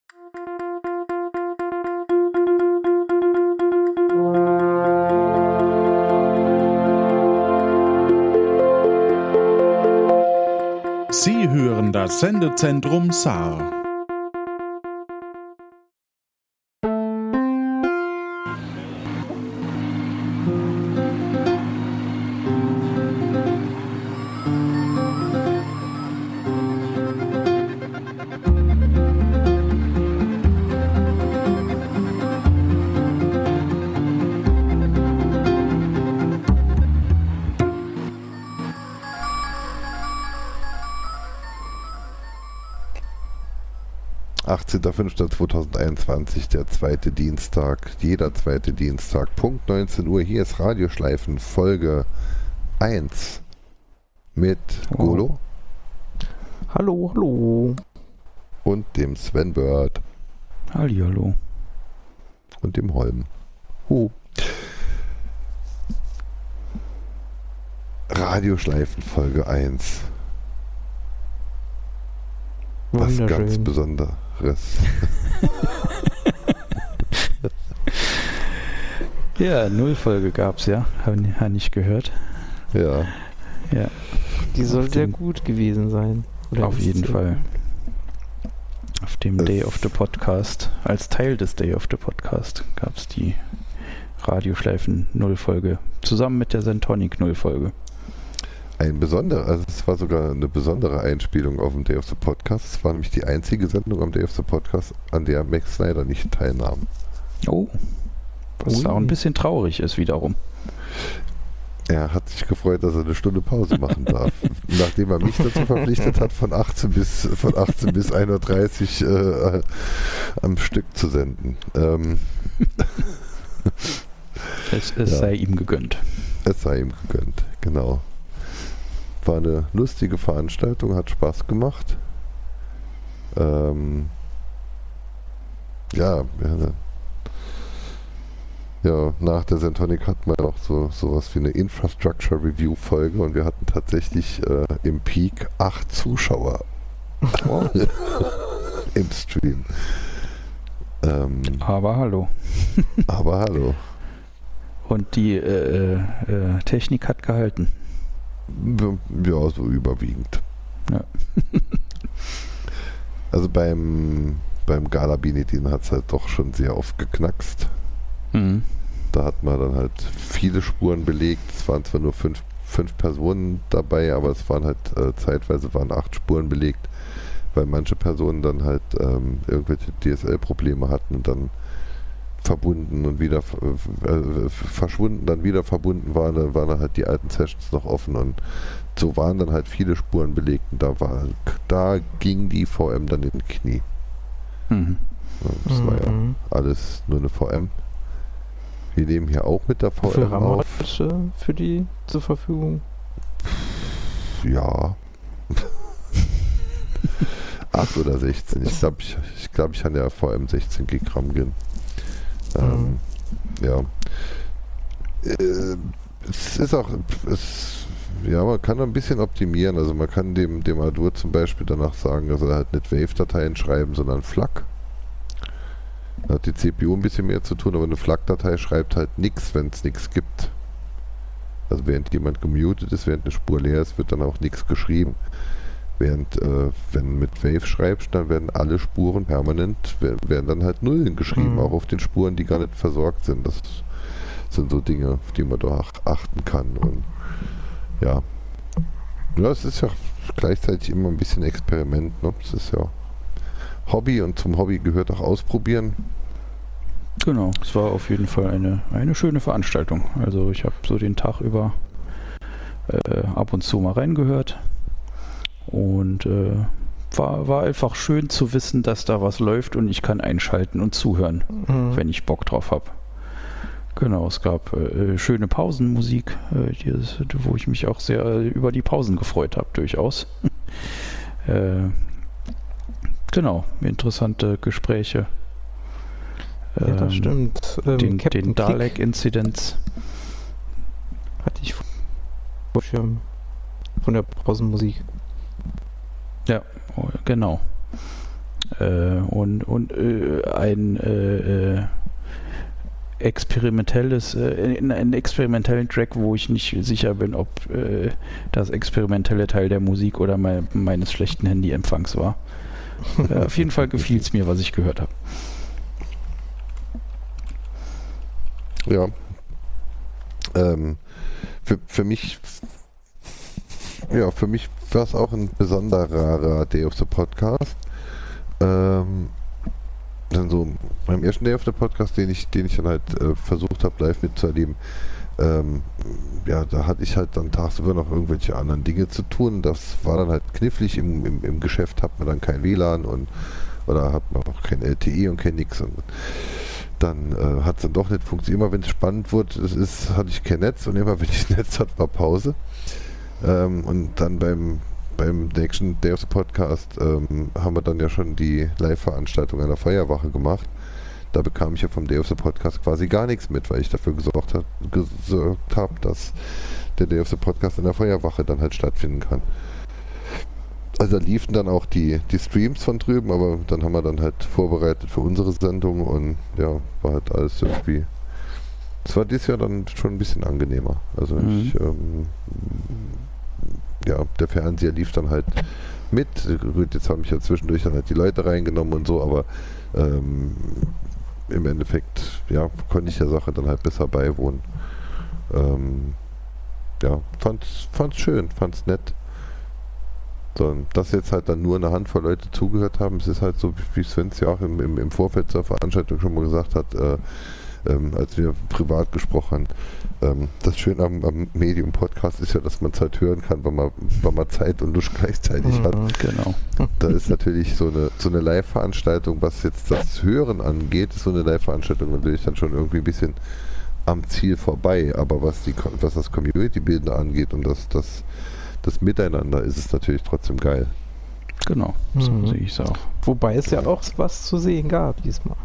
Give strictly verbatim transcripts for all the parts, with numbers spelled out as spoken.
Sie hören das Sendezentrum Saar. achtzehnter fünfter zweitausendeinundzwanzig, der zweite Dienstag, jeder zweite Dienstag, Punkt neunzehn Uhr, hier ist Radioschleifen Folge eins mit Golo. Hallo, hallo. Und dem Sven Bird. Hallihallo. Und dem Holm. Huh. Radioschleifen Folge eins. Was ganz Besonderes. Ja, Nullfolge gab's ja, habe hab ich gehört. Ja. Ja. Die soll sehr gut gewesen sein. Oder auf jeden Fall. Auf dem Day of the Podcast, als Teil des Day of the Podcast, gab's die Radioschleifen Nullfolge. Zusammen mit der Sentonic Nullfolge. Ein besonderer, also es war sogar eine besondere Einspielung auf dem Day of the Podcast. Es war nämlich die einzige Sendung am Day of the Podcast, an der Max Snyder nicht teilnahm. Oh, was Ui. auch ein bisschen traurig ist wiederum. Er hat sich gefreut, dass er eine Stunde Pause machen darf. Nachdem er mich dazu verpflichtet hat, von achtzehn bis, von achtzehn bis ein Uhr dreißig äh, am Stück zu senden. Ähm. es es ja. sei ihm gegönnt. Es sei ihm gegönnt, genau. War eine lustige Veranstaltung, hat Spaß gemacht. Ähm, ja, ja, ja, nach der Sentonic hatten wir noch so sowas wie eine Infrastructure Review Folge und wir hatten tatsächlich äh, im Peak acht Zuschauer oh. im Stream. Ähm, aber hallo. aber hallo. Und die äh, äh, Technik hat gehalten. Ja, so überwiegend. Ja. Also beim, beim Gala Benedin hat es halt doch schon sehr oft geknackst. Mhm. Da hat man dann halt viele Spuren belegt. Es waren zwar nur fünf, fünf Personen dabei, aber es waren halt äh, zeitweise waren acht Spuren belegt, weil manche Personen dann halt ähm, irgendwelche D S L-Probleme hatten und dann verbunden und wieder äh, verschwunden, dann wieder verbunden waren, dann waren dann halt die alten Sessions noch offen und so waren dann halt viele Spuren belegt und da war, da ging die V M dann in den Knie. Mhm. Das mhm. war ja alles nur eine V M. Wir nehmen hier auch mit der V M für auf. Für die zur Verfügung? Ja. acht oder sechzehn. Ich glaube, ich, ich, glaub, ich kann ja V M sechzehn Gigramm gehen. Ähm, mhm. Ja. Äh, es ist auch, es, ja, man kann ein bisschen optimieren. Also man kann dem, dem Ardour zum Beispiel danach sagen, dass er halt nicht Wave-Dateien schreiben, sondern F L A C. Da hat die C P U ein bisschen mehr zu tun, aber eine F L A C-Datei schreibt halt nichts, wenn es nichts gibt. Also während jemand gemutet ist, während eine Spur leer ist, wird dann auch nichts geschrieben. Während, äh, wenn mit Wave schreibst, dann werden alle Spuren permanent, werden, werden dann halt Nullen geschrieben, mhm. auch auf den Spuren, die gar nicht versorgt sind. Das sind so Dinge, auf die man doch achten kann. Und ja, ja, es ist ja gleichzeitig immer ein bisschen Experiment. Ne? Es ist ja Hobby und zum Hobby gehört auch Ausprobieren. Genau, es war auf jeden Fall eine, eine schöne Veranstaltung. Also ich habe so den Tag über äh, ab und zu mal reingehört. Und äh, war, war einfach schön zu wissen, dass da was läuft und ich kann einschalten und zuhören, mhm. wenn ich Bock drauf habe. Genau, es gab äh, schöne Pausenmusik, äh, die, wo ich mich auch sehr äh, über die Pausen gefreut habe, durchaus. äh, genau, interessante Gespräche. Ja, das ähm, stimmt. Ähm, den den Dalek-Inzidenz. Hatte ich vor Schirm von der Pausenmusik. Ja, genau. Äh, und und äh, ein äh, äh, experimentelles, äh, einen experimentellen Track, wo ich nicht sicher bin, ob äh, das experimentelle Teil der Musik oder mein, meines schlechten Handyempfangs war. Äh, auf jeden Fall gefiel es mir, was ich gehört habe. Ja. Ähm, für, für mich ja, für mich war es auch ein besonderer Day of the Podcast. Ähm, dann so beim ersten Day of the Podcast, den ich, den ich dann halt äh, versucht habe, live mitzuerleben, ähm, ja, da hatte ich halt dann tagsüber noch irgendwelche anderen Dinge zu tun. Das war dann halt knifflig. Im, im, im Geschäft hat man dann kein W L A N und oder hat man auch kein L T E und kein nix. Und dann äh, hat es dann doch nicht funktioniert. Immer wenn es spannend wurde, es ist, hatte ich kein Netz und immer wenn ich Netz hatte, war Pause. Ähm, und dann beim beim nächsten Day of the Podcast ähm, haben wir dann ja schon die Live-Veranstaltung einer Feuerwache gemacht. Da bekam ich ja vom Day of the Podcast quasi gar nichts mit, weil ich dafür gesorgt habe, gesorgt hab, dass der Day of the Podcast in der Feuerwache dann halt stattfinden kann. Also da liefen dann auch die, die Streams von drüben, aber dann haben wir dann halt vorbereitet für unsere Sendung und ja, war halt alles irgendwie. Es war dieses Jahr dann schon ein bisschen angenehmer. Also mhm. ich, ähm, ja, der Fernseher lief dann halt mit. Gut, jetzt haben mich ja zwischendurch dann halt die Leute reingenommen und so, aber ähm, im Endeffekt, ja, konnte ich der Sache dann halt besser beiwohnen. Ähm, ja, fand's, fand's schön, fand's nett. So, dass jetzt halt dann nur eine Handvoll Leute zugehört haben, es ist halt so, wie Sven ja auch im, im, im Vorfeld zur Veranstaltung schon mal gesagt hat, äh, ähm, als wir privat gesprochen haben, ähm, das Schöne am, am Medium-Podcast ist ja, dass man es halt hören kann, wenn man, wenn man Zeit und Lust gleichzeitig hat. Genau. Da ist natürlich so eine, so eine Live-Veranstaltung, was jetzt das Hören angeht, ist so eine Live-Veranstaltung natürlich dann schon irgendwie ein bisschen am Ziel vorbei, aber was, die, was das Community-Bilden angeht und das, das das Miteinander ist es natürlich trotzdem geil. Genau, so mhm. sehe ich es auch. Wobei es ja auch was zu sehen gab diesmal.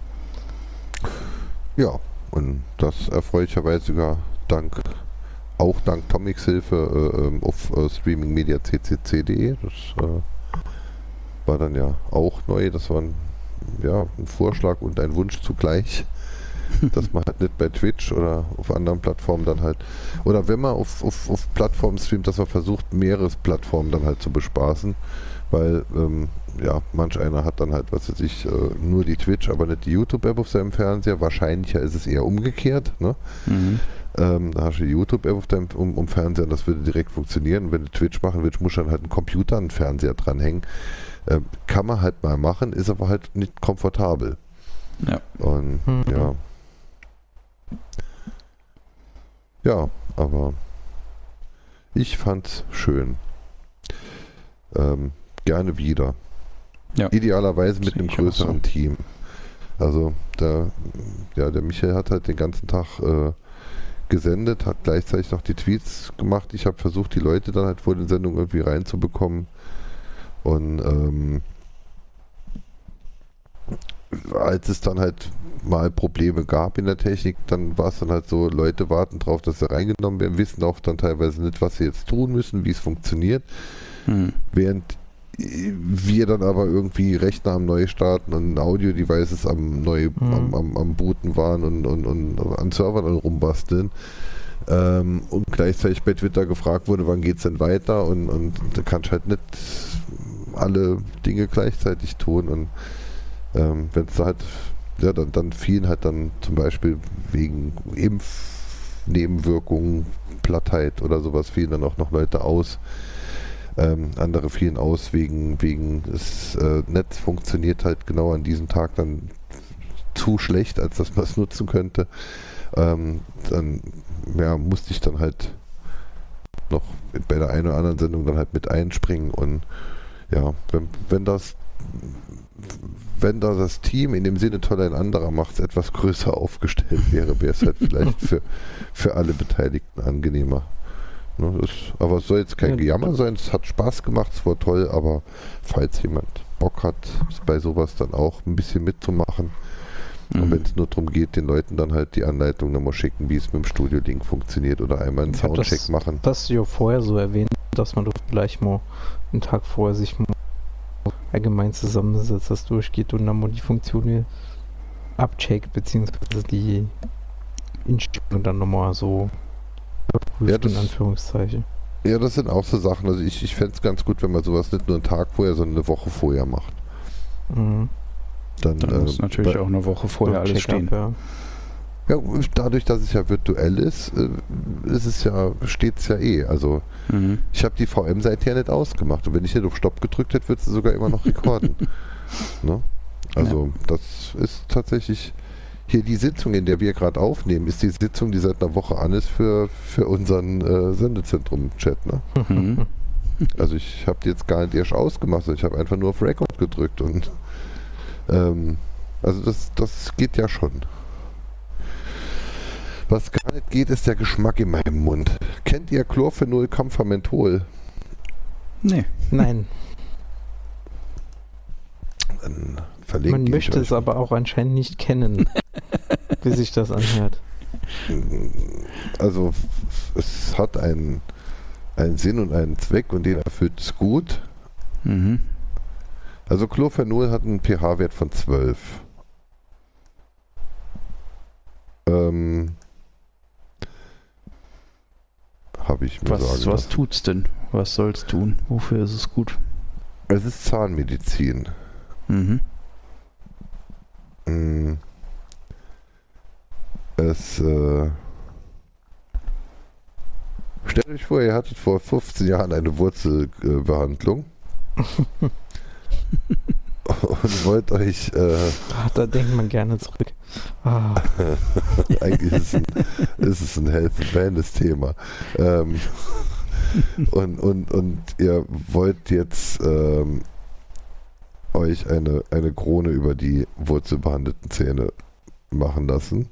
Ja, und das erfreulicherweise sogar dank, auch dank Tomics Hilfe äh, auf äh, Streaming Media c c c punkt d e. Das äh, war dann ja auch neu. Das war ein, ja, ein Vorschlag und ein Wunsch zugleich. Dass man halt nicht bei Twitch oder auf anderen Plattformen dann halt, oder wenn man auf, auf, auf Plattformen streamt, dass man versucht, mehrere Plattformen dann halt zu bespaßen, weil ähm, ja, manch einer hat dann halt, was weiß ich, äh, nur die Twitch, aber nicht die YouTube-App auf seinem Fernseher. Wahrscheinlicher ist es eher umgekehrt, ne? Mhm. Ähm, da hast du die YouTube-App auf deinem um, um Fernseher und das würde direkt funktionieren. Und wenn du Twitch machen willst, musst du dann halt einen Computer an den Fernseher dranhängen. Ähm, kann man halt mal machen, ist aber halt nicht komfortabel. Ja. Und mhm. ja. Ja, aber ich fand's schön. Ähm, gerne wieder. Ja. Idealerweise mit einem größeren so. Team. Also der, ja, der Michael hat halt den ganzen Tag äh, gesendet, hat gleichzeitig noch die Tweets gemacht. Ich habe versucht, die Leute dann halt vor den Sendungen irgendwie reinzubekommen. Und ähm, als es dann halt mal Probleme gab in der Technik, dann war es dann halt so, Leute warten drauf, dass sie reingenommen werden, wissen auch dann teilweise nicht, was sie jetzt tun müssen, wie es funktioniert. Hm. Während wir dann aber irgendwie Rechner am Neustarten und Audio-Devices am neu hm. am, am, am Booten waren und, und, und an Servern dann rumbasteln. Ähm, und gleichzeitig bei Twitter gefragt wurde, wann geht's denn weiter, und, und da kannst du halt nicht alle Dinge gleichzeitig tun, und ähm, wenn es halt, ja, dann, dann fielen halt dann zum Beispiel wegen Impfnebenwirkungen, Plattheit oder sowas, fielen dann auch noch Leute aus. Ähm, andere fielen aus wegen, wegen das äh, Netz funktioniert halt genau an diesem Tag dann zu schlecht, als dass man es nutzen könnte. Ähm, dann ja, musste ich dann halt noch bei der einen oder anderen Sendung dann halt mit einspringen, und ja, wenn, wenn das wenn da das Team in dem Sinne toll ein anderer macht, etwas größer aufgestellt wäre, wäre es halt vielleicht für, für alle Beteiligten angenehmer. Ne, das, aber es soll jetzt kein Gejammer sein, es hat Spaß gemacht, es war toll, aber falls jemand Bock hat, bei sowas dann auch ein bisschen mitzumachen, mhm. und wenn es nur darum geht, den Leuten dann halt die Anleitung nochmal schicken, wie es mit dem Studio-Link funktioniert, oder einmal einen Soundcheck das, machen. Das hast du ja vorher so erwähnt, dass man doch vielleicht mal einen Tag vorher sich mal allgemein zusammensetzt, das durchgeht und dann mal die Funktion abcheckt, beziehungsweise die Instellung dann nochmal so überprüft, Ja, das- in Anführungszeichen. Ja, das sind auch so Sachen. Also ich, ich fände es ganz gut, wenn man sowas nicht nur einen Tag vorher, sondern eine Woche vorher macht. Mhm. Dann, Dann muss äh, natürlich bei- auch eine Woche vorher So alles Check-up, stehen. Ja. Ja, dadurch, dass es ja virtuell ist, äh, ist es ja, steht es ja eh. Also Mhm. ich habe die V M-Seite ja nicht ausgemacht und wenn ich nicht auf Stopp gedrückt hätte, würde sie sogar immer noch rekorden. Ne? Also das ist tatsächlich hier die Sitzung, in der wir gerade aufnehmen, ist die Sitzung, die seit einer Woche an ist für, für unseren äh, Sendezentrum-Chat. Ne? Mhm. Also ich habe die jetzt gar nicht erst ausgemacht, sondern ich habe einfach nur auf Record gedrückt und ähm, also das, das geht ja schon. Was gar nicht geht, ist der Geschmack in meinem Mund. Kennt ihr Chlorphenolcamphomenthol? Nee. Nein, Dann verlinke man ich möchte euch. es aber auch anscheinend nicht kennen, wie sich das anhört. Also es hat einen, einen Sinn und einen Zweck und den erfüllt es gut. Mhm. Also Chlorphenol hat einen pH-Wert von zwölf. Ähm, Habe ich mir Was, sagen was lassen. tut's denn? Was soll's tun? Wofür ist es gut? Es ist Zahnmedizin. Mhm. Mm. Es äh, stellt euch vor, ihr hattet vor fünfzehn Jahren eine Wurzelbehandlung und wollt euch äh, Ach, da denkt man gerne zurück. Ah, eigentlich ist es ein, ist es ein helfendes Thema. Ähm, und, und, und ihr wollt jetzt ähm, euch eine, eine Krone über die wurzelbehandelten Zähne machen lassen.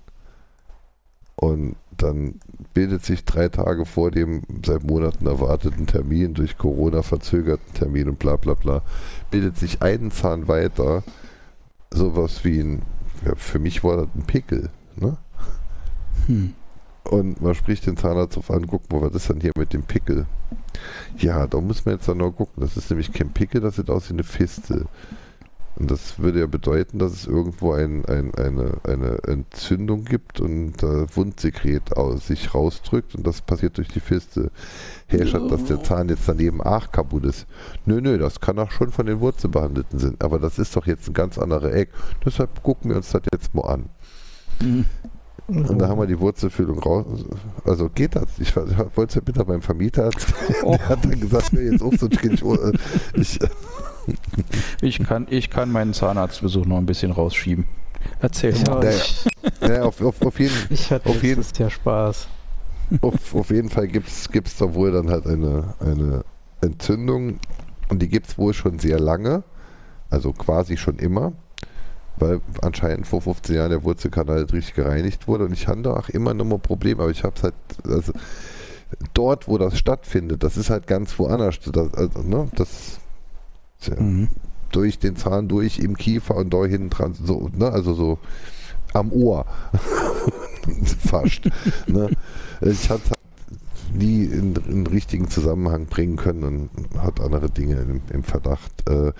Und dann bildet sich drei Tage vor dem seit Monaten erwarteten Termin, durch Corona verzögerten Termin und bla bla bla, bildet sich ein Zahn weiter, sowas wie ein, ja, für mich war das ein Pickel, ne? Hm. Und man spricht den Zahnarzt auf an, guck mal, was ist denn hier mit dem Pickel? Ja, da muss man jetzt dann noch gucken. Das ist nämlich kein Pickel, das sieht aus wie eine Fistel. Und das würde ja bedeuten, dass es irgendwo ein, ein, eine, eine Entzündung gibt und äh, Wundsekret aus, sich rausdrückt und das passiert durch die Fistel. Herrschaft, dass der Zahn jetzt daneben auch kaputt ist. Nö, nö, das kann auch schon von den Wurzelbehandelten sein. Aber das ist doch jetzt ein ganz anderer Eck. Deshalb gucken wir uns das jetzt mal an. Mhm. Und da haben wir die Wurzelfüllung raus. Also geht das? Ich wollte es ja bitte beim Vermieter erzählen. Oh. Der hat dann gesagt, mir jetzt auch so ich, ich, Ich kann, ich kann meinen Zahnarztbesuch noch ein bisschen rausschieben. Erzähl ja, mal. Ja, ich, ja, auf, auf, auf, jeden, ich hatte auf jeden- letztes Jahr Spaß. auf, auf jeden Fall gibt es da wohl dann halt eine, eine Entzündung und die gibt es wohl schon sehr lange, also quasi schon immer, weil anscheinend vor fünfzehn Jahren der Wurzelkanal halt richtig gereinigt wurde und ich hatte da auch immer noch mal Probleme, aber ich habe es halt, also dort, wo das stattfindet, das ist halt ganz woanders, das, also, ne, das ja, Mhm. durch den Zahn durch im Kiefer und da hinten dran, so, ne, also so am Ohr. Fast. Ne? Ich hatte halt nie in, in richtigen Zusammenhang bringen können und hat andere Dinge im, im Verdacht. Äh,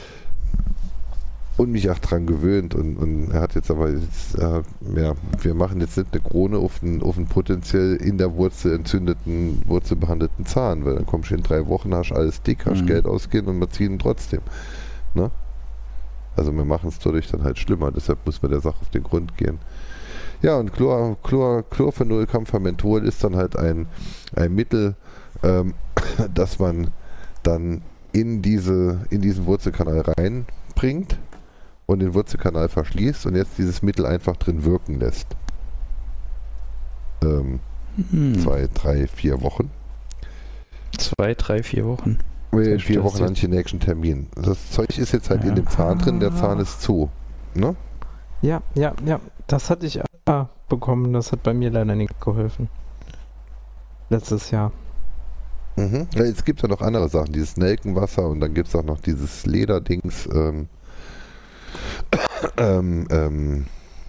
und mich auch dran gewöhnt und, und er hat jetzt aber jetzt, äh, ja, wir machen jetzt nicht eine Krone auf einen, auf einen potenziell in der Wurzel entzündeten, wurzelbehandelten Zahn, weil dann kommst du in drei Wochen, hast alles dick, hast Mhm. Geld ausgehen und wir ziehen ihn trotzdem. Ne? Also wir machen es dadurch dann halt schlimmer, deshalb muss man der Sache auf den Grund gehen. Ja, und Chlor, Chlor, Chlorphenolcamphomenthol ist dann halt ein, ein Mittel, ähm, das man dann in, diese, in diesen Wurzelkanal reinbringt und den Wurzelkanal verschließt und jetzt dieses Mittel einfach drin wirken lässt. Ähm, Hm. Zwei, drei, vier Wochen. Zwei, drei, vier Wochen. In Das vier heißt, Wochen das- an den nächsten Termin. Das Zeug ist jetzt halt Ja. in dem Zahn drin, der Zahn ist zu. Ne? Ja, ja, ja. Das hatte ich auch bekommen. Das hat bei mir leider nicht geholfen. Letztes Jahr. Mhm. Ja, jetzt gibt es ja noch andere Sachen, dieses Nelkenwasser und dann gibt es auch noch dieses Lederdings. Ähm, ähm, ähm,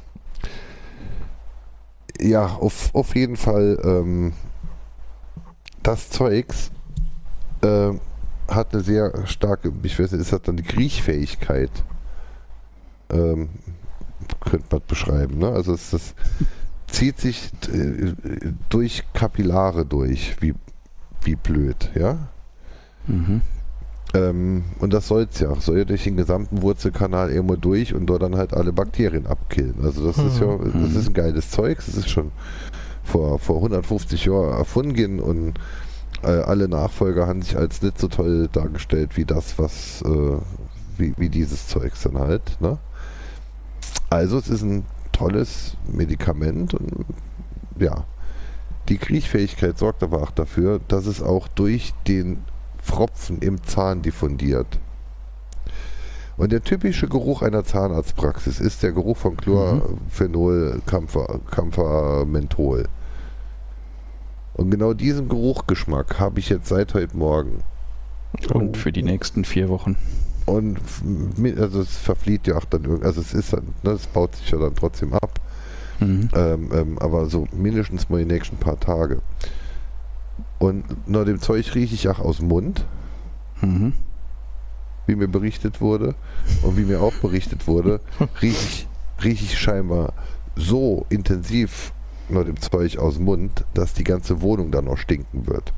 ja, auf, auf jeden Fall ähm, das Zeugs äh, hat eine sehr starke, ich weiß nicht, ist das dann die Kriechfähigkeit, ähm, könnte man beschreiben. Ne? Also es, das zieht sich äh, durch Kapillare durch, wie, wie blöd, ja. Mhm. Ähm, und das soll es ja auch, soll ja durch den gesamten Wurzelkanal irgendwo durch und dort dann halt alle Bakterien abkillen. Also das mhm. ist ja, das ist ein geiles Zeug, das ist schon vor, vor hundertfünfzig Jahren erfunden und äh, alle Nachfolger haben sich als nicht so toll dargestellt wie das, was äh, wie, wie dieses Zeugs dann halt. Ne? Also es ist ein tolles Medikament und ja, die Kriechfähigkeit sorgt aber auch dafür, dass es auch durch den Pfropfen im Zahn diffundiert. Und der typische Geruch einer Zahnarztpraxis ist der Geruch von Chlorphenol, Camphor, Camphor, Menthol. Und genau diesen Geruchgeschmack habe ich jetzt seit heute Morgen. Und für die nächsten vier Wochen. Und also es verflieht ja auch dann irgendwie, also es ist dann, ne, es baut sich ja dann trotzdem ab. Mhm. Ähm, ähm, aber so mindestens mal die nächsten paar Tage. Und nach dem Zeug rieche ich auch aus dem Mund, mhm. wie mir berichtet wurde. Und wie mir auch berichtet wurde, rieche ich, riech ich scheinbar so intensiv nach dem Zeug aus dem Mund, dass die ganze Wohnung dann noch stinken wird.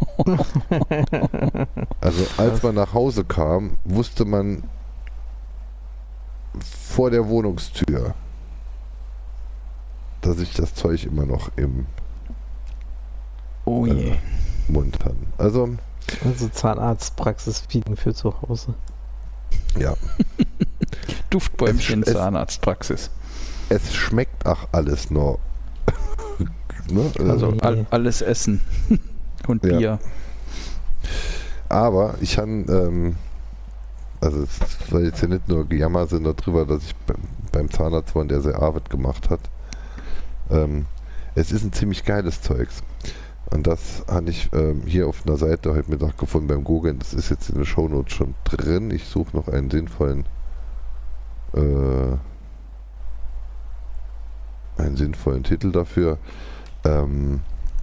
Also als man nach Hause kam, wusste man vor der Wohnungstür, dass ich das Zeug immer noch im oh je. Äh, Mund hat. Also, also Zahnarztpraxis-Feeden für zu Hause. Ja. Duftbäumchen es, Zahnarztpraxis. Es schmeckt auch alles noch. Ne? Also all, alles Essen und Bier. Ja. Aber ich habe, ähm, also es soll jetzt ja nicht nur Gejammer sind darüber, dass ich beim, beim Zahnarzt war, der sehr Arbeit gemacht hat. Ähm, es ist ein ziemlich geiles Zeugs. Und das habe ich ähm, hier auf einer Seite heute Mittag gefunden beim Googlen. Das ist jetzt in den Shownotes schon drin. Ich suche noch einen sinnvollen äh, einen sinnvollen Titel dafür. Ähm,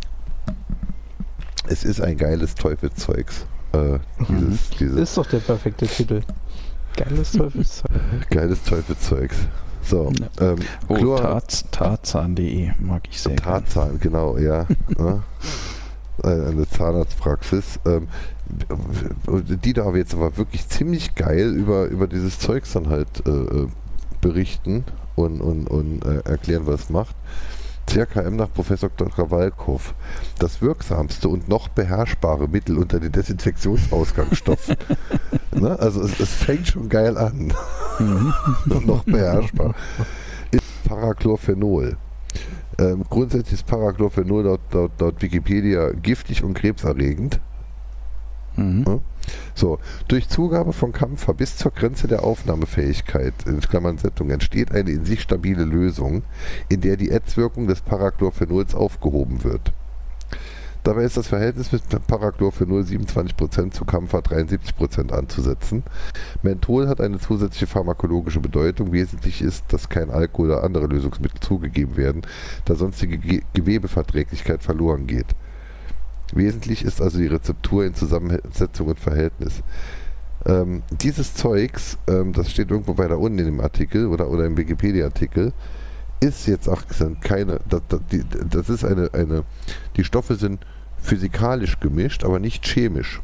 es ist ein geiles Teufelszeugs. Äh, dieses, dieses ist doch der perfekte Titel. Geiles Teufelszeug. Geiles Teufelszeugs. So, ja. ähm, oh, Chlor- Tarz, Tarzan punkt de mag ich sehr gerne. Tarzan, genau, ja. ja. Eine Zahnarztpraxis. Ähm, die da aber jetzt aber wirklich ziemlich geil über, über dieses Zeugs dann halt äh, berichten und, und, und äh, erklären, was es macht. C K M nach Professor Doktor Walkhoff. Das wirksamste und noch beherrschbare Mittel unter den Desinfektionsausgangsstoffen. Ne? Also es, es fängt schon geil an. Mhm. Noch beherrschbar. Ist Parachlorphenol. Ähm, grundsätzlich ist Parachlorphenol laut, laut, laut Wikipedia giftig und krebserregend. Mhm. Ja? So, durch Zugabe von Camphor bis zur Grenze der Aufnahmefähigkeit, in Klammern Sättigung, entsteht eine in sich stabile Lösung, in der die Ätzwirkung des Parachlorphenols aufgehoben wird. Dabei ist das Verhältnis mit Parachlorphenol siebenundzwanzig Prozent zu Camphor dreiundsiebzig Prozent anzusetzen. Menthol hat eine zusätzliche pharmakologische Bedeutung. Wesentlich ist, dass kein Alkohol oder andere Lösungsmittel zugegeben werden, da sonst die Ge- Gewebeverträglichkeit verloren geht. Wesentlich ist also die Rezeptur in Zusammensetzung und Verhältnis. Ähm, dieses Zeugs, ähm, das steht irgendwo weiter unten in dem Artikel oder, oder im Wikipedia-Artikel, ist jetzt auch keine, das, das, die, das ist eine, eine, die Stoffe sind physikalisch gemischt, aber nicht chemisch.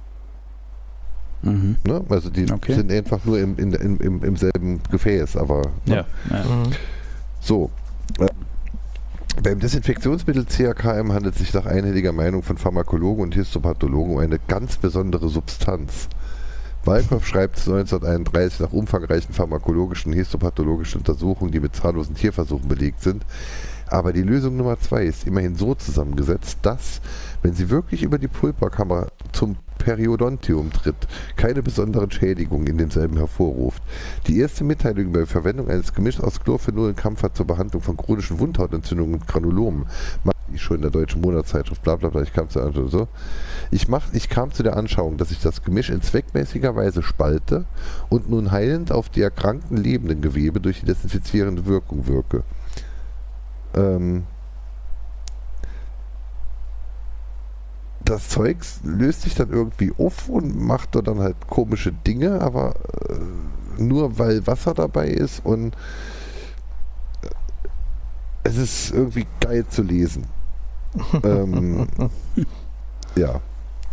Mhm. Ne? Also die okay. sind einfach nur im, in, im, im, im selben Gefäß, aber ne? ja, ja. Mhm. So. Äh, Beim Desinfektionsmittel C H K M handelt es sich nach einhelliger Meinung von Pharmakologen und Histopathologen um eine ganz besondere Substanz. Walkhoff schreibt neunzehnhunderteinunddreißig, nach umfangreichen pharmakologischen und histopathologischen Untersuchungen, die mit zahnlosen Tierversuchen belegt sind. Aber die Lösung Nummer zwei ist immerhin so zusammengesetzt, dass, wenn sie wirklich über die Pulperkammer zum Periodontium tritt, keine besonderen Schädigungen in demselben hervorruft. Die erste Mitteilung über die Verwendung eines Gemischs aus Chlorphenol und Camphor zur Behandlung von chronischen Wundhautentzündungen und Granulomen machte ich schon in der Deutschen Monatszeitschrift, bla bla bla, ich kam zu der so. Ich, mach, ich kam zu der Anschauung, dass ich das Gemisch in zweckmäßiger Weise spalte und nun heilend auf die erkrankten lebenden Gewebe durch die desinfizierende Wirkung wirke. Ähm... das Zeug löst sich dann irgendwie auf und macht da dann halt komische Dinge, aber äh, nur weil Wasser dabei ist und äh, es ist irgendwie geil zu lesen. ähm, ja.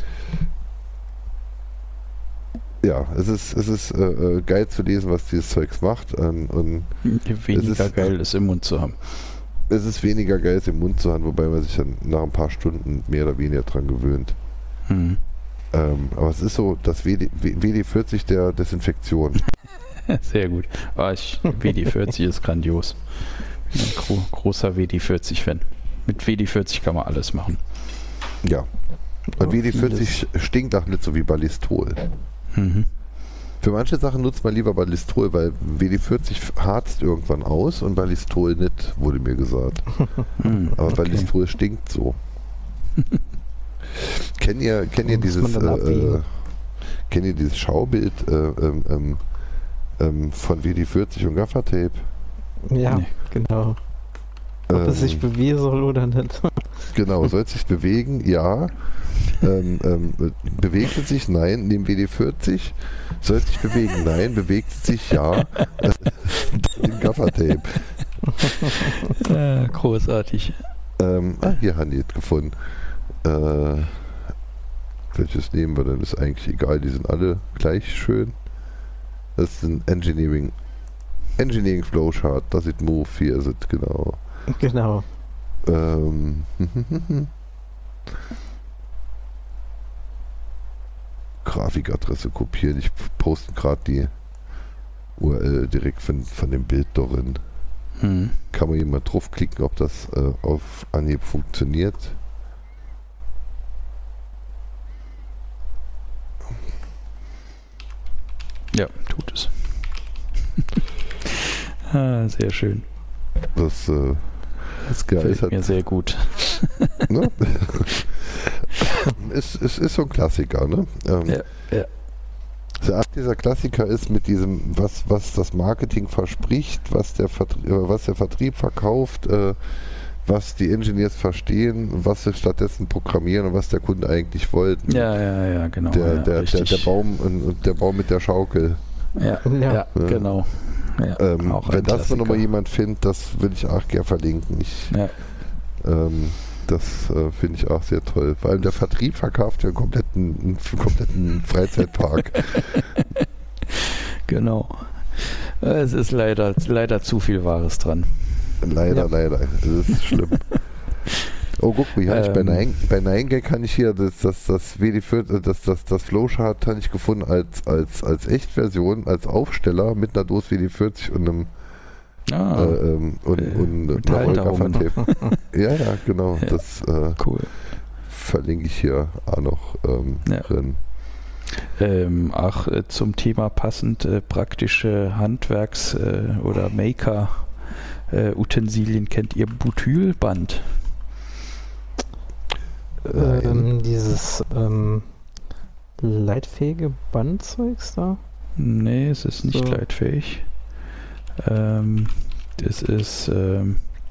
Ja, es ist, es ist äh, geil zu lesen, was dieses Zeugs macht. Und, und weniger es ist, geil ist im Mund zu haben. Es ist weniger geil, es im Mund zu haben, wobei man sich dann nach ein paar Stunden mehr oder weniger dran gewöhnt. Hm. Ähm, aber es ist so das W D vierzig der Desinfektion. Sehr gut. Ah, ich, W D vierzig ist grandios. Ich bin ein gro großer W D vierzig-Fan. Mit W D vierzig kann man alles machen. Ja. Und W D vierzig stinkt auch nicht so wie Ballistol. Mhm. Für manche Sachen nutzt man lieber Ballistol, weil W D vierzig harzt irgendwann aus und Ballistol nicht, wurde mir gesagt. Mhm, aber okay. Ballistol stinkt so. kennt ihr, kennt ihr dieses äh, äh, kennt ihr dieses Schaubild äh, ähm, ähm, von W D vierzig und Gaffertape? Ja, Nee. genau. Ob Ähm, es sich bewegen soll oder nicht. Genau, soll es sich bewegen? Ja. ähm, ähm, bewegt es sich? Nein. Neben W D vierzig. Soll es sich bewegen? Nein. Bewegt es sich? Ja. Im Gaffertape. Äh, großartig. Ähm, ah, hier haben die es gefunden. Äh, welches nehmen wir denn? Ist eigentlich egal. Die sind alle gleich schön. Das ist ein Engineering Engineering Flowchart. Das ist Move. Hier ist es, genau. Genau. Ähm, Grafikadresse kopieren. Ich poste gerade die U R L direkt von, von dem Bild darin. Hm. Kann man hier mal draufklicken, ob das äh, auf Anhieb funktioniert. Ja, tut es. ah, sehr schön. Das, äh, Das ja, gefällt ist halt, mir sehr gut. ne? es, es ist so ein Klassiker, ne? Ähm, Ja, ja. Der Art dieser Klassiker ist mit diesem, was, was das Marketing verspricht, was der, Vertrie äh, was der Vertrieb verkauft, äh, was die Engineers verstehen, was sie stattdessen programmieren und was der Kunde eigentlich wollte. Ja, ja, ja, genau. Der, ja, der, der, der, Baum und der Baum mit der Schaukel. Ja, ja, Ja. ja, genau. Ja, Ähm, auch wenn ein das mal nochmal Klassiker. jemand findet, das will ich auch gerne verlinken. Ich, Ja. ähm, das äh, finde ich auch sehr toll. Vor allem der Vertrieb verkauft ja einen kompletten, einen kompletten Freizeitpark. Genau. Es ist leider, leider zu viel Wahres dran. Leider, Ja. leider. Das ist schlimm. Oh, guck mal, hier ähm, ich bei, Ähm. Nine, bei Nine Gag kann ich hier das, das, das, W D vierzig, das, das, das Flowchart habe ich gefunden als, als, als Echtversion, als Aufsteller mit einer Dose W D vierzig und einem Ah, äh, ähm, und, äh, und mit einer Halterung. Rollgaffertape. Ja, ja, genau. Ja. Das äh, cool. verlinke ich hier auch noch ähm, Ja. drin. Ähm, ach, äh, zum Thema passend äh, praktische Handwerks- äh, oder Maker-Utensilien kennt ihr Butylband? Ähm, dieses ähm, leitfähige Bandzeugs da? Nee, es ist nicht So. leitfähig. Ähm, das ist ähm,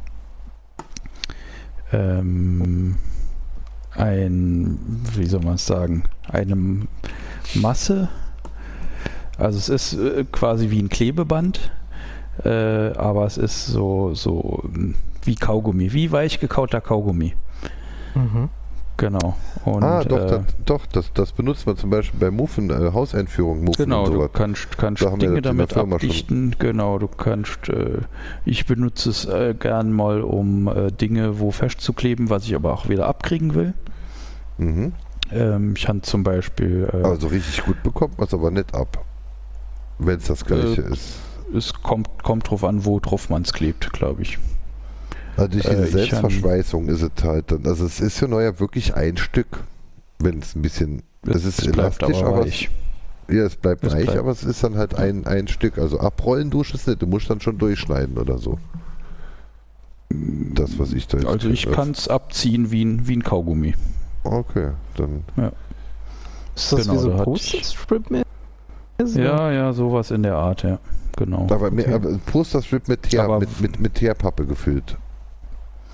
ähm, ein, wie soll man es sagen, eine Masse. Also es ist äh, quasi wie ein Klebeband, äh, aber es ist so, so ähm, wie Kaugummi, wie weich gekauter Kaugummi. Mhm. Genau. Und, ah, doch, äh, das, doch das, das benutzt man zum Beispiel bei Muffen, äh, Hauseinführung, Muffen Genau, und du sowas. kannst, kannst Da haben wir Dinge das in der damit Firma schon. abdichten. Genau, du kannst, äh, ich benutze es äh, gern mal, um äh, Dinge wo festzukleben, was ich aber auch wieder abkriegen will. Mhm. Ähm, ich habe zum Beispiel, äh, Also richtig gut bekommt man es aber nicht ab. Wenn es das gleiche Äh, ist. es kommt, kommt drauf an, wo drauf man es klebt, glaube ich. Also durch diese äh, ich Selbstverschweißung ist es halt dann. Also es ist ja neuer wirklich ein Stück. Wenn es ein bisschen. Es ist bleibt elastisch, aber aber weich. es, ja, es bleibt Es weich, bleibt- aber es ist dann halt ein, ein Stück. Also abrollen tust es nicht. Du musst dann schon durchschneiden oder so. Das, was ich da jetzt Also ich tue. kann es abziehen wie ein, wie ein Kaugummi. Okay, dann. Ist das Genau, wie so da ein hat- Poster-Strip mehr? Ja, ja, sowas in der Art, ja. Genau. Aber, mehr, Okay. aber Poster-Strip mit, Teer, Aber- mit, mit, mit Teerpappe gefüllt.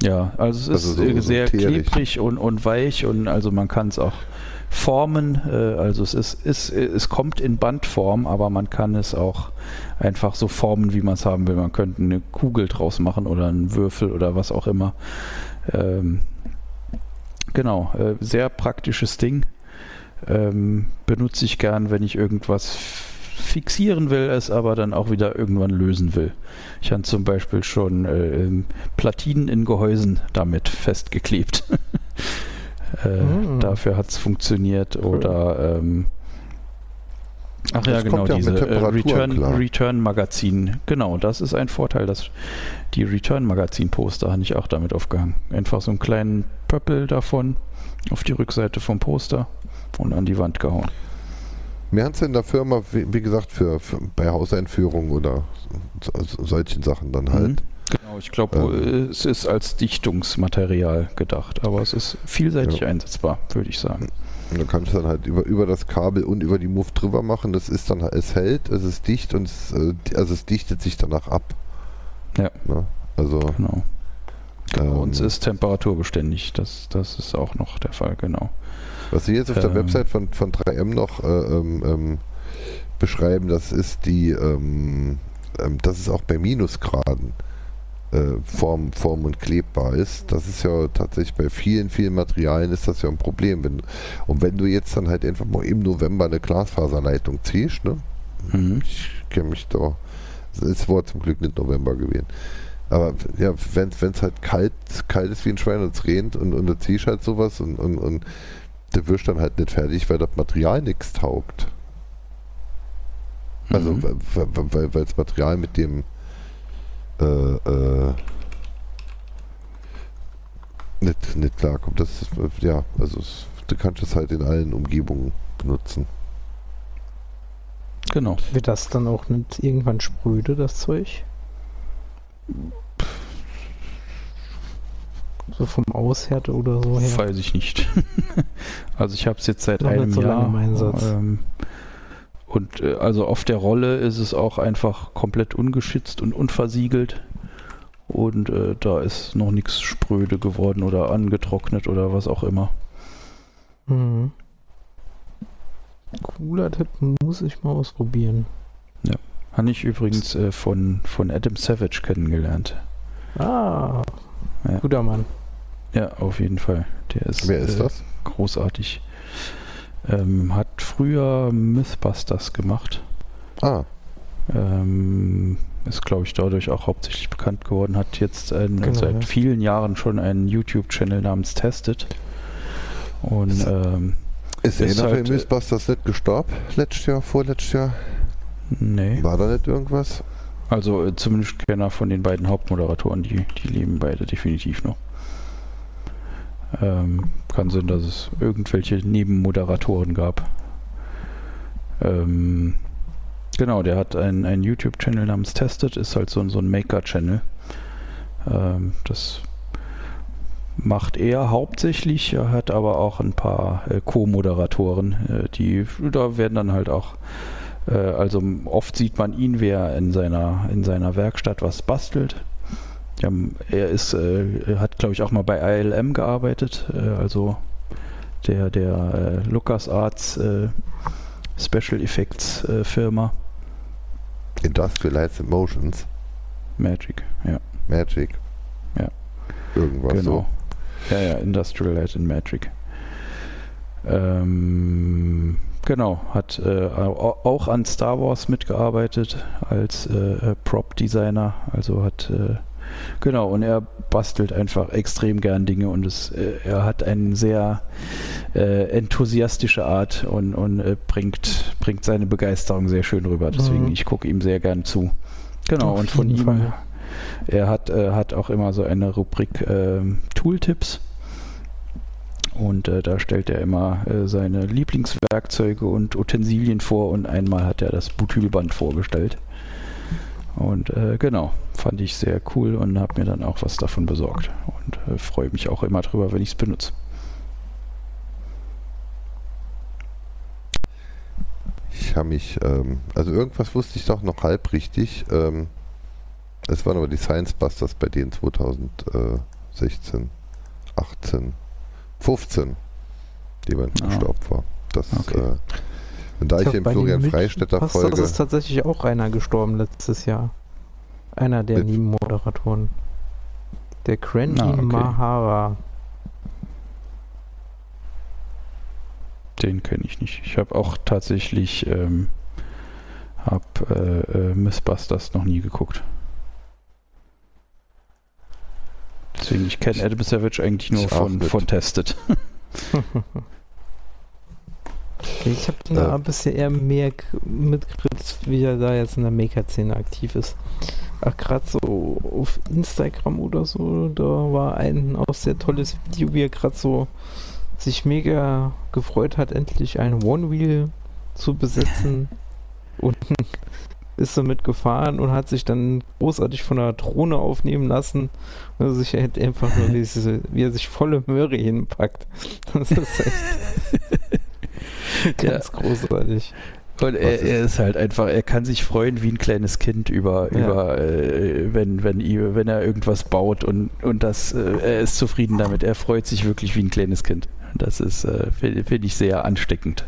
Ja, also es ist Also so- so sehr teerig. klebrig und, und weich und also man kann es auch formen. Äh, also es ist, ist, es kommt in Bandform, aber man kann es auch einfach so formen, wie man es haben will. Man könnte eine Kugel draus machen oder einen Würfel oder was auch immer. Ähm, genau, äh, sehr praktisches Ding. Ähm, benutze ich gern, wenn ich irgendwas fixieren will, es aber dann auch wieder irgendwann lösen will. Ich habe zum Beispiel schon äh, ähm, Platinen in Gehäusen damit festgeklebt. äh, Mm. Dafür hat es funktioniert. Oder ähm, ach ja, Das genau, kommt ja auch diese mit äh, Temperaturen Return, klar. Return Magazin. Genau, das ist ein Vorteil, dass die Return Magazin Poster habe ich auch damit aufgehangen. Einfach so einen kleinen Pöppel davon auf die Rückseite vom Poster und an die Wand gehauen. Wir haben es in der Firma, wie, wie gesagt, für, für bei Hauseinführungen oder so, so, solchen Sachen dann halt. Mhm. Genau, ich glaube, Ähm. es ist als Dichtungsmaterial gedacht, aber es ist vielseitig Ja. einsetzbar, würde ich sagen. Und dann kannst du dann halt über, über das Kabel und über die Move drüber machen. Das ist dann, es hält, es ist dicht und es, äh, also es dichtet sich danach ab. Ja. Ne? Also Genau. Genau, Ähm. und es ist temperaturbeständig, das, das ist auch noch der Fall, genau. was sie jetzt auf der Ähm. Website von, von drei M noch äh, ähm, ähm, beschreiben, das ist die, ähm, ähm, dass es auch bei Minusgraden äh, form, form und klebbar ist. Das ist ja tatsächlich bei vielen, vielen Materialien ist das ja ein Problem. Wenn, und wenn du jetzt dann halt einfach mal im November eine Glasfaserleitung ziehst, ne? Mhm. Ich kenne mich da, es war zum Glück nicht November gewesen. Aber ja, wenn es halt kalt, kalt ist wie ein Schwein und es regnet und, und du ziehst halt sowas und, und, und du wirst dann halt nicht fertig, weil das Material nichts taugt. Also Mhm. weil, weil, weil das Material mit dem äh, äh, nicht, nicht klarkommt. Das ist, ja, also es, du kannst es halt in allen Umgebungen benutzen. Genau. Wird das dann auch nicht irgendwann spröde, das Zeug? So vom Aushärte oder so her? Weiß ich nicht. Also ich habe es jetzt seit Noch nicht einem so lange Jahr. im Einsatz. Ähm, und äh, also auf der Rolle ist es auch einfach komplett ungeschützt und unversiegelt. Und äh, da ist noch nichts spröde geworden oder angetrocknet oder was auch immer. Mhm. Cooler Tipp, muss ich mal ausprobieren. Habe ich übrigens äh, von, von Adam Savage kennengelernt. Ah, Ja. guter Mann. Ja, auf jeden Fall. Der ist, Wer ist äh, das? großartig. Ähm, hat früher Mythbusters gemacht. Ah, Ähm, ist, glaube ich, dadurch auch hauptsächlich bekannt geworden. Hat jetzt ein, Genau, seit ja. vielen Jahren schon einen YouTube-Channel namens Tested. Und ähm, ist der Ist einer halt, von Mythbusters nicht gestorben? Letztes Jahr, vorletztes Jahr? nee. War da nicht irgendwas? Also äh, zumindest keiner von den beiden Hauptmoderatoren, die, die leben beide definitiv noch. Ähm, kann sein, dass es irgendwelche Nebenmoderatoren gab. Ähm, genau, der hat einen, einen YouTube-Channel namens Tested, ist halt so, ein- so ein Maker-Channel. Ähm, das macht er hauptsächlich, er hat aber auch ein paar äh, Co-Moderatoren, äh, die, da werden dann halt auch Äh, also oft sieht man ihn, wie er in seiner, in seiner Werkstatt was bastelt. Die haben, er ist, äh, er hat, glaube ich, auch mal bei I L M gearbeitet, äh, also der, der äh, LucasArts äh, Special Effects äh, Firma. Industrial Lights and Motions. Magic, ja. Magic. Ja. Irgendwas Genau. Ja, ja, Industrial Light and Magic. Ähm, genau, hat äh, au- auch an Star Wars mitgearbeitet als äh, Prop-Designer. Also hat, äh, genau, und er bastelt einfach extrem gern Dinge und es, äh, er hat eine sehr äh, enthusiastische Art und, und äh, bringt, bringt seine Begeisterung sehr schön rüber. Deswegen, Mhm. ich gucke ihm sehr gern zu. Genau, Auf und von jeden ihm, Fall. er hat, äh, hat auch immer so eine Rubrik ähm, Tooltips. Und äh, da stellt er immer äh, seine Lieblingswerkzeuge und Utensilien vor und einmal hat er das Butylband vorgestellt. Und äh, genau, fand ich sehr cool und habe mir dann auch was davon besorgt. Und äh, freue mich auch immer drüber, wenn ich es benutze. Ich habe mich, ähm, also irgendwas wusste ich doch noch halb richtig. Ähm, es waren aber die Science Busters, bei denen zwanzig sechzehn, achtzehn, fünfzehn, die man Ah. gestorben war. Das, Okay. äh, und da ich, glaub, im bei den Florian Mitch- Freistetter Passt, folge, das ist tatsächlich auch einer gestorben letztes Jahr. Einer der Mit- Nebenmoderatoren. Der Crandy Ah, okay. Mahara. Den kenne ich nicht. Ich habe auch tatsächlich ähm, hab, äh, äh, Mythbusters noch nie geguckt. Deswegen, ich kenne Adam Savage eigentlich nur Ich auch von, nicht. von Tested. Ich habe Äh. da bisher eher mehr k- mitgekriegt, wie er da jetzt in der Maker-Szene aktiv ist. Ach, gerade so auf Instagram oder so, da war ein auch sehr tolles Video, wie er gerade so sich mega gefreut hat, endlich ein One-Wheel zu besetzen und ist damit gefahren und hat sich dann großartig von der Drohne aufnehmen lassen und er sich halt einfach nur, wie, sie, wie er sich volle Möhre hinpackt. Das ist echt ganz großartig. Und er, ist- er ist halt einfach, er kann sich freuen wie ein kleines Kind über, Ja. über äh, wenn, wenn, ihm- wenn er irgendwas baut und, und das, äh, er ist zufrieden damit. Er freut sich wirklich wie ein kleines Kind. Das ist, äh, finde find ich, sehr ansteckend.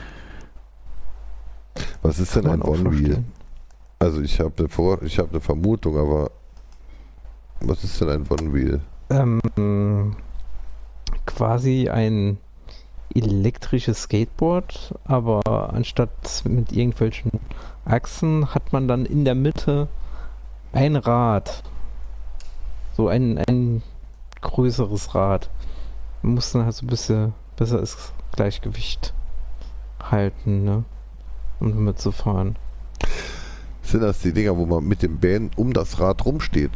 was ist denn Kann ein man auch One-Wheel? verstehen. Also ich habe eine Vor ich habe eine Vermutung, aber was ist denn ein One-Wheel? Ähm, quasi ein elektrisches Skateboard, aber anstatt mit irgendwelchen Achsen hat man dann in der Mitte ein Rad. So ein, ein größeres Rad. Man muss dann halt so ein bisschen besser das Gleichgewicht halten, ne? Um damit zu fahren. Sind das die Dinger, wo man mit dem Bein um das Rad rumsteht?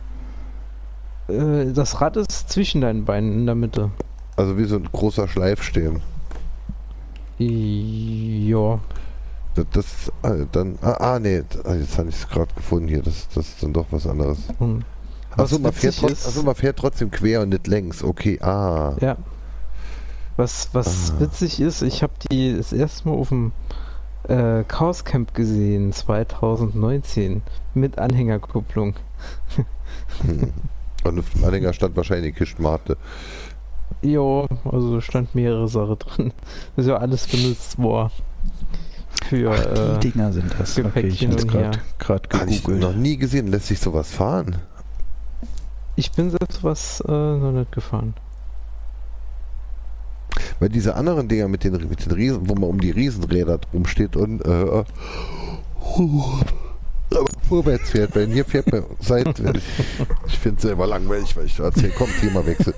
Äh, das Rad ist zwischen deinen Beinen in der Mitte. Also wie so ein großer Schleifstern. Ja. Das, das ah, dann, ah, ah nee, ah, jetzt habe ich es gerade gefunden hier, das, das ist dann doch was anderes. Und was Achso, man, fährt witzig trotz- ist- achso, man fährt trotzdem quer und nicht längs, okay, ah. Ja. Was, was Ah. witzig ist, ich habe die das erste Mal auf dem äh, Chaos Camp gesehen, zwanzig neunzehn, mit Anhängerkupplung. Hm. Und auf dem Anhänger stand wahrscheinlich eine Kistmate. Jo, also stand mehrere Sachen drin. Das ist ja alles benutzt worden. Für, Ach, äh, die Dinger sind das. Gepäck Okay, ich hin habe und gerade her. gerade Habe ich noch gegoogelt. nie gesehen, lässt sich sowas fahren? ich bin selbst was äh, noch nicht gefahren. Weil diese anderen Dinger mit den, mit den Riesen, wo man um die Riesenräder drum steht und äh, aber vorwärts fährt, weil hier fährt man seitwärts. Ich finde es selber langweilig, weil ich erzähle, komm, Themawechsel.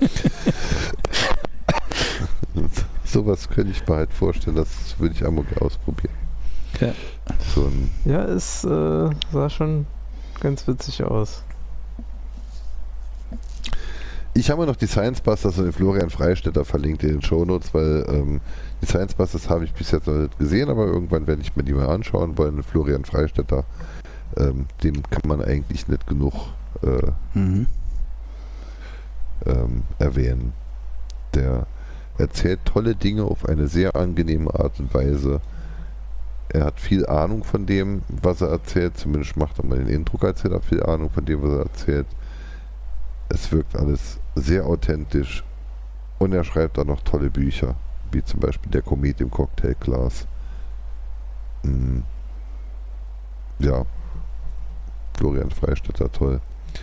Sowas könnte ich mir halt vorstellen, das würde ich einmal gerne ausprobieren. Ja. So ein, Ja, es äh, sah schon ganz witzig aus. ich habe mir noch die Science Busters und den Florian Freistetter verlinkt in den Shownotes, weil ähm, die Science Busters habe ich bis jetzt noch nicht gesehen, aber irgendwann werde ich mir die mal anschauen wollen. Florian Freistetter, ähm, dem kann man eigentlich nicht genug äh, Mhm. ähm, erwähnen. Der erzählt tolle Dinge auf eine sehr angenehme Art und Weise. Er hat viel Ahnung von dem, was er erzählt. Zumindest macht er mal den Eindruck, als hätte er viel Ahnung von dem, was er erzählt. Es wirkt alles sehr authentisch. Und er schreibt auch noch tolle Bücher, wie zum Beispiel Der Komet im Cocktailglas. Mm. Ja. Florian Freistetter, toll.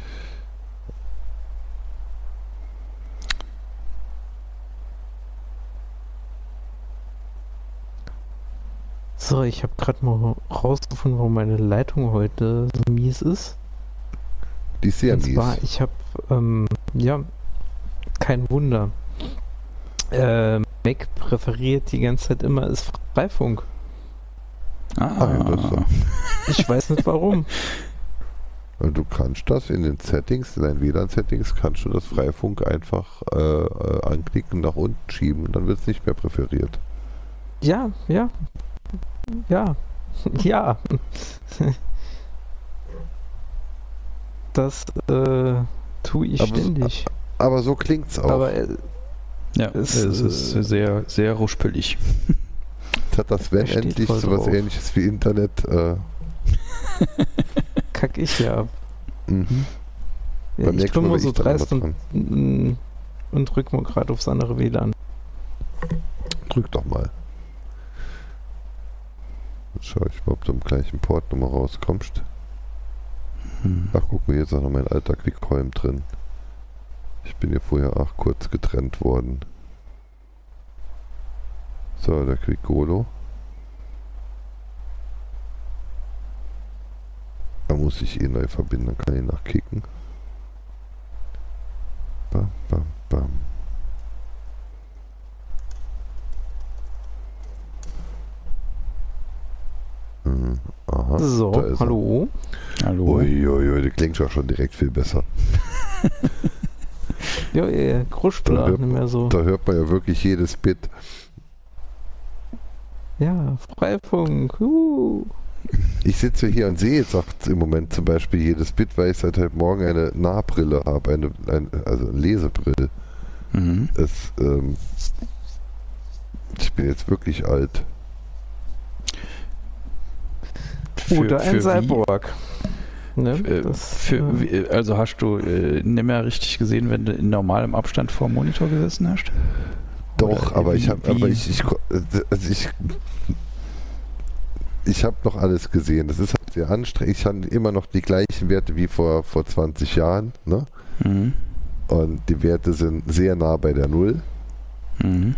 So, ich habe gerade mal rausgefunden, warum meine Leitung heute so mies ist. Die ist sehr Und mies. zwar, ich habe, ähm, ja, kein Wunder. Äh, Mac präferiert die ganze Zeit immer ist Freifunk. Ah, Ah, ja, das ist so. Ich weiß nicht warum. Und du kannst das in den Settings, in deinen W L A N-Settings, kannst du das Freifunk einfach äh, äh, anklicken, nach unten schieben und dann wird es nicht mehr präferiert. Ja, ja. Ja. Ja. Das äh, tue ich Aber- ständig. Aber so klingt's auch. Aber äh, Ja, Es, es, ist äh, sehr, sehr ruspelig. Jetzt hat das Wenn da steht endlich voll sowas drauf. ähnliches wie Internet. Äh, kack ich ja ab. mhm. Ja, Beim ich nächsten Mal drücke bin so ich dann noch dreist mal und, dran. und drücke mal gerade aufs andere W L A N. Drück doch mal. Jetzt schau ich mal, ob du im gleichen Port nochmal rauskommst. Hm. Ach, guck mal, hier ist auch noch mein alter Quickcoin drin. Ich bin hier vorher auch kurz getrennt worden. So, der Quickgolo. Da muss ich eh neu verbinden, dann kann ich nachkicken. Bam, bam, bam. Mhm. Aha, So, da ist er. hallo. Hallo. Uiuiui, das klingt ja schon direkt viel besser. Ja, ja, Da Kruschbler, hört, nicht mehr so. da hört man ja wirklich jedes Bit. Ja, Freifunk. Uh. Ich sitze hier und sehe jetzt auch im Moment zum Beispiel jedes Bit, weil ich seit heute Morgen eine Nahbrille habe, eine, ein, also eine Lesebrille. Mhm. Es, ähm, ich bin jetzt wirklich alt. Für- Oder ein für wie- Cyborg. Ne? Äh, Das, für, äh, wie- also hast du äh, nicht mehr richtig gesehen, wenn du in normalem Abstand vor dem Monitor gesessen hast? Doch, Oder aber wie- ich habe, wie- aber ich, ich, ko- also ich, ich habe noch alles gesehen. Das ist halt sehr anstrengend. Ich habe immer noch die gleichen Werte wie vor, vor zwanzig Jahren, ne? Mhm. Und die Werte sind sehr nah bei der Null. Mhm.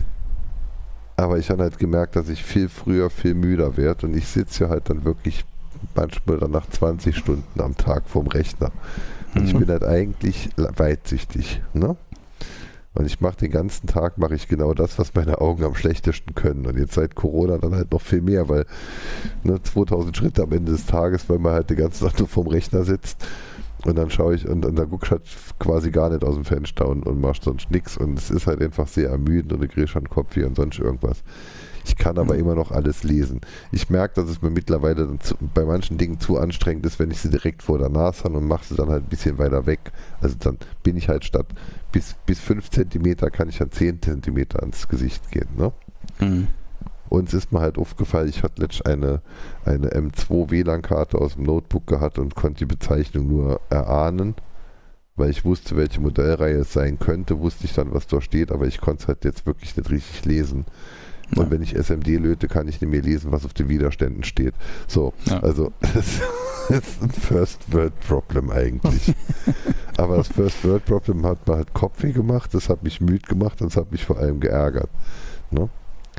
Aber ich habe halt gemerkt, dass ich viel früher, viel müder werde. Und ich sitze ja halt dann wirklich manchmal dann nach zwanzig Stunden am Tag vorm Rechner. Und ich Mhm. bin halt eigentlich weitsichtig, ne? Und ich mache den ganzen Tag, mache ich genau das, was meine Augen am schlechtesten können. Und jetzt seit Corona dann halt noch viel mehr, weil ne, zweitausend Schritte am Ende des Tages, weil man halt den ganzen Tag nur vorm Rechner sitzt. Und dann schaue ich und, und dann gucke ich halt quasi gar nicht aus dem Fenster und, und mache sonst nichts. Und es ist halt einfach sehr ermüdend und du kriegst schon Kopfweh und sonst irgendwas. Ich kann aber Mhm. immer noch alles lesen. Ich merke, dass es mir mittlerweile dann zu, bei manchen Dingen zu anstrengend ist, wenn ich sie direkt vor der Nase habe und mache sie dann halt ein bisschen weiter weg. Also dann bin ich halt statt bis, bis fünf Zentimeter kann ich dann zehn Zentimeter ans Gesicht gehen. Ne? Mhm. Uns ist mir halt aufgefallen, ich hatte letztens eine, eine M zwei W L A N-Karte aus dem Notebook gehabt und konnte die Bezeichnung nur erahnen, weil ich wusste, welche Modellreihe es sein könnte, wusste ich dann, was da steht, aber ich konnte es halt jetzt wirklich nicht richtig lesen. Und Ja. wenn ich S M D löte, kann ich nicht mehr lesen, was auf den Widerständen steht. So, Ja. also es ist ein First-World-Problem eigentlich. Aber das First-World-Problem hat mir halt Kopfweh gemacht, das hat mich müde gemacht und das hat mich vor allem geärgert. Ne?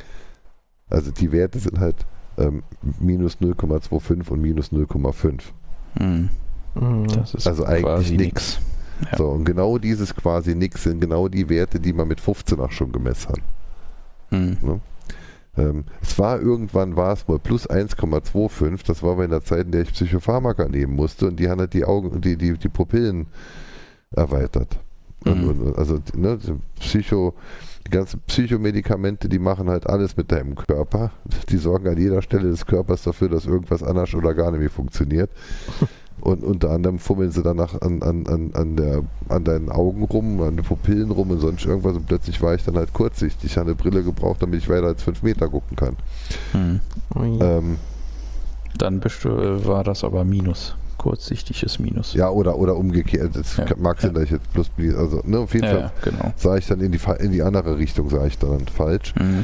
Also die Werte sind halt ähm, minus null Komma fünfundzwanzig und minus null Komma fünf. Mhm. Mhm. Das ist Also eigentlich quasi nix. nix. Ja. So, und genau dieses quasi nix sind genau die Werte, die man mit fünfzehn auch schon gemessen hat. Mhm. Ne? Ähm, es war irgendwann, war es mal plus eins Komma fünfundzwanzig, das war aber in der Zeit, in der ich Psychopharmaka nehmen musste und die haben halt die Augen, die, die, die Pupillen erweitert. Und, Mhm. und, also ne, die Psycho, die ganzen Psychomedikamente, die machen halt alles mit deinem Körper. Die sorgen an jeder Stelle des Körpers dafür, dass irgendwas anders oder gar nicht mehr funktioniert. Und unter anderem fummeln sie danach an, an, an, an, der, an deinen Augen rum, an den Pupillen rum und sonst irgendwas. Und plötzlich war ich dann halt kurzsichtig. Ich habe eine Brille gebraucht, damit ich weiter als fünf Meter gucken kann. Mhm. Oh ja. Ähm, Dann bist du, äh, war das aber Minus. Kurzsichtiges Minus. ja, oder, oder umgekehrt. Das Ja, mag sein, ja. dass ich jetzt plus, also ne, auf jeden Ja, Fall ja, genau. sah ich dann in die, fa- in die andere Richtung, sah ich dann falsch. Mhm.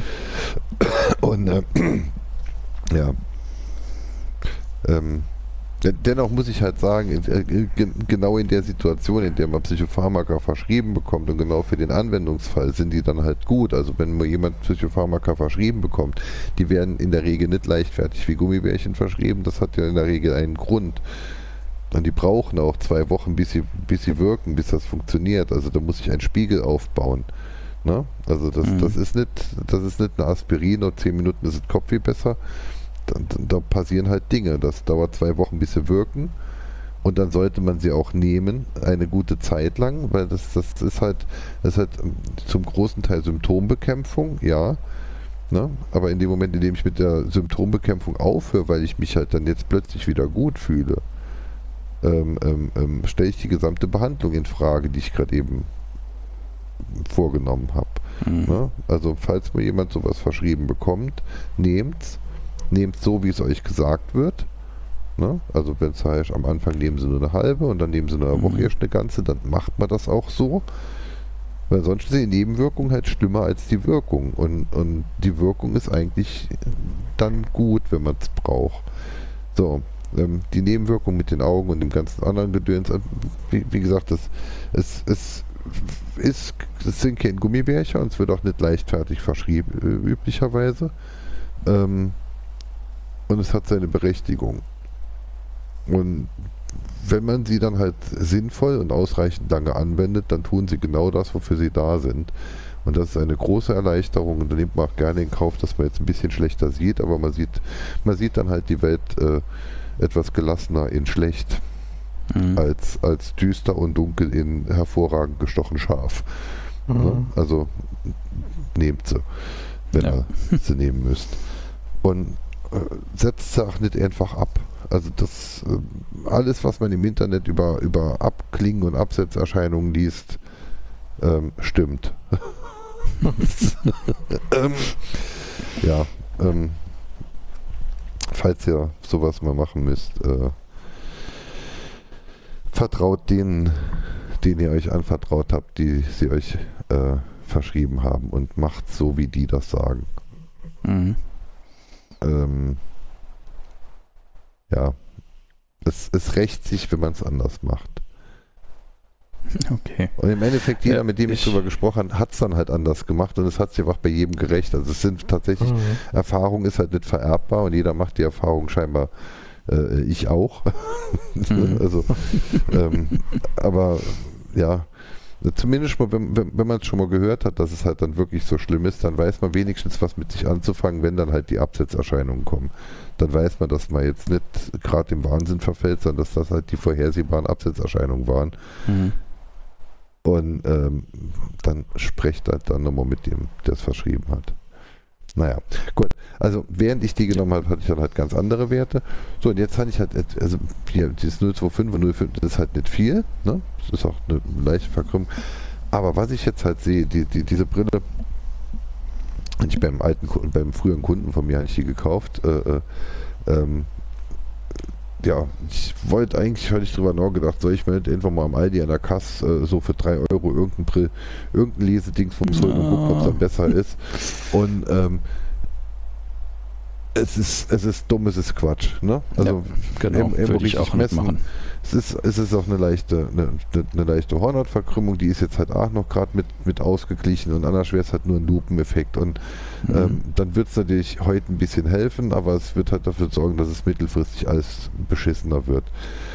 Und äh, ja. Ähm, de- dennoch muss ich halt sagen, in, äh, ge- genau in der Situation, in der man Psychopharmaka verschrieben bekommt und genau für den Anwendungsfall sind die dann halt gut. Also wenn mir jemand Psychopharmaka verschrieben bekommt, die werden in der Regel nicht leichtfertig wie Gummibärchen verschrieben. Das hat ja in der Regel einen Grund. Und die brauchen auch zwei Wochen, bis sie, bis sie wirken, bis das funktioniert. Also da muss ich einen Spiegel aufbauen. Ne? Also das, Mhm. das ist nicht, das ist nicht eine Aspirin, und zehn Minuten ist das Kopfweh besser. Da, da passieren halt Dinge. Das dauert zwei Wochen, bis sie wirken. Und dann sollte man sie auch nehmen, eine gute Zeit lang, weil das, das ist halt, das ist halt zum großen Teil Symptombekämpfung, ja. Ne? Aber in dem Moment, in dem ich mit der Symptombekämpfung aufhöre, weil ich mich halt dann jetzt plötzlich wieder gut fühle, ähm, ähm, ähm, stelle ich die gesamte Behandlung in Frage, die ich gerade eben vorgenommen habe. Mhm. Ne? Also falls mir jemand sowas verschrieben bekommt, nehmt's, nehmt so, wie es euch gesagt wird Ne? Also wenn es heißt, am Anfang nehmen sie nur eine halbe und dann nehmen sie nur eine Woche Mhm. erst eine ganze, dann macht man das auch so. Weil sonst sind die Nebenwirkungen halt schlimmer als die Wirkung. Und, und die Wirkung ist eigentlich dann gut, wenn man es braucht. So, ähm, die Nebenwirkung mit den Augen und dem ganzen anderen Gedöns, äh, wie, wie gesagt, das, es, es, ist, es sind keine Gummibärchen und es wird auch nicht leichtfertig verschrieben, äh, üblicherweise. Ähm, und es hat seine Berechtigung. Und wenn man sie dann halt sinnvoll und ausreichend lange anwendet, dann tun sie genau das, wofür sie da sind. Und das ist eine große Erleichterung und da nimmt man auch gerne in Kauf, dass man jetzt ein bisschen schlechter sieht, aber man sieht, man sieht dann halt die Welt äh, etwas gelassener in schlecht, Mhm. als, als düster und dunkel in hervorragend gestochen scharf. Mhm. Ne? Also nehmt sie, wenn Ja. ihr sie nehmen müsst. Und äh, setzt sie auch nicht einfach ab. Also das äh, alles, was man im Internet über, über Abklingen und Absetzerscheinungen liest, ähm, stimmt. ähm, ja, ähm, falls ihr sowas mal machen müsst, äh, vertraut denen, denen ihr euch anvertraut habt, die sie euch äh, verschrieben haben und macht so, wie die das sagen. Mhm. Ähm, ja, es, es rächt sich, wenn man es anders macht. Okay. Und im Endeffekt, jeder, Ja, mit dem ich ich- drüber gesprochen habe, hat es dann halt anders gemacht und es hat sich einfach bei jedem gerecht. Also es sind tatsächlich, Mhm. Erfahrung ist halt nicht vererbbar und jeder macht die Erfahrung scheinbar, äh, ich auch. Mhm. Also, ähm, aber ja, zumindest mal, wenn, wenn, wenn man es schon mal gehört hat, dass es halt dann wirklich so schlimm ist, dann weiß man wenigstens, was mit sich anzufangen, wenn dann halt die Absetzerscheinungen kommen. Dann weiß man, dass man jetzt nicht gerade im Wahnsinn verfällt, sondern dass das halt die vorhersehbaren Absetzerscheinungen waren. Mhm. Und ähm, dann sprecht halt dann nochmal mit dem, der es verschrieben hat. Naja, gut. Also während ich die genommen habe, hatte ich dann halt ganz andere Werte. So, und jetzt hatte ich halt, et- also hier, dieses null Komma fünfundzwanzig und null Komma fünf, das ist halt nicht viel. Ne? Das ist auch eine leichte Verkrümmung. Aber was ich jetzt halt sehe, die, die, diese Brille, und ich beim alten, Ku- beim früheren Kunden von mir habe ich die gekauft. Äh, äh, ähm, ja, ich wollte eigentlich, hatte ich drüber nachgedacht, soll ich mir nicht irgendwann mal am Aldi an der Kasse äh, so für drei Euro irgendein, Brill, irgendein Lesedings vom holen und gucken, ob es dann besser ist. Und ähm, es ist, es ist dumm, es ist Quatsch. Ne? Also Genau, irgendwo würde ich richtig auch messen. mitmachen. Es ist, es ist auch eine leichte, eine, eine leichte Hornhautverkrümmung, die ist jetzt halt auch noch gerade mit, mit ausgeglichen und anders wäre es halt nur ein Lupeneffekt. Und Mhm. ähm, dann wird es natürlich heute ein bisschen helfen, aber es wird halt dafür sorgen, dass es mittelfristig alles beschissener wird.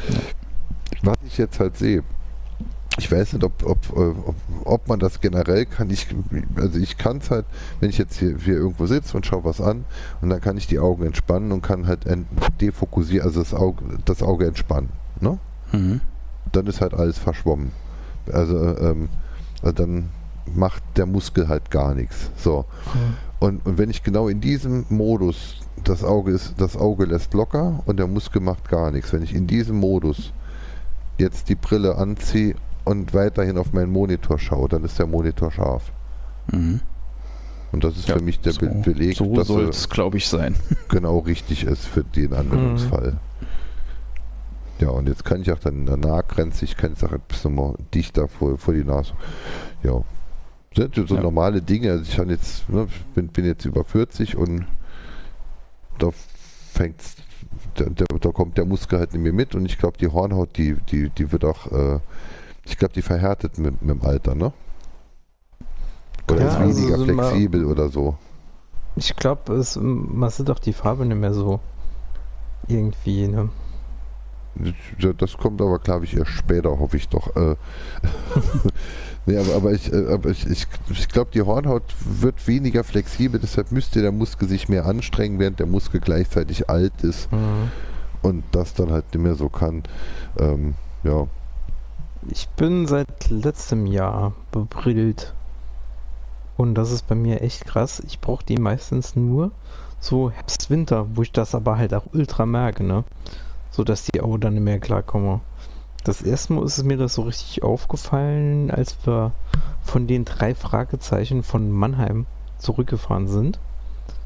Was ich jetzt halt sehe, ich weiß nicht, ob, ob, äh, ob, ob man das generell kann. Ich, also ich kann es halt, wenn ich jetzt hier, hier irgendwo sitze und schaue was an und dann kann ich die Augen entspannen und kann halt ent- defokussieren, also das Auge, das Auge entspannen. Ne? Mhm. Dann ist halt alles verschwommen. Also, ähm, also dann macht der Muskel halt gar nichts. So. Und, und wenn ich genau in diesem Modus, das Auge ist, das Auge lässt locker und der Muskel macht gar nichts. Wenn ich in diesem Modus jetzt die Brille anziehe und weiterhin auf meinen Monitor schaue, dann ist der Monitor scharf. Mhm. Und das ist Ja, für mich der so, Be Beleg, so dass soll er es, glaube ich, sein. genau richtig ist für den Anwendungsfall. Ja, und jetzt kann ich auch dann in der Nahgrenze, ich kann jetzt auch etwas nochmal dichter vor, vor die Nase. Ja. Sind so Ja. normale Dinge. Also ich habe jetzt, ne, bin, bin jetzt über vierzig und da fängt's, da, da, da kommt der Muskel halt nicht mehr mit und ich glaube die Hornhaut, die, die, die wird auch, äh, ich glaube die verhärtet mit, mit dem Alter, ne? Oder Ja, ist also weniger so mal- flexibel oder so. Ich glaube, es man sieht doch die Farbe nicht mehr so. Irgendwie, ne? Ja, das kommt aber, glaube ich, erst später, hoffe ich doch. Äh, nee, aber, aber ich, äh, aber ich, ich, ich glaube, die Hornhaut wird weniger flexibel, deshalb müsste der Muskel sich mehr anstrengen, während der Muskel gleichzeitig alt ist Mhm. und das dann halt nicht mehr so kann. Ähm, ja. Ich bin seit letztem Jahr bebrillt. Und das ist bei mir echt krass. Ich brauche die meistens nur so Herbst, Winter, wo ich das aber halt auch ultra merke, ne? So dass die Augen dann nicht mehr klarkommen. Das erste Mal ist es mir das so richtig aufgefallen, als wir von den drei Fragezeichen von Mannheim zurückgefahren sind.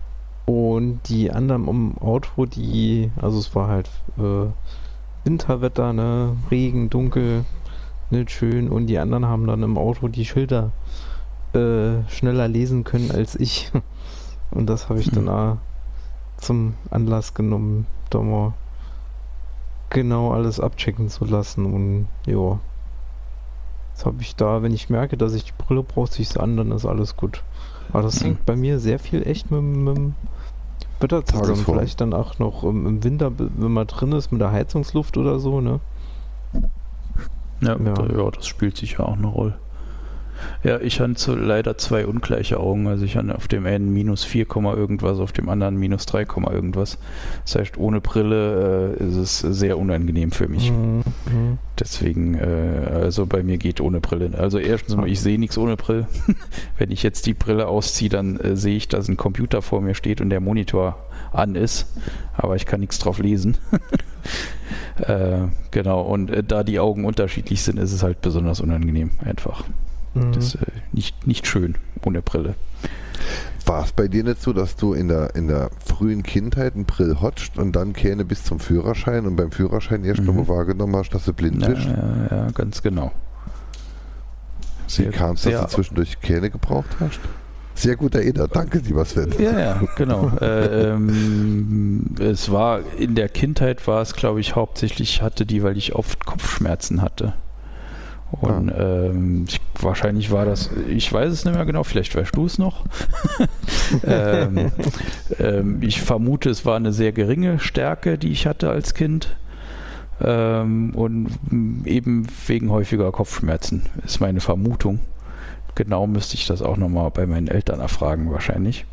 Und die anderen im Auto, die, also es war halt äh, Winterwetter, ne, Regen, dunkel, nicht schön. Und die anderen haben dann im Auto die Schilder äh, schneller lesen können als ich. Und das habe ich dann auch zum Anlass genommen, da mal genau alles abchecken zu lassen. Und ja, jetzt habe ich da, wenn ich merke, dass ich die Brille brauche, sich so an, dann ist alles gut. Aber das hängt mhm. bei mir sehr viel echt mit, mit dem Wetter zusammen. Vielleicht dann auch noch im, im Winter, wenn man drin ist, mit der Heizungsluft oder so, ne? Ja, ja. Da, ja das spielt sicher auch eine Rolle. Ja, ich hatte so leider zwei ungleiche Augen. Also ich hatte auf dem einen minus vier, irgendwas, auf dem anderen minus drei, irgendwas. Das heißt, ohne Brille äh, ist es sehr unangenehm für mich. Mhm. Deswegen, äh, also bei mir geht ohne Brille. Also erstens mal, ich sehe nichts ohne Brille. Wenn ich jetzt die Brille ausziehe, dann äh, sehe ich, dass ein Computer vor mir steht und der Monitor an ist. Aber ich kann nichts drauf lesen. äh, genau, und äh, da die Augen unterschiedlich sind, ist es halt besonders unangenehm einfach. Das ist äh, nicht, nicht schön ohne Brille. War es bei dir nicht so, dass du in der, in der frühen Kindheit eine Brille hattest und dann käme bis zum Führerschein und beim Führerschein erst mhm. nochmal wahrgenommen hast, dass du blind ja, bist? Ja, ja, ganz genau. Sehr, Wie kam es, dass du zwischendurch Kähne gebraucht hast? Sehr gut erinnert, danke lieber Sven. Ja, ja, genau. äh, ähm, es war, in der Kindheit war es, glaube ich, hauptsächlich hatte die, weil ich oft Kopfschmerzen hatte. Und ah. ähm, ich, wahrscheinlich war das, ich weiß es nicht mehr genau, vielleicht weißt du es noch. ähm, ähm, ich vermute, es war eine sehr geringe Stärke, die ich hatte als Kind. Ähm, und eben wegen häufiger Kopfschmerzen, ist meine Vermutung. Genau müsste ich das auch nochmal bei meinen Eltern erfragen, wahrscheinlich.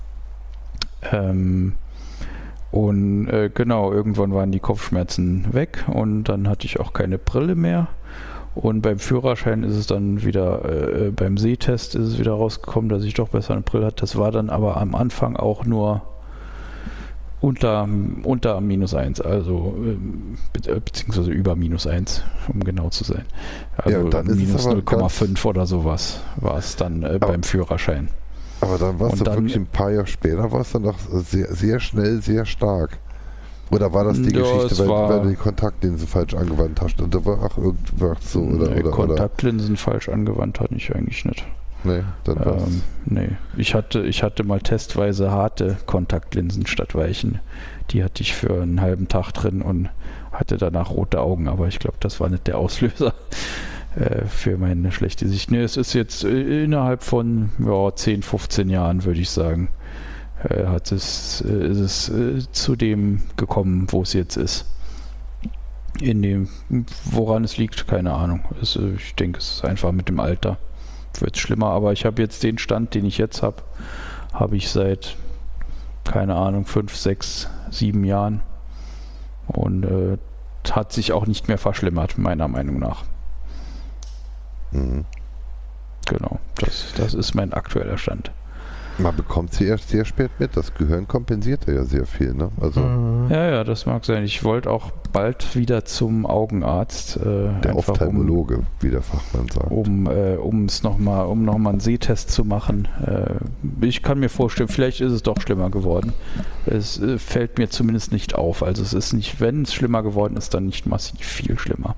Ähm, und äh, genau, irgendwann waren die Kopfschmerzen weg und dann hatte ich auch keine Brille mehr. Und beim Führerschein ist es dann wieder, äh, beim Sehtest ist es wieder rausgekommen, dass ich doch besser eine Brille hatte. Das war dann aber am Anfang auch nur unter, unter minus eins, also äh, beziehungsweise über minus eins, um genau zu sein. Also ja, dann minus null Komma fünf oder sowas war es dann äh, beim Führerschein. Aber dann war es doch wirklich ein paar Jahre später, war es dann noch sehr, sehr schnell, sehr stark. Oder war das die ja, Geschichte, weil, weil du die Kontaktlinsen falsch angewandt hast? Und da war auch irgendwas so, oder? Nee, oder Kontaktlinsen oder? falsch angewandt hatte ich eigentlich nicht. Nee, dann war's. Ähm, nee, ich hatte, ich hatte mal testweise harte Kontaktlinsen statt weichen. Die hatte ich für einen halben Tag drin und hatte danach rote Augen, aber ich glaube, das war nicht der Auslöser äh, für meine schlechte Sicht. Nee, es ist jetzt äh, innerhalb von ja, zehn, fünfzehn Jahren, würde ich sagen, äh, hat es, äh, ist es äh, zu dem gekommen, wo es jetzt ist. In dem, woran es liegt, keine Ahnung. Es, äh, ich denke, es ist einfach mit dem Alter. Wird es schlimmer, aber ich habe jetzt den Stand, den ich jetzt habe, habe ich seit, keine Ahnung, fünf, sechs, sieben Jahren und äh, hat sich auch nicht mehr verschlimmert, meiner Meinung nach. Mhm. Genau, das, das ist mein aktueller Stand. Man bekommt sie erst sehr spät mit. Das Gehirn kompensiert ja sehr viel, ne? Also mhm. Ja, ja, das mag sein. Ich wollte auch bald wieder zum Augenarzt. Äh, der Ophthalmologe, um, wie der Fachmann sagt. Um äh, es noch mal, um nochmal einen Sehtest zu machen. Äh, ich kann mir vorstellen, vielleicht ist es doch schlimmer geworden. Es äh, fällt mir zumindest nicht auf. Also es ist nicht, wenn es schlimmer geworden ist, dann nicht massiv viel schlimmer.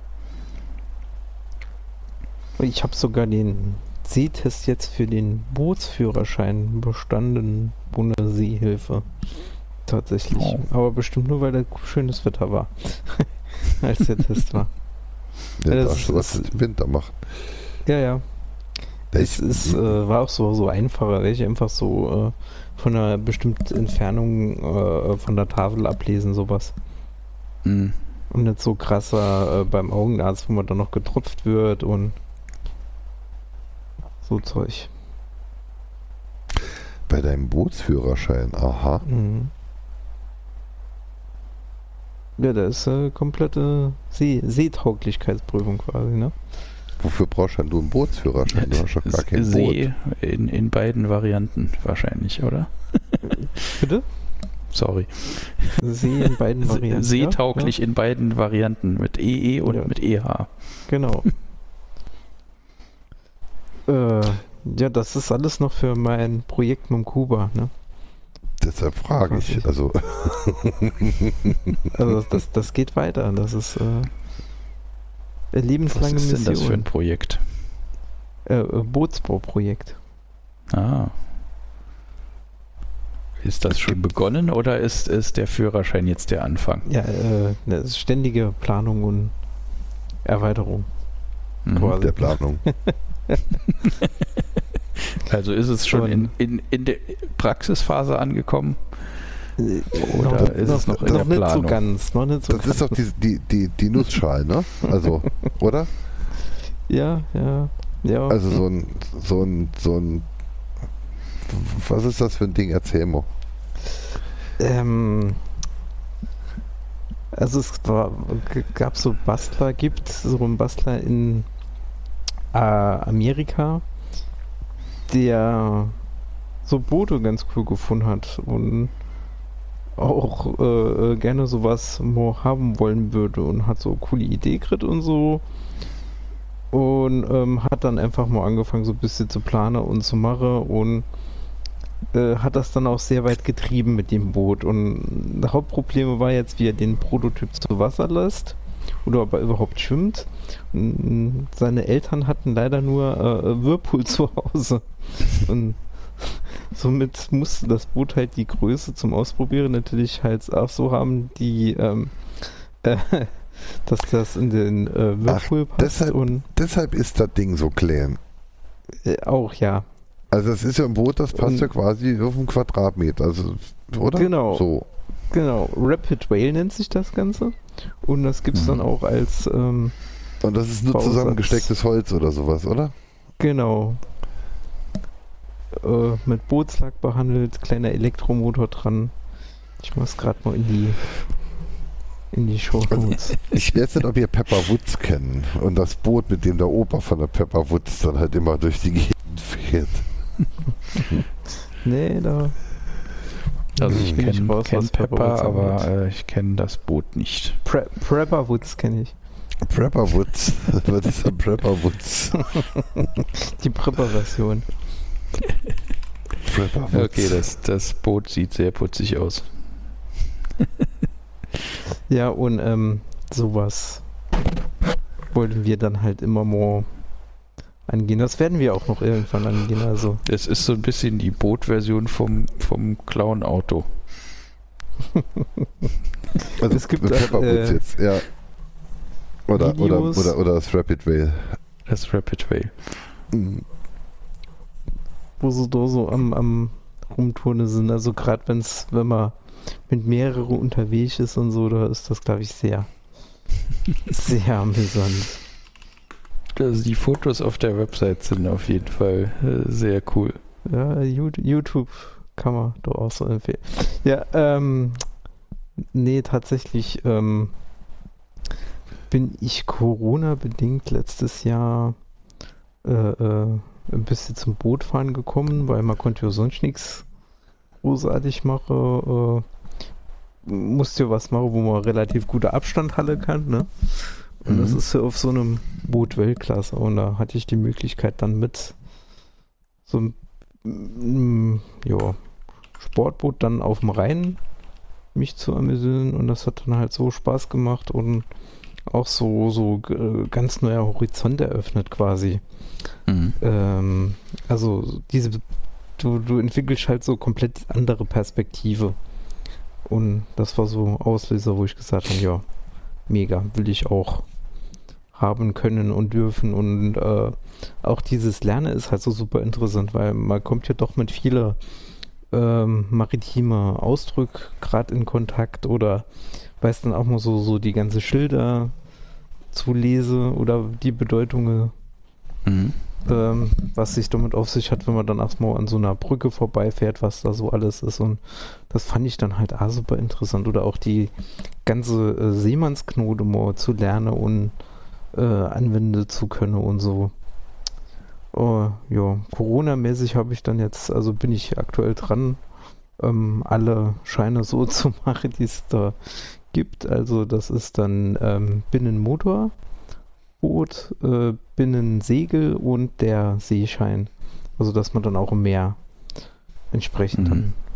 Ich habe sogar den Sehtest jetzt für den Bootsführerschein bestanden, ohne Seehilfe. Tatsächlich. Oh. Aber bestimmt nur, weil da schönes Wetter war. Als der Test war. Ja, ja, das was im Winter machen. Ja, ja. Es ist, äh, war auch so, so einfacher, weil ich einfach so äh, von einer bestimmten Entfernung äh, von der Tafel ablesen, sowas. Mhm. Und nicht so krasser äh, beim Augenarzt, wo man dann noch getropft wird und so Zeug. Bei deinem Bootsführerschein, aha. Mhm. Ja, da ist äh, komplette See Seetauglichkeitsprüfung quasi, ne? Wofür brauchst du einen Bootsführerschein? Du hast doch gar kein See Boot. In, in beiden Varianten wahrscheinlich, oder? Bitte? Sorry. See in beiden Varianten. Seetauglich ja? in beiden Varianten, mit E E und ja. mit E H. Genau. Äh, ja, das ist alles noch für mein Projekt mit dem Kuba, ne? Deshalb frage ich. Quasi. Also, Also das, das, das geht weiter. Das ist äh, eine Was lebenslange ist denn das für ein Mission. Projekt? Äh, äh, Bootsbauprojekt. Ah. Ist das schon begonnen oder ist, ist der Führerschein jetzt der Anfang? Ja, äh, das ist ständige Planung und Erweiterung. Mhm. Quasi. der Planung. Also ist es schon in, in, in der Praxisphase angekommen? Oder noch, ist es noch in noch der nicht Planung? so ganz. Noch nicht so Das ganz. ist doch die, die, die, die Nussschale, ne? Also, oder? Ja, ja, ja. Also so ein, so ein, so ein, was ist das für ein Ding? Erzähl mal. Ähm, also es war, g- gab so Bastler, gibt so einen Bastler in äh, Amerika, der so Boote ganz cool gefunden hat und auch äh, gerne sowas mal haben wollen würde und hat so eine coole Idee gekriegt und so und ähm, hat dann einfach mal angefangen so ein bisschen zu planen und zu machen und äh, hat das dann auch sehr weit getrieben mit dem Boot und das Hauptproblem war jetzt, wie er den Prototyp zu Wasser lässt oder ob er überhaupt schwimmt. Und seine Eltern hatten leider nur äh, Whirlpool zu Hause und somit musste das Boot halt die Größe zum Ausprobieren natürlich halt auch so haben, die ähm, äh, dass das in den äh, Whirlpool Ach, passt deshalb- und Deshalb ist das Ding so klein. äh, auch, ja. Also es ist ja ein Boot, das passt Und- ja quasi auf einen Quadratmeter, also, oder? Genau. So. Genau, Rapid Whale nennt sich das Ganze und das gibt es dann Mhm. auch als ähm, Und das ist nur Bausatz. zusammengestecktes Holz oder sowas, oder? genau äh, mit Bootslack behandelt, kleiner Elektromotor dran. Ich mach's gerade mal in die in die Show Notes. Ich weiß nicht, ob ihr Pepper Woods kennen und das Boot, mit dem der Opa von der Pepper Woods dann halt immer durch die Gegend fährt. Nee, da Also ich bin kenne raus, kenn was Pepper, Woods aber angeht. äh, ich kenne das Boot nicht. Pre Prepper Woods kenne ich. Prepper Woods. Was ist ein Prepper Woods? Die Prepper-Version. Prepper Woods. Okay, das, das Boot sieht sehr putzig aus. Ja, und ähm, sowas wollten wir dann halt immer more angehen. Das werden wir auch noch irgendwann angehen. Also Es ist so ein bisschen die Bootversion vom, vom Clown-Auto. Also es gibt Pepper auch, Woods äh, jetzt, ja. Oder, oder, Videos. oder, oder das Rapid Whale. Das Rapid Whale. Mhm. wo sie da so am, am Rumturnen sind. Also gerade wenn's, wenn man mit mehreren unterwegs ist und so, da ist das, glaube ich, sehr, sehr amüsant. Also die Fotos auf der Website sind auf jeden Fall äh, sehr cool. Ja, You- YouTube kann man doch auch so empfehlen. Ja, ähm, nee, tatsächlich ähm, bin ich Corona-bedingt letztes Jahr äh, äh, ein bisschen zum Bootfahren gekommen, weil man konnte ja sonst nichts großartig machen. Äh, musste ja was machen, wo man relativ gute Abstand halten kann, ne? Und Mhm. das ist ja auf so einem Boot Weltklasse. Und da hatte ich die Möglichkeit dann mit so einem mm, ja, Sportboot dann auf dem Rhein mich zu amüsieren. Und das hat dann halt so Spaß gemacht und auch so, so äh, ganz neuer Horizont eröffnet quasi. Mhm. Ähm, also diese, du, du entwickelst halt so komplett andere Perspektive. Und das war so Auslöser, wo ich gesagt habe, ja, mega, will ich auch haben können und dürfen. Und äh, auch dieses Lernen ist halt so super interessant, weil man kommt ja doch mit vielen ähm, maritime Ausdrücken gerade in Kontakt oder weiß dann auch mal so, so die ganze Schilder zu lese oder die Bedeutungen, Mhm. ähm, was sich damit auf sich hat, wenn man dann erstmal an so einer Brücke vorbeifährt, was da so alles ist. Und das fand ich dann halt auch super interessant. Oder auch die ganze äh, Seemannsknote mal zu lernen und äh, anwenden zu können und so. Oh, ja, Corona-mäßig habe ich dann jetzt, also bin ich aktuell dran, ähm, alle Scheine so zu machen, die es da gibt. Also das ist dann ähm, Binnenmotor, Boot, äh, Binnensegel und der Seeschein. Also dass man dann auch im Meer entsprechend Mhm. dann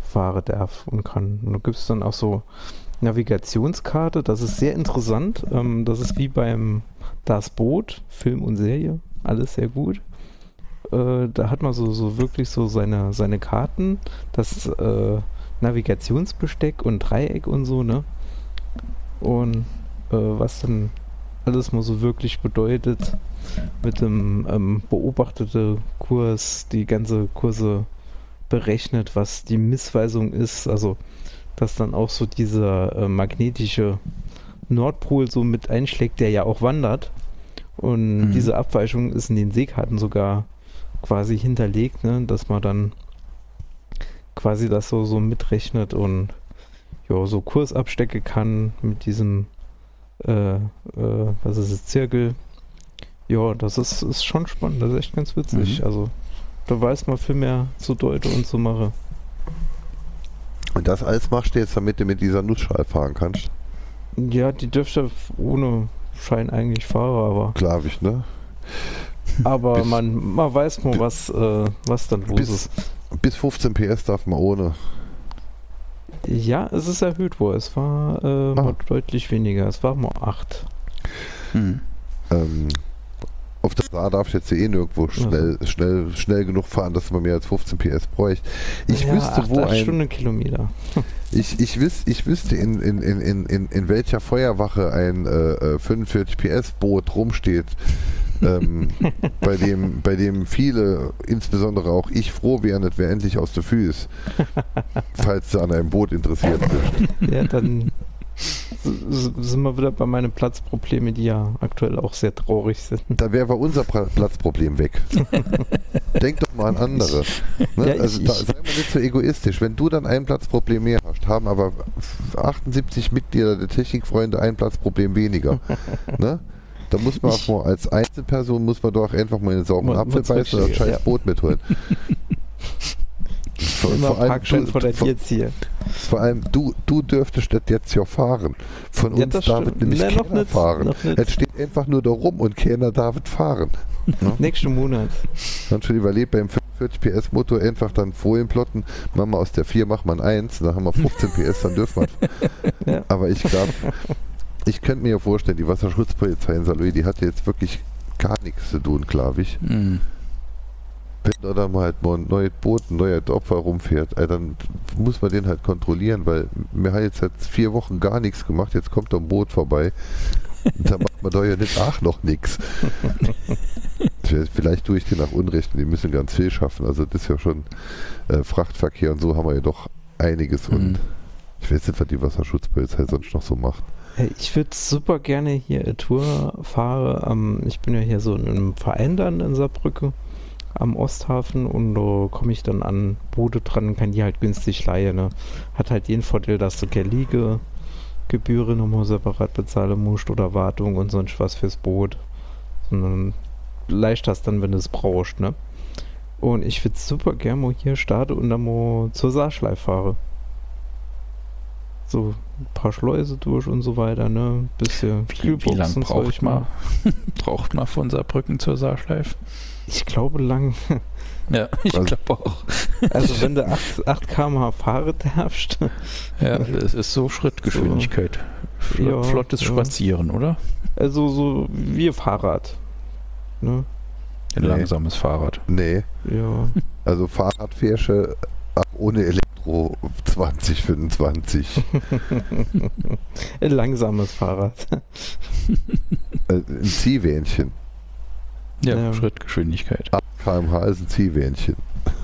fahren darf und kann. Und da gibt es dann auch so Navigationskarte, das ist sehr interessant. Ähm, das ist wie beim Das Boot, Film und Serie, alles sehr gut. Äh, da hat man so, so wirklich so seine, seine Karten, das äh, Navigationsbesteck und Dreieck und so, ne? Und äh, was dann alles mal so wirklich bedeutet, mit dem ähm, beobachteten Kurs, die ganze Kurse berechnet, was die Missweisung ist, also dass dann auch so dieser äh, magnetische Nordpol so mit einschlägt, der ja auch wandert. Und mhm. diese Abweichung ist in den Seekarten sogar quasi hinterlegt, ne, dass man dann quasi das so, so mitrechnet und ja, so Kursabstecke kann mit diesem äh, äh, was ist es, Zirkel. Ja, das ist, ist schon spannend, das ist echt ganz witzig. Mhm. Also da weiß man viel mehr zu deuten und zu machen. Und das alles machst du jetzt, damit du mit dieser Nussschale fahren kannst? Ja, die dürfte ohne Schein eigentlich fahren, aber... Glaube ich, ne? Aber man, man weiß mal, was, äh, was dann los bis, ist. Bis fünfzehn P S darf man ohne. Ja, es ist erhöht worden. Es war äh, ah. mal deutlich weniger. Es war mal acht. Hm. Ähm, auf der Saar darf ich jetzt eh nirgendwo schnell, also. schnell, schnell genug fahren, dass man mehr als fünfzehn P S bräuchte. Ich ja, wüsste, acht, wo acht ein... Stundenkilometer. Ich, ich, wüs, ich wüsste, in, in, in, in, in welcher Feuerwache ein äh, fünfundvierzig P S Boot rumsteht, ähm, bei, dem, bei dem viele, insbesondere auch ich, froh wären, das wäre endlich aus der Füße, falls du an einem Boot interessiert bist. Ja, dann sind wir wieder bei meinen Platzproblemen, die ja aktuell auch sehr traurig sind. Da wäre unser pra- Platzproblem weg. Denk doch mal an andere. Ne? Ja, also ich, da, ich, sei mal nicht so egoistisch. Wenn du dann ein Platzproblem mehr hast, haben aber achtundsiebzig Mitglieder der Technikfreunde ein Platzproblem weniger. Ne? Da muss man auch mal als Einzelperson muss man doch einfach mal in den sauren Apfel beißen und ein scheiß ja. Boot mitholen. Vor, Immer vor allem Parkschein du, vor der vor, jetzt hier. Vor allem du, du dürftest das jetzt ja fahren. Von ja, uns David nämlich nee, keiner nicht, fahren. Es steht einfach nur da rum und keiner David fahren. Ja? Nächsten Monat. Dann schon überlebt beim fünfundvierzig P S Motor einfach dann Folien plotten. Machen wir aus der vier, machen wir ein eins, dann haben wir fünfzehn P S, dann dürfen wir. Ja. Aber ich glaube, ich könnte mir ja vorstellen, die Wasserschutzpolizei in Saarlouis, die hat jetzt wirklich gar nichts zu tun, glaube ich. Mhm. Wenn da mal halt mal ein neues Boot, ein neuer Opfer rumfährt, ey, dann muss man den halt kontrollieren, weil wir haben jetzt seit vier Wochen gar nichts gemacht, jetzt kommt da ein Boot vorbei. Und da macht man da ja nicht auch noch nichts. Vielleicht tue ich die nach Unrecht, die müssen ganz viel schaffen. Also das ist ja schon äh, Frachtverkehr und so haben wir ja doch einiges mhm. und ich weiß nicht, was die Wasserschutzpolizei sonst noch so macht. Hey, ich würde super gerne hier eine Tour fahren. Ähm, ich bin ja hier so in einem Verein dann in Saarbrücke am Osthafen und da komme ich dann an Boote dran, kann die halt günstig leihen. Ne? Hat halt den Vorteil, dass du keine Liegegebühren nochmal separat bezahlen musst oder Wartung und sonst was fürs Boot. Sondern leicht das dann, wenn du es brauchst. Ne? Und ich würde super gerne mal hier starten und dann mal zur Saarschleife fahren. So ein paar Schleuse durch und so weiter, ne? Bisschen Wie, wie lange braucht man? braucht man von Saarbrücken zur Saarschleife? Ich glaube lang. Ja, ich glaube auch. Also wenn du acht Kilometer pro Stunde fahren darfst. Ja, es ist so Schrittgeschwindigkeit. So. Flott, ja, flottes ja. Spazieren, oder? Also so wie Fahrrad. Ne? Ein nee. langsames Fahrrad. Nee. Ja. Also Fahrradfährst ohne Elektro zwanzig fünfundzwanzig. Ein langsames Fahrrad. Ein Ziehwähnchen. Ja, ja, Schrittgeschwindigkeit. acht Kilometer pro Stunde ist ein Ziehwähnchen.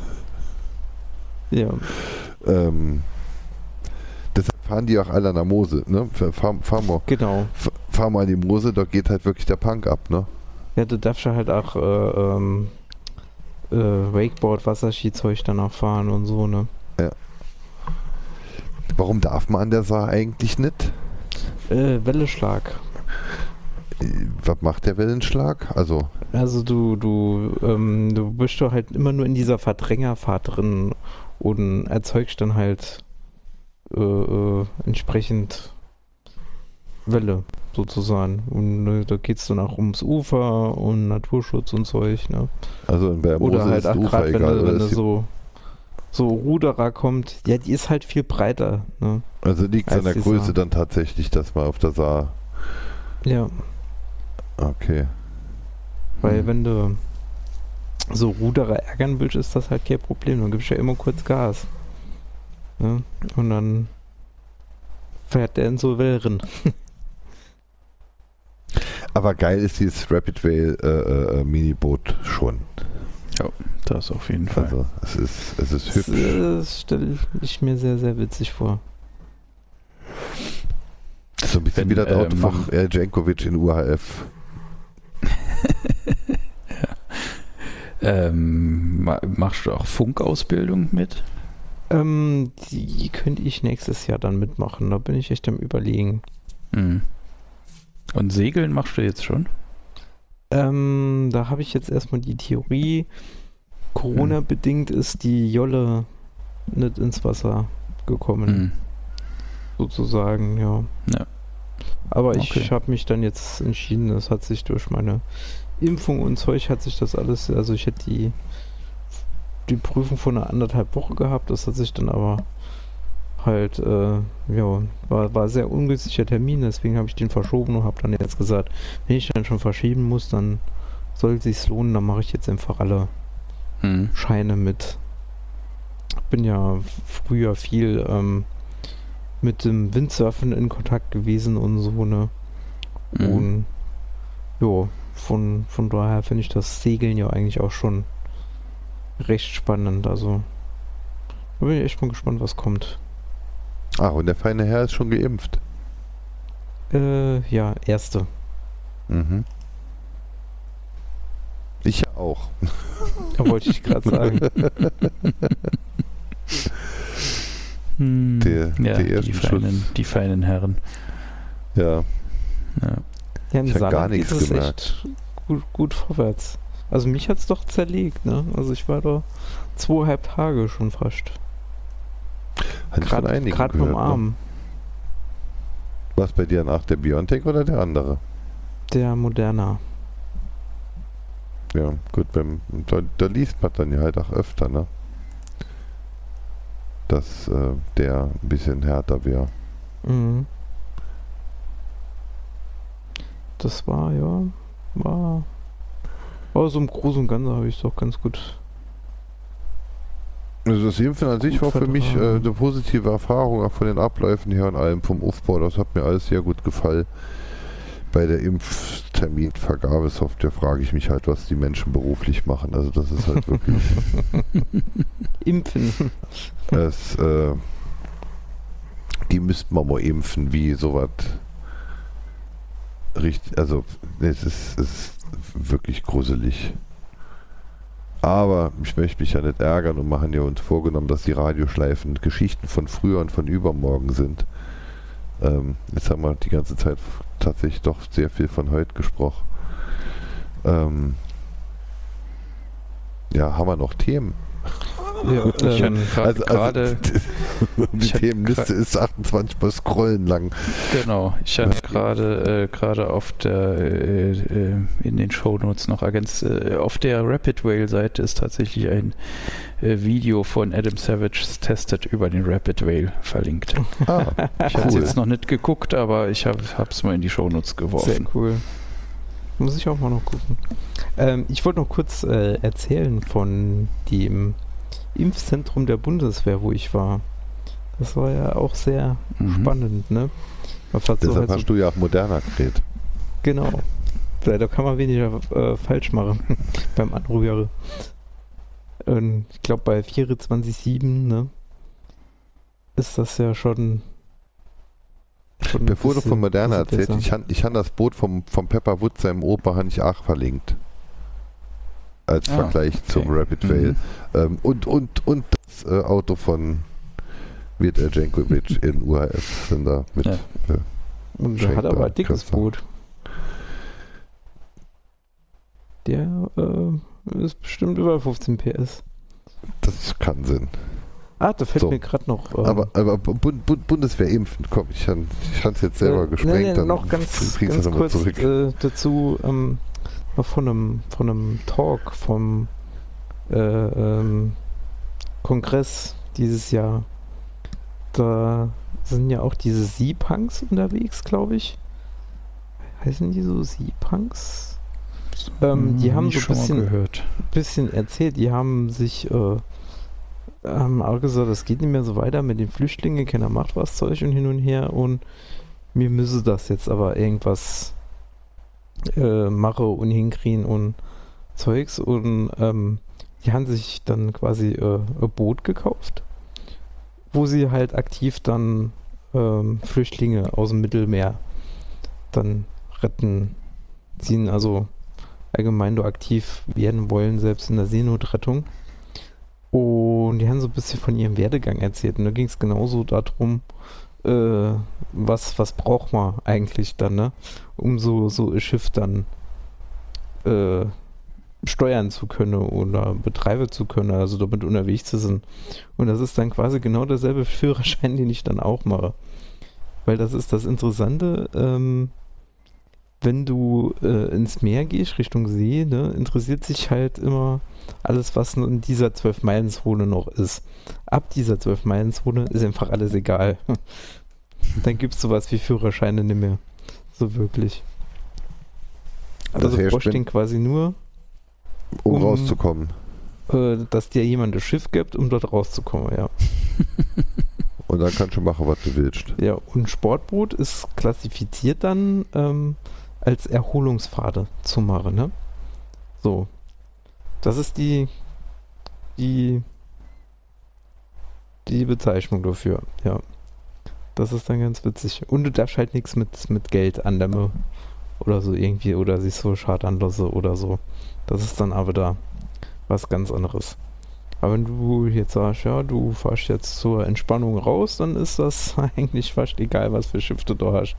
Ja. Ähm, deshalb fahren die auch alle an der Mose. Ne? Fahr, fahr, mal, genau. fahr mal an die Mose, da geht halt wirklich der Punk ab. Ne? Ja, du darfst ja halt auch äh, ähm, äh, Wakeboard, Wasserskizeug dann auch fahren und so, ne? Ja. Warum darf man an der Saar eigentlich nicht? Äh, Wellenschlag. Was macht der Wellenschlag? Also, also du, du, ähm, du bist doch halt immer nur in dieser Verdrängerfahrt drin und erzeugst dann halt äh, äh, entsprechend Welle sozusagen. Und äh, da geht es dann auch ums Ufer und Naturschutz und Zeug, ne? Also in der Mose oder halt ist auch Ufer grad, egal. Wenn du, wenn du so so Ruderer kommt, ja, die ist halt viel breiter. Ne? Also liegt es an der die Größe Saar. dann tatsächlich, dass man auf der Saar... Ja, Okay. weil Hm. wenn du so Ruderer ärgern willst, ist das halt kein Problem. Dann gibst du ja immer kurz Gas. Ne? Und dann fährt der in so Wellen. Aber geil ist dieses Rapid Rail äh, äh, Miniboot schon. Das auf jeden Fall. Also es ist, es ist Das, hübsch. äh, das stelle ich mir sehr, sehr witzig vor. Das ist so ein bisschen Wenn, wie das äh, Auto vom mach- R. Jankovic in U H F. Ähm, ma- machst du auch Funkausbildung mit? Ähm, die könnte ich nächstes Jahr dann mitmachen. Da bin ich echt am Überlegen. Mhm. Und Segeln machst du jetzt schon? Ähm, da habe ich jetzt erstmal die Theorie. Corona-bedingt ist die Jolle nicht ins Wasser gekommen, Mhm. sozusagen, ja. Ja. Aber ich Okay. habe mich dann jetzt entschieden, das hat sich durch meine Impfung und Zeug hat sich das alles, also ich hätte die, die Prüfung vor einer anderthalb Woche gehabt, das hat sich dann aber halt, äh, ja, war, war sehr ungünstiger Termin, deswegen habe ich den verschoben und habe dann jetzt gesagt, wenn ich dann schon verschieben muss, dann soll es sich lohnen, dann mache ich jetzt einfach alle Mhm. Scheine mit. Bin ja früher viel ähm, mit dem Windsurfen in Kontakt gewesen und so, ne? Mhm. Und ja, von, von daher finde ich das Segeln ja eigentlich auch schon recht spannend. Also da bin ich echt mal gespannt, was kommt. Ach, und der feine Herr ist schon geimpft. Äh, ja, erste. Mhm. Ich ja auch. Da wollte ich gerade sagen. Hm. Der- ja, der die, ersten feinen, die feinen Herren. Ja. Ja. Ja, in Ich hab Saarland gar nichts geht es gemerkt. echt gut, gut vorwärts. Also mich hat es doch zerlegt, ne? Also ich war da zweieinhalb Tage schon fast. Hat von einigen Gerade beim gehört, ne? Arm. Was bei dir nach der Biontech oder der andere? Der Moderna. Ja, gut, beim, da, da liest man dann ja halt auch öfter, ne? Dass äh, der ein bisschen härter wäre. Mhm. Das war, ja, war, aber so im Großen und Ganzen habe ich es doch ganz gut. Also das Impfen an sich Gut war für mich äh, vertragen. eine positive Erfahrung, auch von den Abläufen her und allem vom Aufbau. Das hat mir alles sehr gut gefallen. Bei der Impfterminvergabesoftware frage ich mich halt, was die Menschen beruflich machen. Also das ist halt wirklich... Impfen. es, äh, die müssten wir mal impfen, wie sowas... Richtig, also es ist, es ist wirklich gruselig. Aber ich möchte mich ja nicht ärgern und machen ja uns vorgenommen, dass die Radioschleifen Geschichten von früher und von übermorgen sind. Ähm, jetzt haben wir die ganze Zeit tatsächlich doch sehr viel von heute gesprochen. Ähm, ja, haben wir noch Themen? Ja, Ich ähm, hatte Also, gerade, also die ich hab Themenliste ist achtundzwanzig mal Scrollen lang. genau, ich hatte gerade äh, gerade auf der äh, äh, in den Shownotes noch ergänzt, äh, auf der Rapid Rail Seite ist tatsächlich ein äh, Video von Adam Savage's Tested über den Rapid Rail verlinkt. Ah, Ich habe es cool. jetzt noch nicht geguckt, aber ich habe es mal in die Shownotes sehr geworfen. cool. Muss ich auch mal noch gucken. Ähm, ich wollte noch kurz äh, erzählen von dem Impfzentrum der Bundeswehr, wo ich war. Das war ja auch sehr Mhm. spannend, ne? Man fährt so Deshalb halt hast so, du ja auch moderner geredet. genau. Da kann man weniger äh, falsch machen beim Anrufen. Ähm, ich glaube bei vierundzwanzig sieben, ne? Ist das ja schon. schon ein Bevor du bisschen- von Moderna bisschen erzählt, besser. ich habe ich han das Boot vom, vom Pepper Woods seinem Opa han ich auch verlinkt. Als Ah, Vergleich okay. zum Rapid Rail. Mhm. Ähm, und, und, und das äh, Auto von Wirt Jankovic in U H F sind da mit. Ja. Äh, Und der Schenkt hat aber da ein dickes kürzer. Boot. Der äh, ist bestimmt über fünfzehn P S. das kann Sinn. Ah, da fällt So. mir gerade noch. Ähm, Aber, aber Bund, Bund, Bundeswehr impfen, komm, ich habe es jetzt selber äh, gesprengt, nee, nee, dann noch ganz, kriegst du ganz das nochmal kurz zurück. äh, dazu ähm, noch von einem, von einem Talk vom äh, ähm, Kongress dieses Jahr. Da sind ja auch diese Sea-Punks unterwegs, glaube ich. Heißen die so Sea-Punks? Ähm, die haben so ein bisschen, bisschen erzählt, die haben sich äh, haben auch gesagt, das geht nicht mehr so weiter mit den Flüchtlingen, keiner macht was Zeug und hin und her und mir müsse das jetzt aber irgendwas äh, mache und hinkriegen und Zeugs und ähm, die haben sich dann quasi äh, ein Boot gekauft, wo sie halt aktiv dann ähm, Flüchtlinge aus dem Mittelmeer dann retten, ziehen, also allgemein nur aktiv werden wollen, selbst in der Seenotrettung. Und die haben so ein bisschen von ihrem Werdegang erzählt. Und da ging es genauso darum, äh, was, was braucht man eigentlich dann, ne? Um so, so ein Schiff dann äh, steuern zu können oder betreiben zu können, also damit unterwegs zu sein. Und das ist dann quasi genau derselbe Führerschein, den ich dann auch mache. Weil das ist das Interessante, ähm, wenn du äh, ins Meer gehst, Richtung See, ne, interessiert sich halt immer alles, was in dieser zwölf-Meilen-Zone noch ist. Ab dieser zwölf-Meilen-Zone ist einfach alles egal. Dann gibt es sowas wie Führerscheine nicht mehr. So wirklich. Also du brauchst den quasi nur, um, um rauszukommen. Äh, dass dir jemand das Schiff gibt, um dort rauszukommen, ja. Und dann kannst du machen, was du willst. Ja, und Sportboot ist klassifiziert dann ähm, als Erholungsfahrt zu machen, ne? So. Das ist die die die Bezeichnung dafür, ja. Das ist dann ganz witzig. Und du darfst halt nichts mit, mit Geld andämmen oder so irgendwie oder sich so schad anlassen oder so. Das ist dann aber da was ganz anderes. Aber wenn du jetzt sagst, ja, du fährst jetzt zur Entspannung raus, dann ist das eigentlich fast egal, was für Schiffe du hast.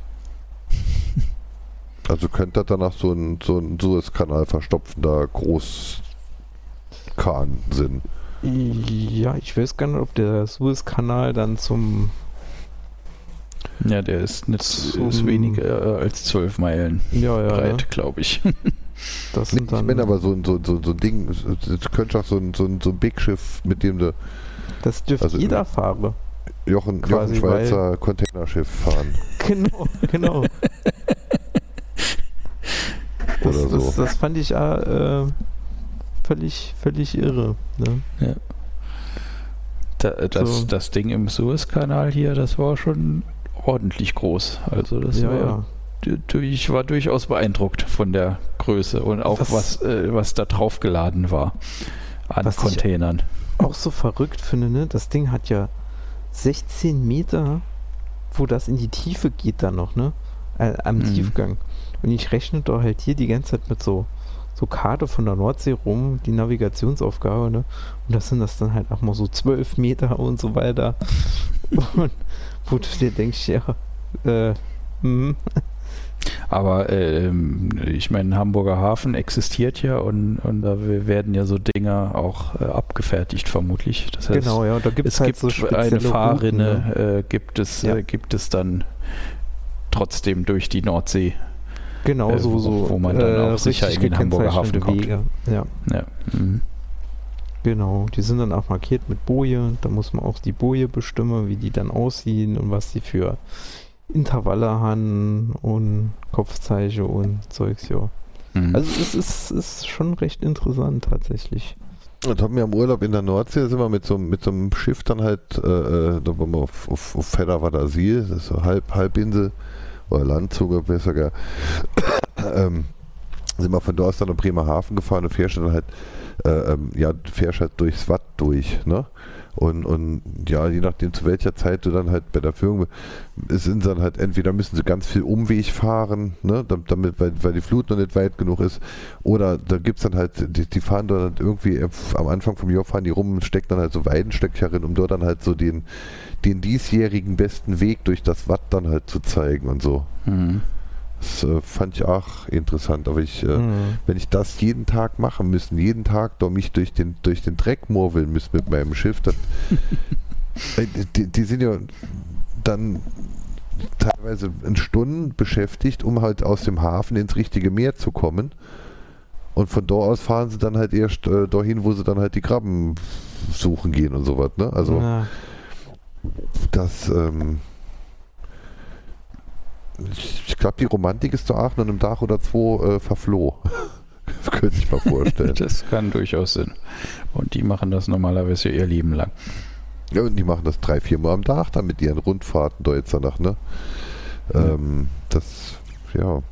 Also könnte das danach so ein, so ein Suezkanal verstopfender Großkahn sind. Ja, ich weiß gar nicht, ob der Suezkanal dann zum... Ja, der ist, nicht, zum ist weniger als zwölf Meilen ja, ja, breit, ne? glaube ich. Das sind dann, ich meine aber so, so, so, so ein Ding, du könntest auch so ein, so ein, so ein Big Schiff, mit dem du... Das dürfte also jeder fahren. Jochen, Jochen Schweizer Containerschiff fahren. Genau, genau. das, Oder so. das, das fand ich äh, völlig, völlig irre. Ne? Ja. Da, das, so. das Ding im Suezkanal hier, das war schon ordentlich groß. Also das ja, war, ja. Ich war durchaus beeindruckt von der Größe und auch was, was, äh, was da drauf geladen war an was Containern. Ich auch so verrückt finde, ne? Das Ding hat ja sechzehn Meter, wo das in die Tiefe geht dann noch, ne? Äh, am mhm. Tiefgang. Und ich rechne da halt hier die ganze Zeit mit so so Karte von der Nordsee rum, die Navigationsaufgabe, ne? Und das sind das dann halt auch mal so zwölf Meter und so weiter. Und wo du dir denkst, ja, äh, hm. Aber ähm, ich meine, Hamburger Hafen existiert ja und, und da werden ja so Dinger auch äh, abgefertigt vermutlich. Das heißt, genau, ja, da gibt's es halt gibt so eine Fahrrinne, Routen, ne? äh, gibt es ja. äh, gibt es dann trotzdem durch die Nordsee. Genau, äh, so, so wo man dann äh, auch sicher in den Hamburger Hafen kommt. Wege. Ja, ja. Mhm. Genau, die sind dann auch markiert mit Boje. Da muss man auch die Boje bestimmen, wie die dann aussehen und was die für Intervalle haben und Kopfzeichen und Zeugs, ja. Mhm. Also es ist, ist schon recht interessant tatsächlich. Und haben wir im Urlaub in der Nordsee, sind wir mit so, mit so einem Schiff dann halt, äh, da waren wir auf, auf, auf Fedderwader-Siel, das ist so Halb, Halbinsel, oder Landzunge, besser gar. ähm, sind wir von dort aus dann nach Bremerhaven gefahren und fährst dann halt, äh, ähm, ja, fährst halt durchs Watt durch, ne? Und, und ja, je nachdem zu welcher Zeit du dann halt bei der Führung bist, sind dann halt entweder müssen sie ganz viel Umweg fahren, ne, damit, weil, weil die Flut noch nicht weit genug ist, oder da gibt es dann halt, die, die fahren dann irgendwie am Anfang vom Jahr fahren die rum und stecken dann halt so Weidenstöckchen rein, um dort dann halt so den, den diesjährigen besten Weg durch das Watt dann halt zu zeigen und so. Mhm. Das äh, fand ich auch interessant, aber ich, äh, mhm. wenn ich das jeden Tag machen müssen, jeden Tag da mich durch den, durch den Dreck murveln müssen mit meinem Schiff, das, äh, die, die sind ja dann teilweise in Stunden beschäftigt, um halt aus dem Hafen ins richtige Meer zu kommen. Und von dort aus fahren sie dann halt erst äh, dahin, wo sie dann halt die Krabben suchen gehen und sowas, ne? Also Ja. das, ähm, ich, ich glaube, die Romantik ist zu Aachen und im Dach oder zwei äh, verfloh. Könnte ich mal vorstellen. Das kann durchaus Sinn. Und die machen das normalerweise ihr Leben lang. Ja, und die machen das drei, vier Mal am Tag dann mit ihren Rundfahrten da jetzt danach, ne? Ähm, das, ja,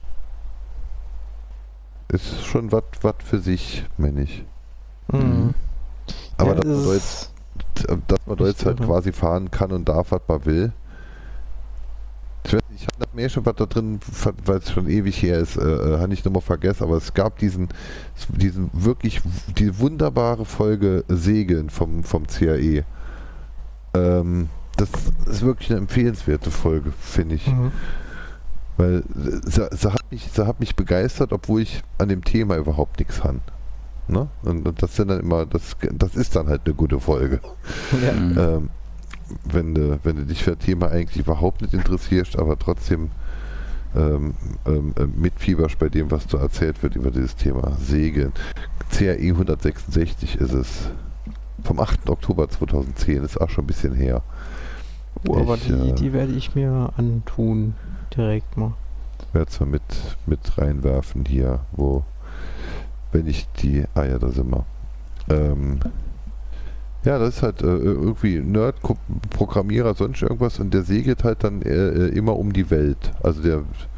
ist schon was für sich, meine ich. Mhm. Aber Ja, dass man das da ist- jetzt, dass man da jetzt halt irre. quasi fahren kann und darf, was man will. Ich weiß nicht, ich habe noch mehr schon was da drin, weil es schon ewig her ist, äh, habe ich nochmal vergessen, aber es gab diesen, diesen wirklich, die wunderbare Folge Segeln vom, vom C A E. Ähm, das ist wirklich eine empfehlenswerte Folge, finde ich. Mhm. Weil sie, sie, hat mich, sie hat mich begeistert, obwohl ich an dem Thema überhaupt nichts habe. Ne? Und und das sind dann immer, das, das ist dann halt eine gute Folge. Ja. Mhm. Ähm, wenn du, wenn du dich für ein Thema eigentlich überhaupt nicht interessierst, aber trotzdem ähm, ähm, mitfieberst bei dem, was da erzählt wird über dieses Thema Segeln. C A E hundertsechsundsechzig ist es. Vom achten Oktober zweitausendzehn, ist auch schon ein bisschen her. Oh, aber Ich, die, äh, die werde ich mir antun, direkt mal. Werde es mal mit, mit reinwerfen hier, wo, wenn ich die, ah ja, da sind wir. Ähm, ja, das ist halt äh, irgendwie Nerd, Ko- Programmierer, sonst irgendwas und der segelt halt dann äh, immer um die Welt. Also der,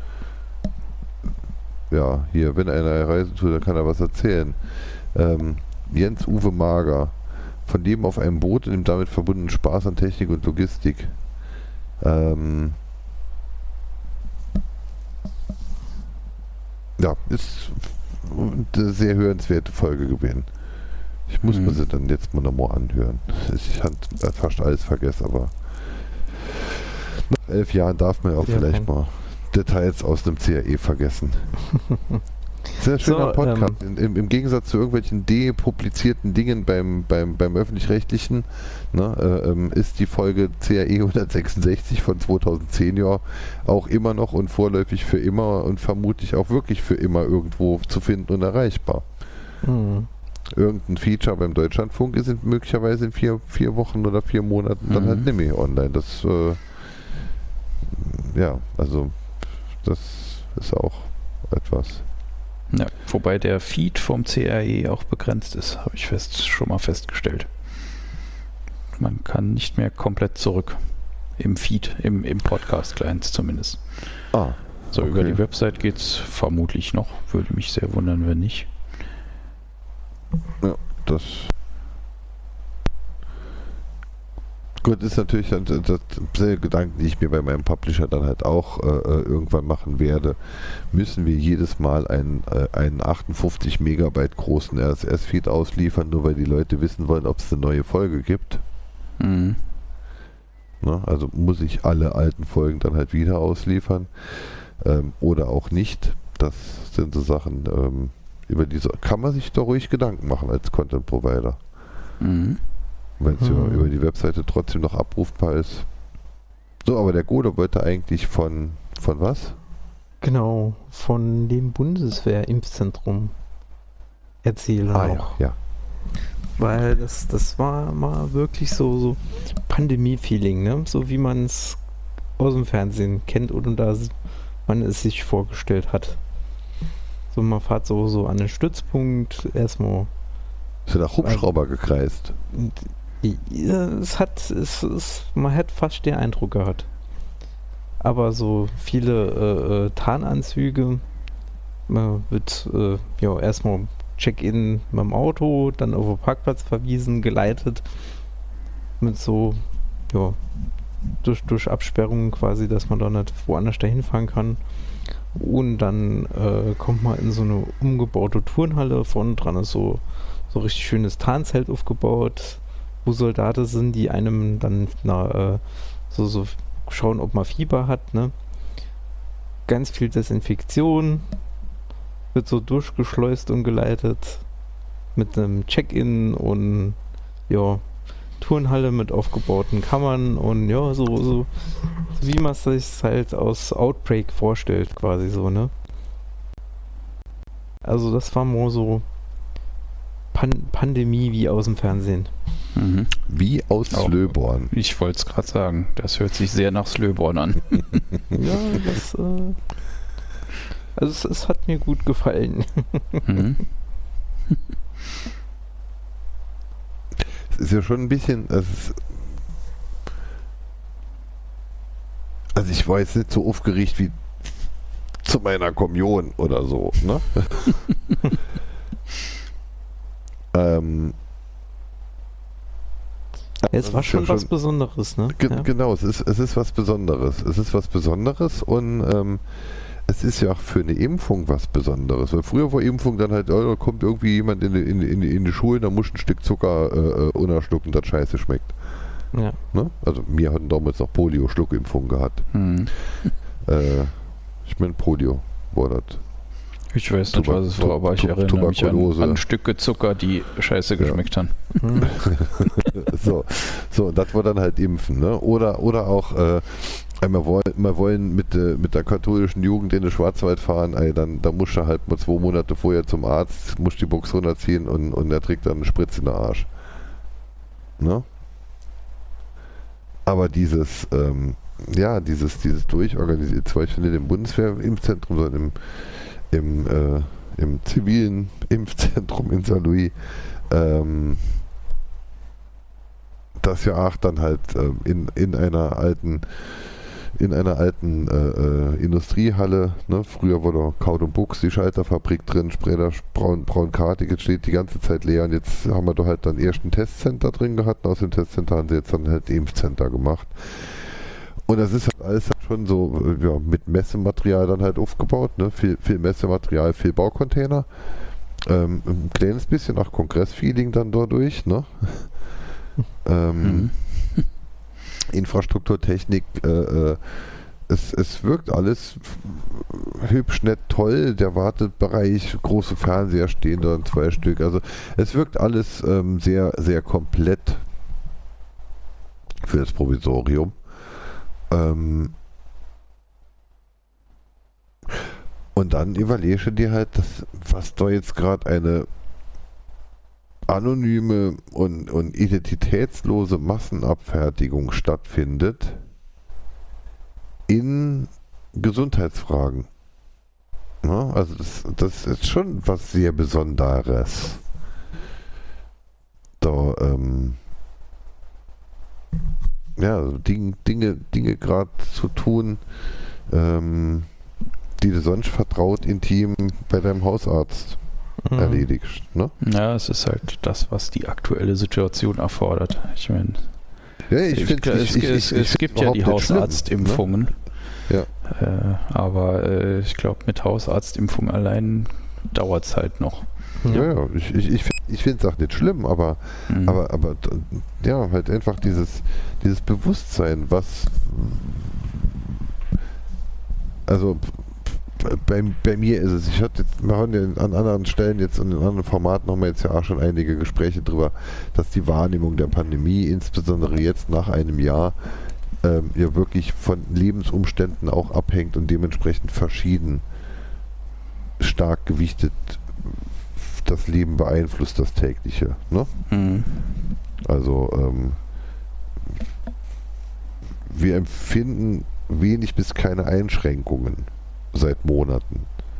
ja, hier, wenn er eine Reise tut, dann kann er was erzählen. Ähm, Jens Uwe Mager, von Leben auf einem Boot und dem damit verbundenen Spaß an Technik und Logistik. Ähm, ja, ist eine sehr hörenswerte Folge gewesen. Ich muss Mhm. mir sie dann jetzt mal nochmal anhören. Ich habe fast alles vergessen, aber nach elf Jahren darf man ja auch Ja, vielleicht kein- mal Details aus einem C A E vergessen. Sehr schöner So, Podcast. In, im, Im Gegensatz zu irgendwelchen depublizierten Dingen beim, beim, beim Öffentlich-Rechtlichen, ne, äh, ähm, ist die Folge C A E hundertsechsundsechzig von zweitausendzehn ja auch immer noch und vorläufig für immer und vermutlich auch wirklich für immer irgendwo zu finden und erreichbar. Mhm. Irgendein Feature beim Deutschlandfunk ist in, möglicherweise in vier, vier Wochen oder vier Monaten dann Mhm. halt nicht mehr online. Das, äh, ja, also das ist auch etwas. Ja, wobei der Feed vom C R E auch begrenzt ist, habe ich fest, schon mal festgestellt. Man kann nicht mehr komplett zurück im Feed, im, im Podcast-Client zumindest. Ah, So okay. über die Website geht es vermutlich noch. Würde mich sehr wundern, wenn nicht. Ja, das. Gut, ist natürlich dann das, das selbe Gedanken, die ich mir bei meinem Publisher dann halt auch äh, irgendwann machen werde. Müssen wir jedes Mal einen, äh, einen achtundfünfzig Megabyte großen R S S-Feed ausliefern, nur weil die Leute wissen wollen, ob es eine neue Folge gibt? Mhm. Ne? Also muss ich alle alten Folgen dann halt wieder ausliefern ähm, oder auch nicht. Das sind so Sachen, ähm, über diese kann man sich doch ruhig Gedanken machen als Content Provider. Mhm. Wenn es Hm. ja über die Webseite trotzdem noch abrufbar ist. So, aber der Gode wollte eigentlich von, von was? Genau, von dem Bundeswehr-Impfzentrum erzählen Ah, noch. ja, ja. Weil das, das war mal wirklich so, so Pandemie-Feeling, ne? So wie man es aus dem Fernsehen kennt oder da man es sich vorgestellt hat. So, man fährt so, so an den Stützpunkt, erstmal. Ist ja nach Hubschrauber gekreist. Und, ja, es hat, es, es, man hat fast den Eindruck gehabt. Aber so viele äh, äh, Tarnanzüge, man wird äh, ja erstmal Check-in mit dem Auto, dann auf den Parkplatz verwiesen, geleitet mit so, ja, durch, durch Absperrungen quasi, dass man da nicht woanders dahin fahren kann. Und dann äh, kommt man in so eine umgebaute Turnhalle, vorne dran ist so, so richtig schönes Tarnzelt aufgebaut, wo Soldaten sind, die einem dann na, äh, so, so schauen, ob man Fieber hat, ne? Ganz viel Desinfektion, wird so durchgeschleust und geleitet mit einem Check-in und ja, Turnhalle mit aufgebauten Kammern und ja, so, so wie man es sich halt aus Outbreak vorstellt, quasi so, ne? Also das war mal so Pan- Pandemie wie aus dem Fernsehen. Mhm. Wie aus Auch. Slöborn. Ich wollte es gerade sagen. Das hört sich sehr nach Slöborn an. Ja, das äh, also es, es hat mir gut gefallen. Mhm. Es ist ja schon ein bisschen, es ist, also ich war jetzt nicht so aufgeregt wie zu meiner Kommunion oder so, ne? ähm, Es war das ist ja schon was Besonderes, ne? Ge Ja. Genau, es ist, es ist was Besonderes. Es ist was Besonderes und ähm, es ist ja auch für eine Impfung was Besonderes. Weil früher war Impfung dann halt, oh, da kommt irgendwie jemand in die, in, die- in, die- in die Schule, da muss ein Stück Zucker äh, unerschlucken, das scheiße schmeckt. Ja. Ne? Also wir hatten damals noch Polio-Schluckimpfung gehabt. Mhm. Äh, ich meine Polio war das. Ich weiß nicht, Tuber- was es war, aber ich Tu- erinnere mich an, Tuberkulose. an Stücke Zucker, die scheiße geschmeckt haben. Hm. so, so, und das war dann halt Impfen, ne? Oder, oder auch, äh, wir wollen, wir wollen mit, äh, mit der katholischen Jugend in den Schwarzwald fahren, ey, dann da musst du halt mal zwei Monate vorher zum Arzt, musst die Box runterziehen und, und der trägt dann eine Spritze in den Arsch. Ne? Aber dieses, ähm, ja, dieses, dieses durchorganisiert, zum Beispiel nicht im Bundeswehr-Impfzentrum, sondern im, im, äh, im zivilen Impfzentrum in Saint Louis, ähm, das ja auch dann halt ähm, in, in einer alten in einer alten äh, äh, Industriehalle, ne? Früher war da Kaut und Buchs, die Schalterfabrik drin, Spreeder, Braun, Braunkartig, jetzt steht die ganze Zeit leer und jetzt haben wir da halt dann erst ein Testcenter drin gehabt und aus dem Testcenter haben sie jetzt dann halt Impfcenter gemacht. Und das ist halt alles halt schon so äh, ja, mit Messematerial dann halt aufgebaut, ne? Viel, viel Messematerial, viel Baucontainer. Ähm, ein kleines bisschen auch Kongressfeeling dann dadurch, ne? ähm, Mhm. Infrastrukturtechnik, äh, äh, es, es wirkt alles hübsch, nett, toll. Der Wartebereich, große Fernseher stehen da, zwei Stück. Also es wirkt alles ähm, sehr, sehr komplett für das Provisorium. Ähm, und dann überlege dir halt, dass, was da jetzt gerade eine anonyme und, und identitätslose Massenabfertigung stattfindet in Gesundheitsfragen. Ja, also das, das ist schon was sehr Besonderes. Da, ähm, ja, also Ding, Dinge, Dinge gerade zu tun, ähm, die du sonst vertraut intim bei deinem Hausarzt Mhm. erledigst. Ne? Ja, es ist halt das, was die aktuelle Situation erfordert. Ich meine, Ja, ich ich, finde, es, ich, ich, es, ich, es ich gibt ja die überhaupt nicht schlimm, Hausarztimpfungen. Ne? Ja. Äh, aber äh, ich glaube, mit Hausarztimpfung allein dauert es halt noch. Ja, ja, ich, ich, ich, ich finde es auch nicht schlimm, aber, Mhm. aber, aber d- ja, halt einfach dieses, dieses Bewusstsein, was also bei, bei mir ist es, ich hatte, wir haben ja an anderen Stellen jetzt und in anderen Formaten haben wir jetzt ja auch schon einige Gespräche drüber, dass die Wahrnehmung der Pandemie, insbesondere jetzt nach einem Jahr, ähm, ja wirklich von Lebensumständen auch abhängt und dementsprechend verschieden stark gewichtet das Leben beeinflusst, das tägliche. Ne? Mhm. Also ähm, wir empfinden wenig bis keine Einschränkungen seit Monaten.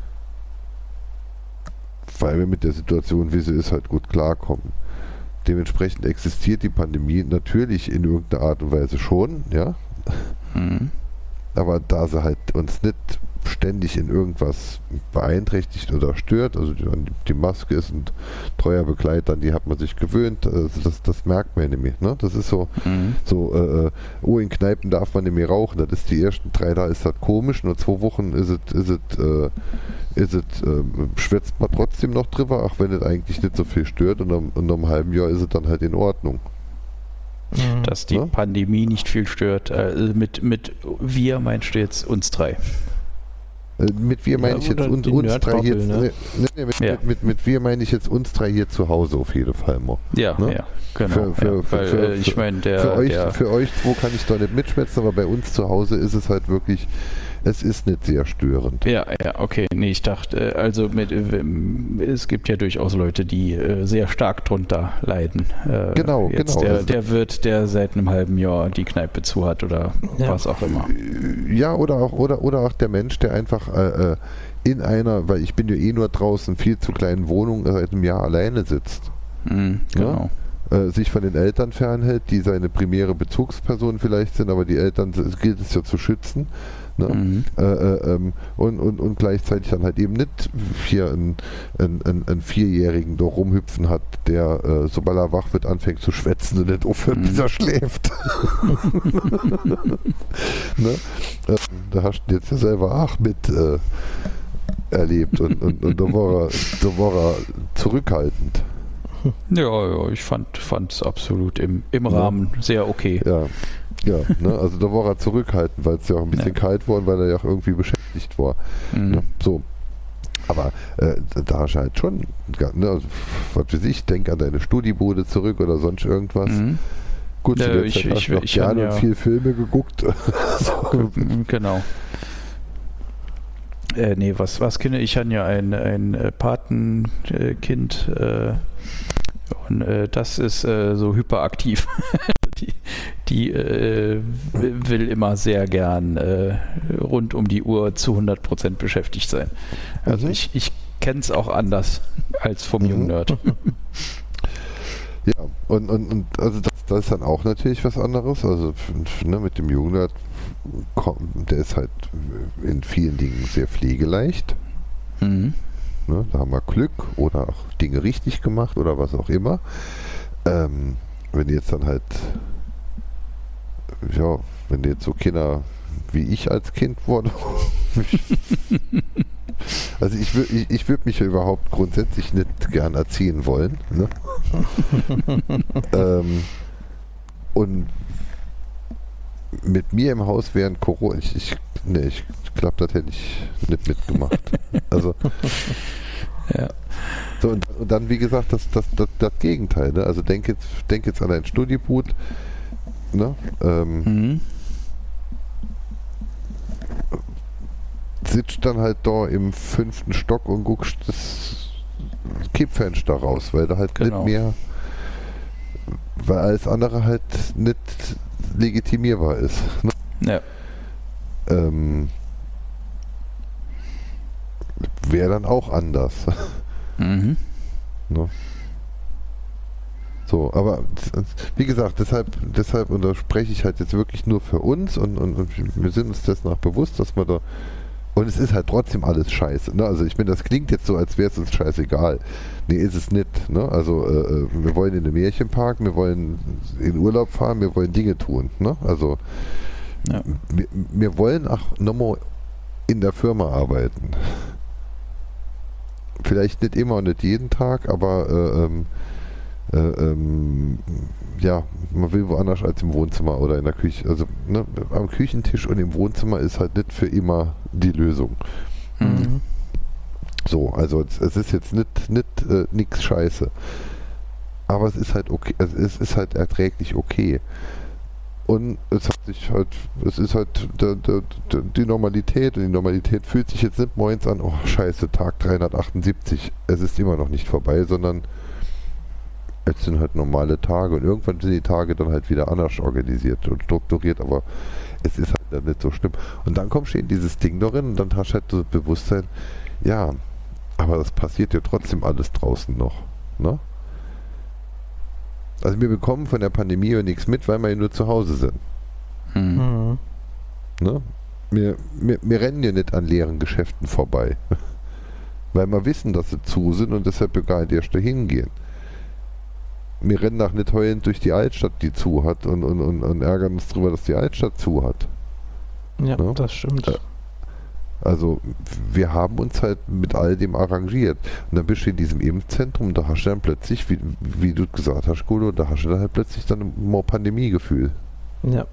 Weil wir mit der Situation, wie sie ist, halt gut klarkommen. Dementsprechend existiert die Pandemie natürlich in irgendeiner Art und Weise schon, ja. Mhm. Aber da sie halt uns nicht ständig in irgendwas beeinträchtigt oder stört, also die, die Maske ist ein treuer Begleiter, an die hat man sich gewöhnt, also das, das merkt man nicht mehr. Ne? Das ist so, Mhm. so äh, oh, in Kneipen darf man nicht mehr rauchen, das ist die ersten drei, da ist das komisch, nur zwei Wochen ist es, ist es, äh, ist es, äh, schwätzt man trotzdem noch drüber, auch wenn es eigentlich nicht so viel stört und um, und um einem halben Jahr ist es dann halt in Ordnung. Mhm. Dass die Ne? Pandemie nicht viel stört. Äh, mit, mit wir meinst du jetzt uns drei? Äh, Mit wir meine Ja, ich jetzt oder uns, die uns drei hier, Nerdbubble, ne? nee, nee, mit, Ja. mit, mit, mit wir meine ich jetzt uns drei hier zu Hause auf jeden Fall mal. Ja, Ne? ja, genau. Für- für- ja, für- weil, für- äh, ich meine, der, für, euch, der für euch zwei kann ich da nicht mitschwätzen, aber bei uns zu Hause ist es halt wirklich, es ist nicht sehr störend. Ja, ja, okay. Nee, ich dachte, also mit, es gibt ja durchaus Leute, die äh, sehr stark drunter leiden. Äh, genau, jetzt genau. Der, also, der Wirt, der seit einem halben Jahr die Kneipe zu hat oder ja. was auch immer. Ja, oder auch, oder, oder auch der Mensch, der einfach äh, in einer, weil ich bin ja eh nur draußen, viel zu kleinen Wohnung seit einem Jahr alleine sitzt. Mhm, genau. Ja? Äh, sich von den Eltern fernhält, die seine primäre Bezugsperson vielleicht sind, aber die Eltern gilt es ja zu schützen. Ne? Mhm. Äh, äh, ähm, und, und, und gleichzeitig dann halt eben nicht hier einen, einen, einen, einen Vierjährigen da rumhüpfen hat, der, äh, sobald er wach wird, anfängt zu schwätzen und nicht aufhört, mhm. bis er schläft. Ne? äh, da hast du jetzt ja selber auch mit äh, erlebt und, und, und da, war er, da war er zurückhaltend. Ja, ja, ich fand es absolut im, im Rahmen ja. sehr okay. Ja. Ja, ne, also da war er zurückhaltend, weil es ja auch ein bisschen ja. kalt war und weil er ja auch irgendwie beschäftigt war. Mhm. Ne, so. Aber äh, da hast du halt schon, ne, also, was weiß ich, denk an deine Studiebude zurück oder sonst irgendwas. Mhm. Gut, ja, zu der ich, Zeit ich, hast du noch ich, gerne ja. und viel Filme geguckt. So. Genau. Äh, nee, was, was Kinder, ich habe ja ein, ein äh, Patenkind äh, und äh, das ist äh, so hyperaktiv. die die äh, will immer sehr gern äh, rund um die Uhr zu hundert Prozent beschäftigt sein. Also mhm. ich, ich kenne es auch anders als vom mhm. Jungnerd. Ja, und, und, und also das, das ist dann auch natürlich was anderes. Also ne, mit dem Jungnerd, der ist halt in vielen Dingen sehr pflegeleicht. Mhm. Ne, da haben wir Glück oder auch Dinge richtig gemacht oder was auch immer. Ähm, wenn jetzt dann halt, ja, wenn jetzt so Kinder wie ich als Kind wurde, also ich würde ich, ich würd mich ja überhaupt grundsätzlich nicht gern erziehen wollen. Ne? ähm, und mit mir im Haus während Corona, ich, ich, nee, ich glaube, das hätte ich nicht mitgemacht. Also ja. So, und, und dann, wie gesagt, das, das, das, das Gegenteil. Ne? Also denk jetzt, denk jetzt an ein Studieboot. Ne? Ähm, mhm. Sitzt dann halt da im fünften Stock und guckst das Kippfenster raus, weil da halt genau. nicht mehr, weil alles andere halt nicht legitimierbar ist. Ne? Ja. Ähm, wäre dann auch anders. Mhm. Ne? So, aber wie gesagt, deshalb, deshalb und da spreche ich halt jetzt wirklich nur für uns und, und, und wir sind uns dessen auch bewusst, dass man da, und es ist halt trotzdem alles scheiße. Ne? Also ich meine, das klingt jetzt so, als wäre es uns scheißegal. Nee, ist es nicht. Ne? Also äh, wir wollen in den Märchenpark, wir wollen in Urlaub fahren, wir wollen Dinge tun. Ne? Also ja. wir, wir wollen auch nochmal in der Firma arbeiten. Vielleicht nicht immer und nicht jeden Tag, aber äh, ähm, äh, ähm, ja, man will woanders als im Wohnzimmer oder in der Küche. Also ne, am Küchentisch und im Wohnzimmer ist halt nicht für immer die Lösung. Mhm. So, also es, es ist jetzt nicht, nicht äh, nix Scheiße. Aber es ist halt okay, es ist halt erträglich okay. Und es hat sich halt, es ist halt der, der, der, die Normalität und die Normalität fühlt sich jetzt nicht morgens an, oh scheiße, Tag dreihundertachtundsiebzig, es ist immer noch nicht vorbei, sondern es sind halt normale Tage und irgendwann sind die Tage dann halt wieder anders organisiert und strukturiert, aber es ist halt dann nicht so schlimm. Und dann kommst du in dieses Ding darin und dann hast du halt das Bewusstsein, ja, aber das passiert ja trotzdem alles draußen noch, ne? Also wir bekommen von der Pandemie ja nichts mit, weil wir ja nur zu Hause sind. Mhm. Ne? Wir, wir, wir rennen ja nicht an leeren Geschäften vorbei. Weil wir wissen, dass sie zu sind und deshalb wir gar nicht erst dahin gehen. Wir rennen auch nicht heulend durch die Altstadt, die zu hat und, und, und, und ärgern uns darüber, dass die Altstadt zu hat. Ja, ne? Das stimmt. Äh, Also wir haben uns halt mit all dem arrangiert. Und dann bist du in diesem Impfzentrum, da hast du dann plötzlich, wie, wie du gesagt hast, Guido, da hast du dann halt plötzlich dann ein Pandemiegefühl. Ja.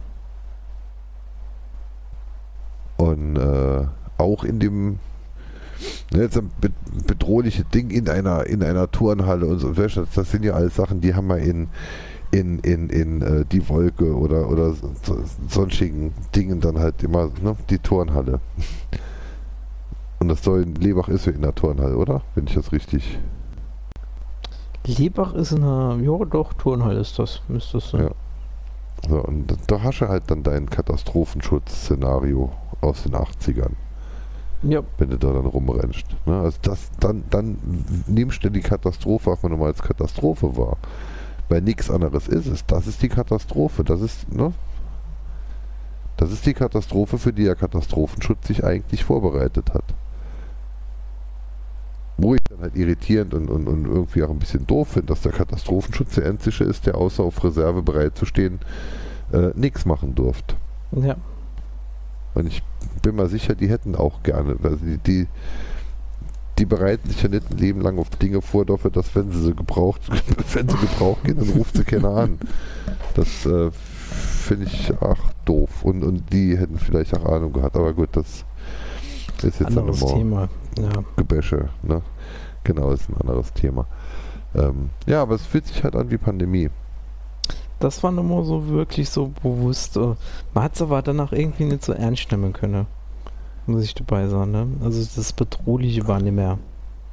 Und äh, auch in dem jetzt ein bedrohliche Ding in einer in einer Turnhalle und so, das sind ja alles Sachen, die haben wir in in, in, in äh, die Wolke oder, oder so, sonstigen Dingen dann halt immer, ne, die Turnhalle. Und das soll in Lebach ist ja in der Turnhalle, oder? Wenn ich das richtig... Lebach ist in einer, ja doch, Turnhalle ist das, müsste es sein. Ja. So, und da hast du halt dann dein Katastrophenschutzszenario aus den achtzigern. Ja. Wenn du da dann rumrennst. Ne? Also das, dann, dann nimmst du die Katastrophe, was man nochmal als Katastrophe war. Weil nichts anderes ist es. Das ist die Katastrophe. Das ist, ne? Das ist die Katastrophe, für die der Katastrophenschutz sich eigentlich vorbereitet hat. Wo ich dann halt irritierend und, und, und irgendwie auch ein bisschen doof finde, dass der Katastrophenschutz der Einzige ist, der außer auf Reserve bereit zu stehen, äh, nichts machen durfte. Ja. Und ich bin mir sicher, die hätten auch gerne, also die, die, die bereiten sich ja nicht ein Leben lang auf Dinge vor, dafür, dass wenn sie sie gebraucht, wenn sie gebraucht gehen, dann ruft sie keiner an. Das äh, finde ich auch doof. Und, und die hätten vielleicht auch Ahnung gehabt, aber gut, das ist jetzt anderes dann immer Thema. Ja. Gebäsche, ne? Genau, ist ein anderes Thema. Ähm, ja, aber es fühlt sich halt an wie Pandemie. Das war immer so wirklich so bewusst. Uh, man hat es aber danach irgendwie nicht so ernst nehmen können. Muss ich dabei sagen, ne? Also das Bedrohliche war nicht mehr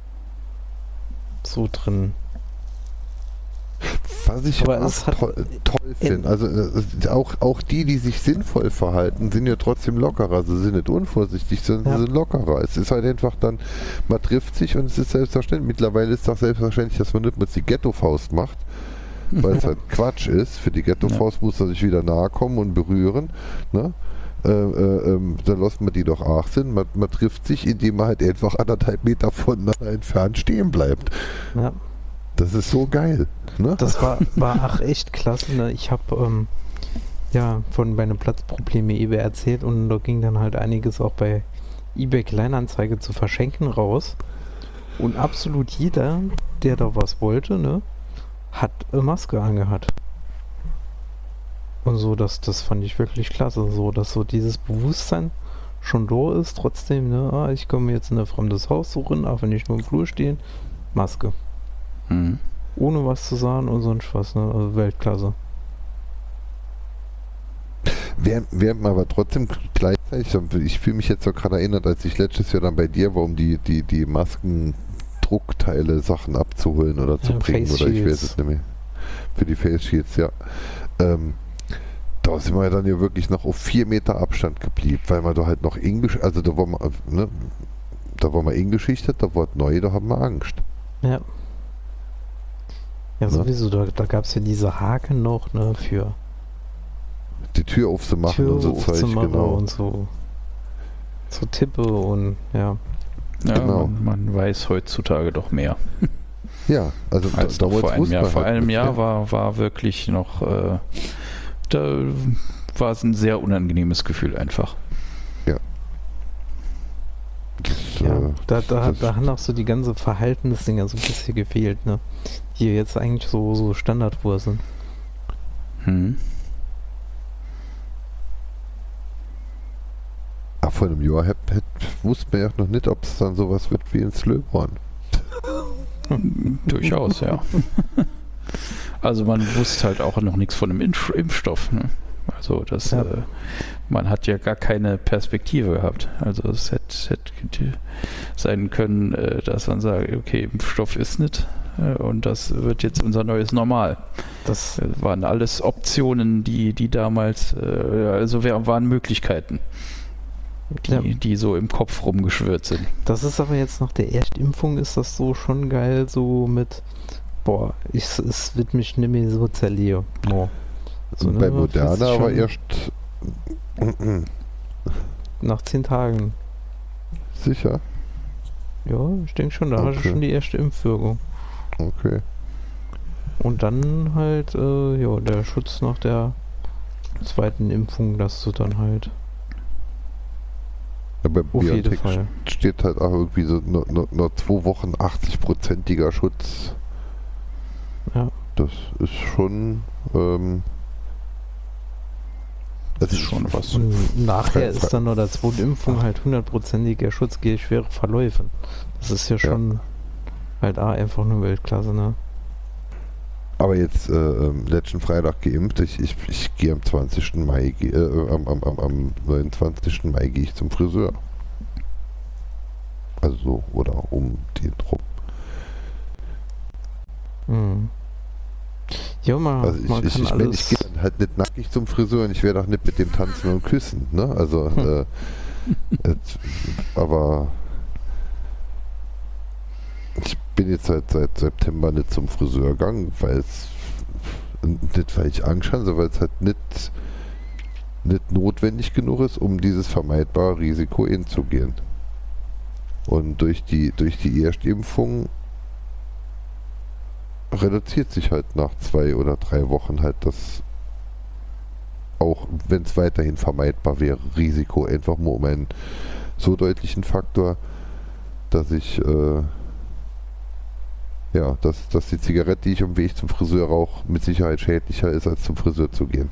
so drin. Was ich aber auch es hat toll, toll finde, also äh, auch, auch die, die sich sinnvoll verhalten, sind ja trotzdem lockerer. Sie sind nicht unvorsichtig, sondern ja. sie sind lockerer. Es ist halt einfach dann, man trifft sich und es ist selbstverständlich. Mittlerweile ist es doch selbstverständlich, dass man nicht mehr die Ghetto-Faust macht, weil es halt Quatsch ist. Für die Ghetto-Faust ja. muss man sich wieder nahe kommen und berühren. Ne? Äh, äh, ähm, dann lässt man die doch auch sind. Man, man trifft sich, indem man halt einfach anderthalb Meter voneinander entfernt stehen bleibt. Ja. Das ist so geil. Ne? Das war, war ach echt klasse. Ne? Ich habe ähm, ja von meinen Platzprobleme eBay erzählt und da ging dann halt einiges auch bei eBay Kleinanzeige zu verschenken raus. Und absolut jeder, der da was wollte, ne, hat eine Maske angehabt. Und so, das, das fand ich wirklich klasse. So, dass so dieses Bewusstsein schon da ist, trotzdem, ne, ah, ich komme jetzt in ein fremdes Haus suchen, auch wenn ich nur im Flur stehe, Maske. Mhm. Ohne was zu sagen und sonst was, ne? Also Weltklasse. Während, während man aber trotzdem gleichzeitig, ich fühle mich jetzt so gerade erinnert, als ich letztes Jahr dann bei dir war, um die, die, die Maskendruckteile, Sachen abzuholen oder zu ja, bringen, Face oder ich Shields. weiß es nicht mehr. Für die Face Shields, ja. Ähm, da sind wir dann ja wirklich noch auf vier Meter Abstand geblieben, weil man da halt noch Englisch, also da war man, ne, da war man eingeschichtet, da war neu, da haben wir Angst. Ja. Ja, Ne? sowieso, da, da gab es ja diese Haken noch, ne, für Die Tür aufzumachen Tür und so Zeug, aufzumachen genau. und so, so Tippe und ja. Ja, Genau. man, man weiß heutzutage doch mehr. Ja, also Als da, noch damals vor einem wusste Jahr. man Vor halt einem nicht, Jahr ne? war, war wirklich noch, äh, da war es ein sehr unangenehmes Gefühl einfach. Das, Ja, äh, da, da, das- da haben auch so die ganze Verhaltensdinger so ein bisschen gefehlt, ne? Die jetzt eigentlich so, so Standardwur sind. Hm. Ach, vor einem Jahr hätt, hätt, wusste man ja noch nicht, ob es dann sowas wird wie in Slöborn. Durchaus, ja. Also man wusste halt auch noch nichts von dem Impf Impfstoff. Ne? Also das, Ja. äh, man hat ja gar keine Perspektive gehabt. Also es hätte, hätte sein können, äh, dass man sagt, okay, Impfstoff ist nicht äh, und das wird jetzt unser neues Normal. Das, Das waren alles Optionen, die, die damals, äh, also wär- waren Möglichkeiten, die, Ja. die so im Kopf rumgeschwirrt sind. das ist aber jetzt nach der Erstimpfung ist das so schon geil, so mit, boah, ich, es wird mich nicht mehr so zerlegen. No. So, Und ne, bei man fühlt sich Moderna aber schon erst nach zehn Tagen. sicher. Ja, ich denke schon, da hast du Okay. schon die erste Impfwirkung. Okay. Und dann halt, äh, ja, der Schutz nach der zweiten Impfung, dass du dann halt Ja, bei auf jeden BioNTech Fall. steht halt auch irgendwie so nur, nur, nur zwei Wochen achtzig-prozentiger Schutz. Ja. Das ist schon ähm, das ist schon was. Und nachher Fre- ist dann noch der zweite Impfung halt hundertprozentiger Schutz gegen schwere Verläufe. Das ist ja schon halt auch einfach nur Weltklasse, ne? aber jetzt äh, letzten Freitag geimpft. Ich, ich, ich gehe am zwanzigsten Mai, äh, am, am, am, am neunundzwanzigsten Mai gehe ich zum Friseur. Also so, oder um den Drum. Hm. Jo, man, also ich, man ich, kann ich, alles... ich gehe dann halt nicht nackig zum Friseur und ich werde auch nicht mit dem tanzen und küssen, ne? Also, äh, jetzt, aber ich bin jetzt seit, seit September nicht zum Friseur gegangen, weil es nicht, weil ich Angst habe, sondern weil es halt nicht, nicht notwendig genug ist, um dieses vermeidbare Risiko einzugehen. Und durch die, durch die Erstimpfung reduziert sich halt nach zwei oder drei Wochen halt das, auch wenn es weiterhin vermeidbar wäre, Risiko einfach nur um einen so deutlichen Faktor, dass ich äh, ja, dass, dass die Zigarette, die ich am Weg zum Friseur rauche, mit Sicherheit schädlicher ist, als zum Friseur zu gehen.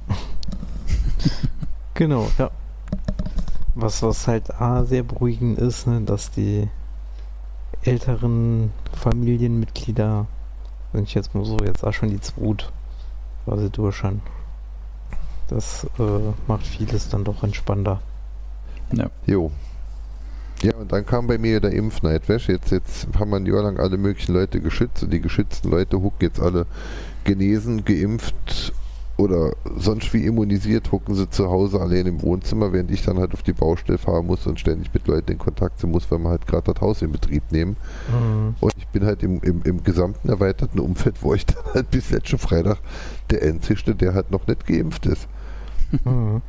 Genau, ja. Was, was halt A, sehr beruhigend ist, ne, dass die älteren Familienmitglieder, wenn ich jetzt mal so, jetzt auch schon die Zwut quasi durch haben. Das äh, macht vieles dann doch entspannter. Ja. Jo. Ja, und dann kam bei mir der Impfneid, weißt, jetzt, jetzt haben wir ein Jahr lang alle möglichen Leute geschützt und die geschützten Leute hucken jetzt alle genesen, geimpft oder sonst wie immunisiert, hucken sie zu Hause allein im Wohnzimmer, während ich dann halt auf die Baustelle fahren muss und ständig mit Leuten in Kontakt sein muss, weil wir halt gerade das Haus in Betrieb nehmen. Mhm. Und ich bin halt im, im, im gesamten erweiterten Umfeld, wo ich dann halt bis letzten Freitag der Einzige, der halt noch nicht geimpft ist. Mhm.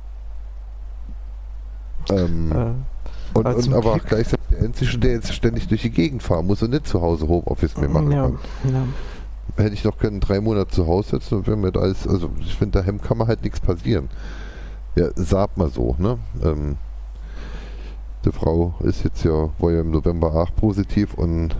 ähm, äh. Und, und aber auch gleichzeitig der Einzige, der jetzt ständig durch die Gegend fahren muss und nicht zu Hause Homeoffice mehr machen ja, kann. Ja. Hätte ich noch können drei Monate zu Hause sitzen und wenn mir da alles, also ich finde, daheim kann man halt nichts passieren. Ja, sagt mal so, ne? Ähm, die Frau ist jetzt ja, war ja im November auch positiv und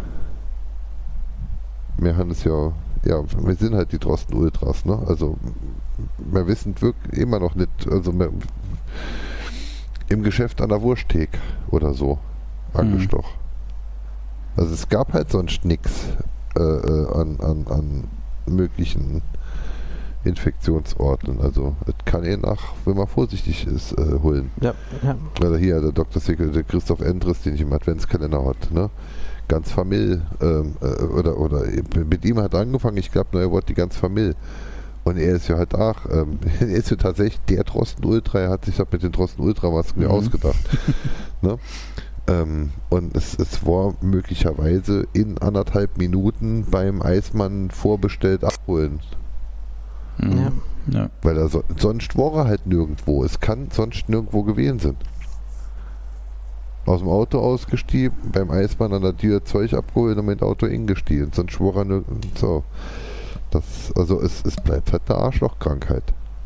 wir haben es ja, ja, wir sind halt die Drosten Ultras, ne? Also wir wissen wirklich immer noch nicht, also wir, im Geschäft an der Wurstthek oder so angestochen. Mhm. Also es gab halt sonst nichts äh, an, an, an möglichen Infektionsorten. Also es kann eh nach, wenn man vorsichtig ist, äh, holen. Ja, ja. Also hier der Doktor Sekretär Christoph Endres, den ich im Adventskalender hat, ne? Ganz Familie, ähm, äh, oder, oder mit ihm hat angefangen, ich glaube, er wurde die ganze Familie. Und er ist ja halt auch, ähm, er ist ja tatsächlich der Drosten Ultra, er hat sich das mit den Drosten Ultramasken mhm. ausgedacht. Ne? Ähm, und es, es war möglicherweise in anderthalb Minuten beim Eismann vorbestellt abholen. Mhm. Ja. Ja. Weil er so, sonst war er halt nirgendwo. Es kann sonst nirgendwo gewesen sein. Aus dem Auto ausgestiegen, beim Eismann an der Tür Zeug abgeholt und mit dem Auto ingestiegen. Sonst war er nirgendwo. So. Das, also es, es bleibt halt eine Arschlochkrankheit.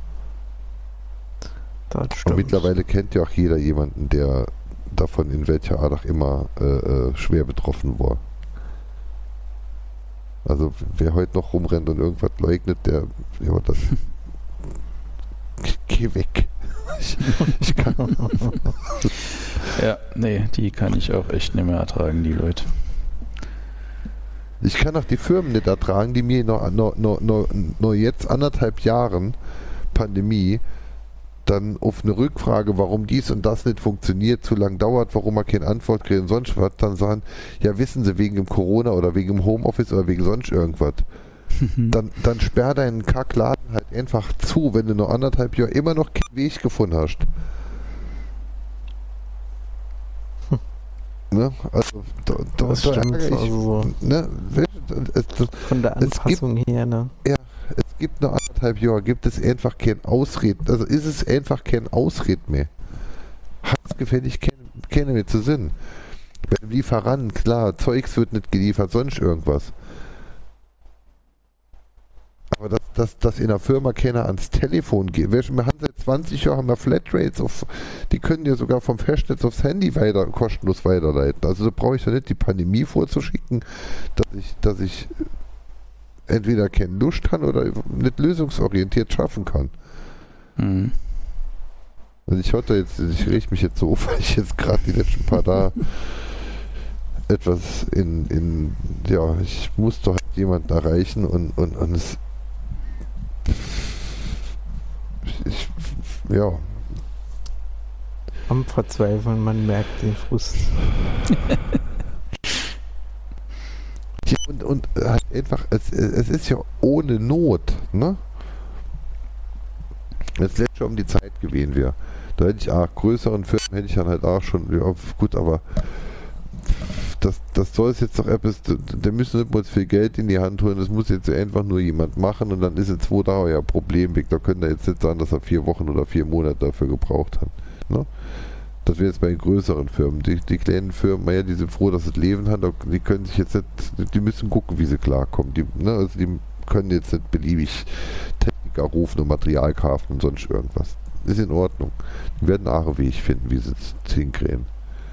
Und mittlerweile kennt ja auch jeder jemanden, der davon in welcher Art auch immer äh, äh, schwer betroffen war. Also wer heute noch rumrennt und irgendwas leugnet, der, ja, das geh weg. Ich, ich kann ja, nee, die kann ich auch echt nicht mehr ertragen, die Leute. Ich kann auch die Firmen nicht ertragen, die mir noch, noch, noch, noch, noch jetzt anderthalb Jahren Pandemie dann auf eine Rückfrage, warum dies und das nicht funktioniert, zu lang dauert, warum man keine Antwort kriegt und sonst was, dann sagen, ja wissen Sie, wegen dem Corona oder wegen dem Homeoffice oder wegen sonst irgendwas. dann, dann sperr deinen Kackladen halt einfach zu, wenn du noch anderthalb Jahre immer noch keinen Weg gefunden hast. Ne? Also, da, da, das da stimmt, ich, also ne? Es, das, von der Anpassung gibt, her, ne? Ja, es gibt noch anderthalb Jahre, gibt es einfach kein Ausreden, also ist es einfach kein Ausred mehr. Hat es gefällig keine mehr zu Sinn. Bei dem Lieferanten, klar, Zeugs wird nicht geliefert, sonst irgendwas. Aber dass, dass, dass in der Firma keiner ans Telefon geht. Wir haben seit zwanzig Jahren haben wir Flatrates, auf, die können ja sogar vom Festnetz aufs Handy weiter, kostenlos weiterleiten. Also da brauche ich ja nicht die Pandemie vorzuschicken, dass ich, dass ich entweder keine Lust habe oder nicht lösungsorientiert schaffen kann. Mhm. Also ich hatte jetzt, ich rieche mich jetzt so auf, weil ich jetzt gerade die letzten paar Tage etwas in, in ja, ich musste halt jemanden erreichen und, und, und es ich, ja. Am Verzweifeln, man merkt den Frust. Ja, und, und halt einfach, es, es ist ja ohne Not, ne? Jetzt letztes Jahr um die Zeit gewesen wäre. Da hätte ich auch größeren Firmen, hätte ich dann halt auch schon, ja gut, aber das, das soll es jetzt doch etwas, da müssen nicht mal viel Geld in die Hand holen, das muss jetzt einfach nur jemand machen und dann ist in zwei Tagen euer Problem weg. Da könnt ihr jetzt nicht sagen, dass er vier Wochen oder vier Monate dafür gebraucht hat. Ne? Das wäre jetzt bei den größeren Firmen. Die, die kleinen Firmen, ja, die sind froh, dass es Leben hat, die können sich jetzt nicht, die müssen gucken, wie sie klarkommen. Die, ne, also die können jetzt nicht beliebig Techniker rufen und Material kaufen und sonst irgendwas. Ist in Ordnung. Die werden auch einen Weg finden, wie sie es hinkriegen.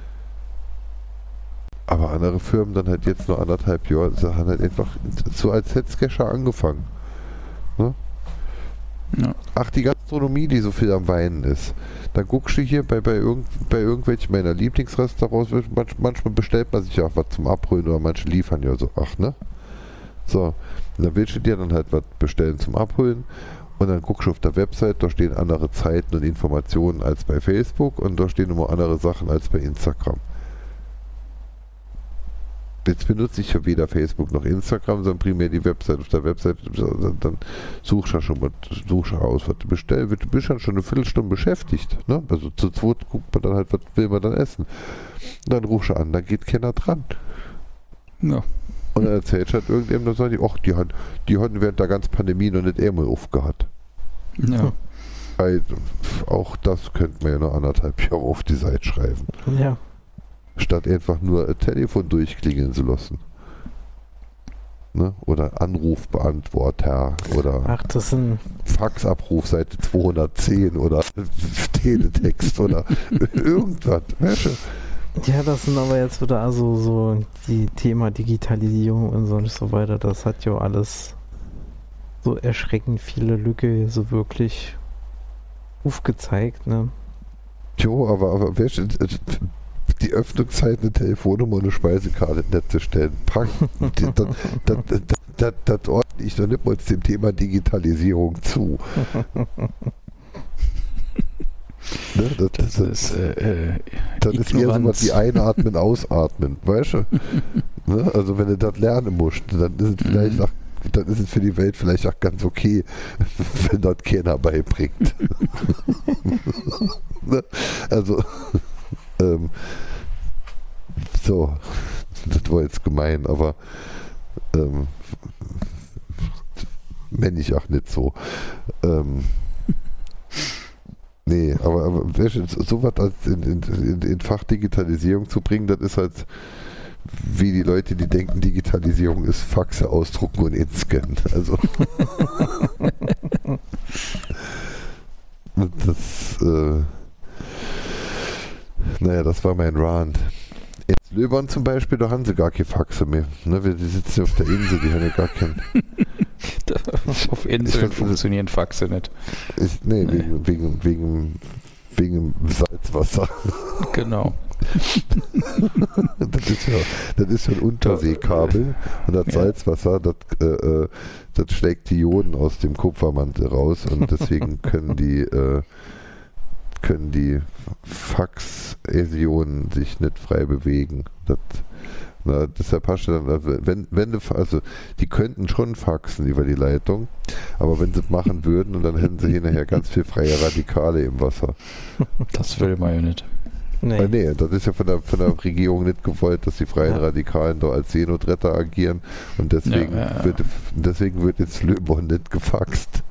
Aber andere Firmen dann halt jetzt nur anderthalb Jahre, sie haben halt einfach so als Hetzgescher angefangen. Ne? Ja. Ach, die Gastronomie, die so viel am Weinen ist. Dann guckst du hier bei, bei, irgend, bei irgendwelchen meiner Lieblingsrestaurants, manch, manchmal bestellt man sich auch was zum Abholen oder manche liefern ja so, ach ne? So, und dann willst du dir dann halt was bestellen zum Abholen und dann guckst du auf der Website, da stehen andere Zeiten und Informationen als bei Facebook und da stehen immer andere Sachen als bei Instagram. Jetzt benutze ich ja weder Facebook noch Instagram, sondern primär die Website. Auf der Website, dann suchst du schon mal, suchst du aus, was du bestellst. Du bist dann schon eine Viertelstunde beschäftigt. Ne? Also zu zweit guckt man dann halt, was will man dann essen. Und dann rufst du an, dann geht keiner dran. Ja. Und dann erzählst du halt irgendjemand, dann sagt die, ach, die haben die haben während der ganzen Pandemie noch nicht einmal aufgehabt. Ja. Also, auch das könnte man ja noch anderthalb Jahre auf die Seite schreiben. Ja. Statt einfach nur ein Telefon durchklingeln zu lassen. Ne? Oder Anrufbeantworter oder Ach, das sind Faxabruf Seite zweihundertzehn oder Teletext oder irgendwas. Weißt du? Ja, das sind aber jetzt wieder also so die Thema Digitalisierung und so und so weiter. Das hat ja alles so erschreckend viele Lücke so wirklich aufgezeigt, ne? Jo, aber, aber weißt du, die Öffnungszeiten, eine Telefonnummer und eine Speisekarte im Netz zu stellen. Das, das, das, das, das ordne ich noch nicht mal dem Thema Digitalisierung zu. Ne? Das, das, das ist, äh, äh, das ist eher so was wie einatmen, ausatmen, weißt du? Ne? Also wenn du das lernen musst, dann ist es vielleicht mhm. auch, dann ist es für die Welt vielleicht auch ganz okay, wenn dort keiner beibringt. Ne? Also ähm, so, das war jetzt gemein, aber ähm, nenne ich auch nicht so. Ähm, nee, aber, aber so was als in, in, in Fachdigitalisierung zu bringen, das ist halt wie die Leute, die denken, Digitalisierung ist Faxe ausdrucken und inscannen. Also das äh, naja, das war mein Rant. In Löbern zum Beispiel, da haben sie gar keine Faxe mehr. Ne, die sitzen auf der Insel, die haben ja gar keinen. Auf Inseln funktionieren Faxe nicht. Ich, nee, nee. Wegen, wegen, wegen, wegen Salzwasser. Genau. das, ist ja, das ist ja ein Unterseekabel und das ja. Salzwasser, das, äh, das schlägt die Ionen aus dem Kupfermantel raus und deswegen können die äh, können die Faxäsionen sich nicht frei bewegen. Das, na, deshalb hast du dann, wenn, wenn du, also die könnten schon faxen über die Leitung, aber wenn sie es machen würden und dann hätten sie hinterher ganz viel freie Radikale im Wasser. Das will man ja nicht. Nee. Äh, nee, das ist ja von der, von der Regierung nicht gewollt, dass die freien ja. Radikalen da als Seenotretter agieren und deswegen, ja, ja, ja. Wird, deswegen wird jetzt Löborn nicht gefaxt.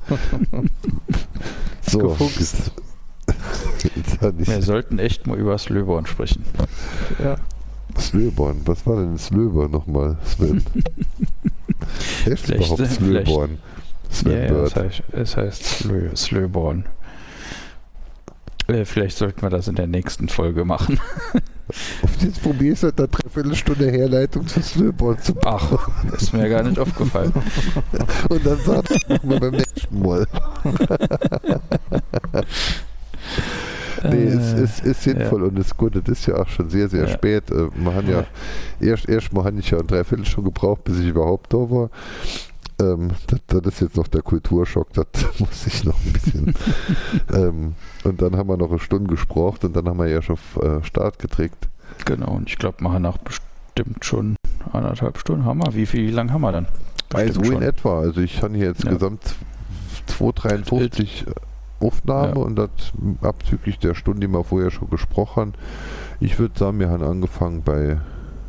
So, gefuchst. Wir sollten echt mal über Slöborn sprechen. Ja. Slöborn, was war denn Slöborn nochmal, Sven? Hilft überhaupt Slöborn? Ja, ja, es heißt, es heißt Slö, Slöborn. Äh, vielleicht sollten wir das in der nächsten Folge machen. Auf jetzt probierst du eine Dreiviertelstunde Herleitung zu Slöborn zu machen. Ach, ist mir gar nicht aufgefallen. Und dann sagst du, machen wir beim nächsten Mal. Nee, ist, ist, ist sinnvoll ja. und ist gut. Das ist ja auch schon sehr, sehr Ja. spät. Äh, Man hat ja, erst, erst mal hatte ich ja ein Dreiviertel gebraucht, bis ich überhaupt da war. Ähm, das, das ist jetzt noch der Kulturschock, das muss ich noch ein bisschen. ähm, und dann haben wir noch eine Stunde gesprochen und dann haben wir ja schon äh, Start gekriegt. Genau, und ich glaube, machen nach bestimmt schon anderthalb Stunden. Haben wir? Wie, wie, wie lange haben wir dann? Also Bestimmt in schon. etwa. Also ich habe hier jetzt Ja. gesamt zweihundertdreiundfünfzig Aufnahmen Ja. und das abzüglich der Stunden, die wir vorher schon gesprochen haben. Ich würde sagen, wir haben angefangen bei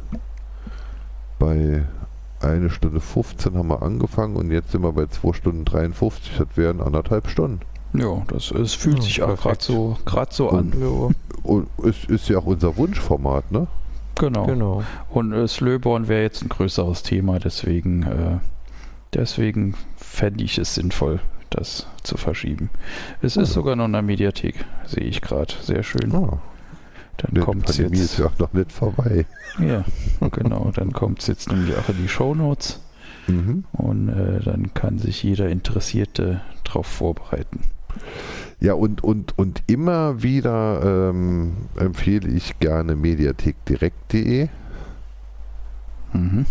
bei eine Stunde fünfzehn haben wir angefangen und jetzt sind wir bei zwei Stunden dreiundfünfzig, das wären anderthalb Stunden. Ja, das es fühlt Ja, sich auch gerade perfekt. so, grad so an. Ja, Und es ist ja auch unser Wunschformat, ne? Genau. genau. Und äh, Slöborn wäre jetzt ein größeres Thema, deswegen, äh, deswegen fände ich es sinnvoll, das zu verschieben. Es ist sogar noch in der Mediathek, sehe ich gerade. Sehr schön. Ah, Dann die kommt es Pandemie ist jetzt. ja auch noch nicht vorbei. Ja, genau. Dann kommt es jetzt nämlich auch in die Shownotes Mhm. und äh, dann kann sich jeder Interessierte darauf vorbereiten. Ja, und, und, und immer wieder ähm, empfehle ich gerne mediathekdirekt punkt de. Mhm.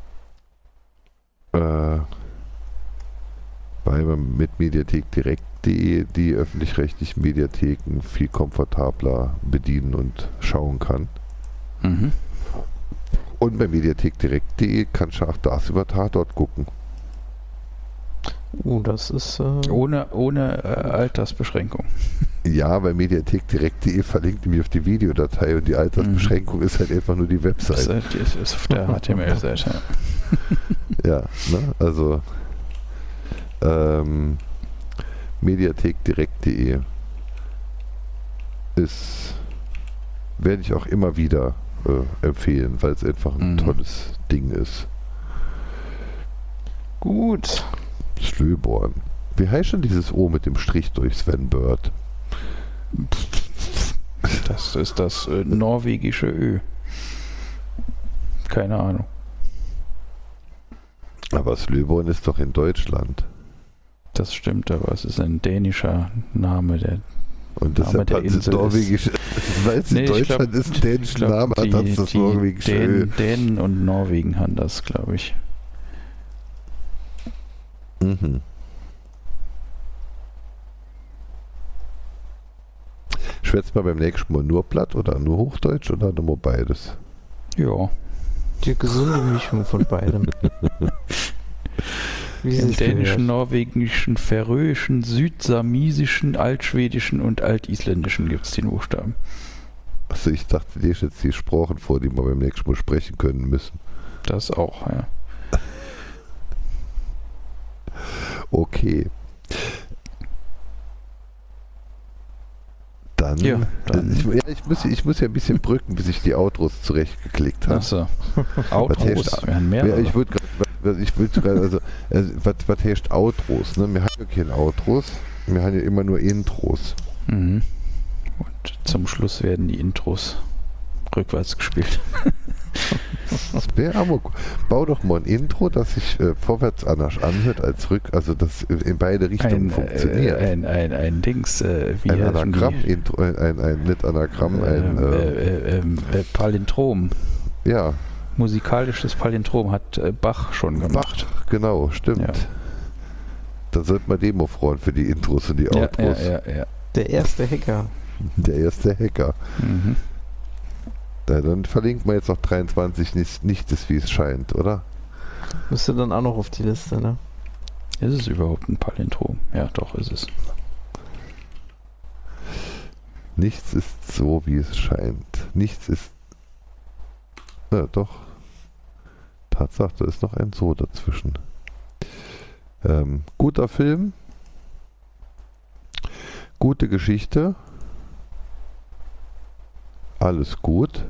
Äh, weil man mit mediathekdirekt punkt de die öffentlich-rechtlichen Mediatheken viel komfortabler bedienen und schauen kann. Mhm. Und bei mediathekdirekt punkt de kannst du auch das über Tatort gucken. Uh, das ist. Äh, Ohne, ohne äh, Altersbeschränkung. Ja, bei mediathekdirekt punkt de verlinkt nämlich auf die Videodatei und die Altersbeschränkung ist halt einfach nur die Das Website. ist, das ist auf der H T M L-Seite. Ja, ne? Also ähm, mediathekdirekt punkt de ist, werde ich auch immer wieder äh, empfehlen, weil es einfach ein Mhm. tolles Ding ist. gut. Slöborn. Wie heißt schon dieses O mit dem Strich durch Sven Bird? Das ist das äh, norwegische Ö. Keine Ahnung. Aber Slöborn ist doch in Deutschland. Das stimmt, aber es ist ein dänischer Name. Der, Und Name deshalb der hat es Insel norwegische, weil es Nee, in ich Deutschland glaub- ist, einen dänischen ich glaub, Namen hat, hat es das norwegische Ö. Dänen, Dänen und Norwegen haben das, glaube ich. Mhm. Schwätzt man beim nächsten Mal nur Platt oder nur Hochdeutsch oder nur beides? Ja, Die gesunde Mischung von beidem. Wie im sich dänischen, gehört. norwegischen, färöischen, südsamisischen, altschwedischen und altisländischen gibt es den Buchstaben. Also ich dachte, dir ist jetzt die Sprachen vor, die wir beim nächsten Mal sprechen können müssen. Das auch, ja. Okay. Dann, Ja, dann- Ich, ja, ich, muss, ich muss ja ein bisschen brücken, bis ich die Outros zurechtgeklickt habe. Achso. Outros. heißt- Wir haben Ja, mehrere. ich würde gerade, ich würde gerade, also, also was, was heißt Outros? Ne? Wir haben ja keine Outros, wir haben ja immer nur Intros. Mhm. Und zum Schluss werden die Intros rückwärts gespielt. Das wäre aber gut. Bau doch mal ein Intro, das sich äh, vorwärts anders anhört als rück, also das in beide Richtungen Ein, funktioniert. äh, ein, ein, ein Dings, äh, wie ein heißen die? Anagramm-Intro, ein, ein, ein, nicht Anagramm, ein, Ähm, äh, äh, äh, äh, Palindrom. ja, Musikalisches Palindrom hat äh, Bach schon gemacht. Bach, genau, stimmt. Ja. Da sollte man Demo freuen für die Intros und die Ja, Outros. ja, ja, ja. Der erste Hacker. Der erste Hacker. Mhm. Da, dann verlinkt man jetzt noch dreiundzwanzig nicht, nicht ist, wie es scheint, oder? Müsste dann auch noch auf die Liste, ne? Ist es überhaupt ein Palindrom? Ja, doch, ist es. Nichts ist so, wie es scheint. Nichts ist... Ja, doch. Tatsache, da ist noch ein So dazwischen. Ähm, guter Film. Gute Geschichte. Alles gut.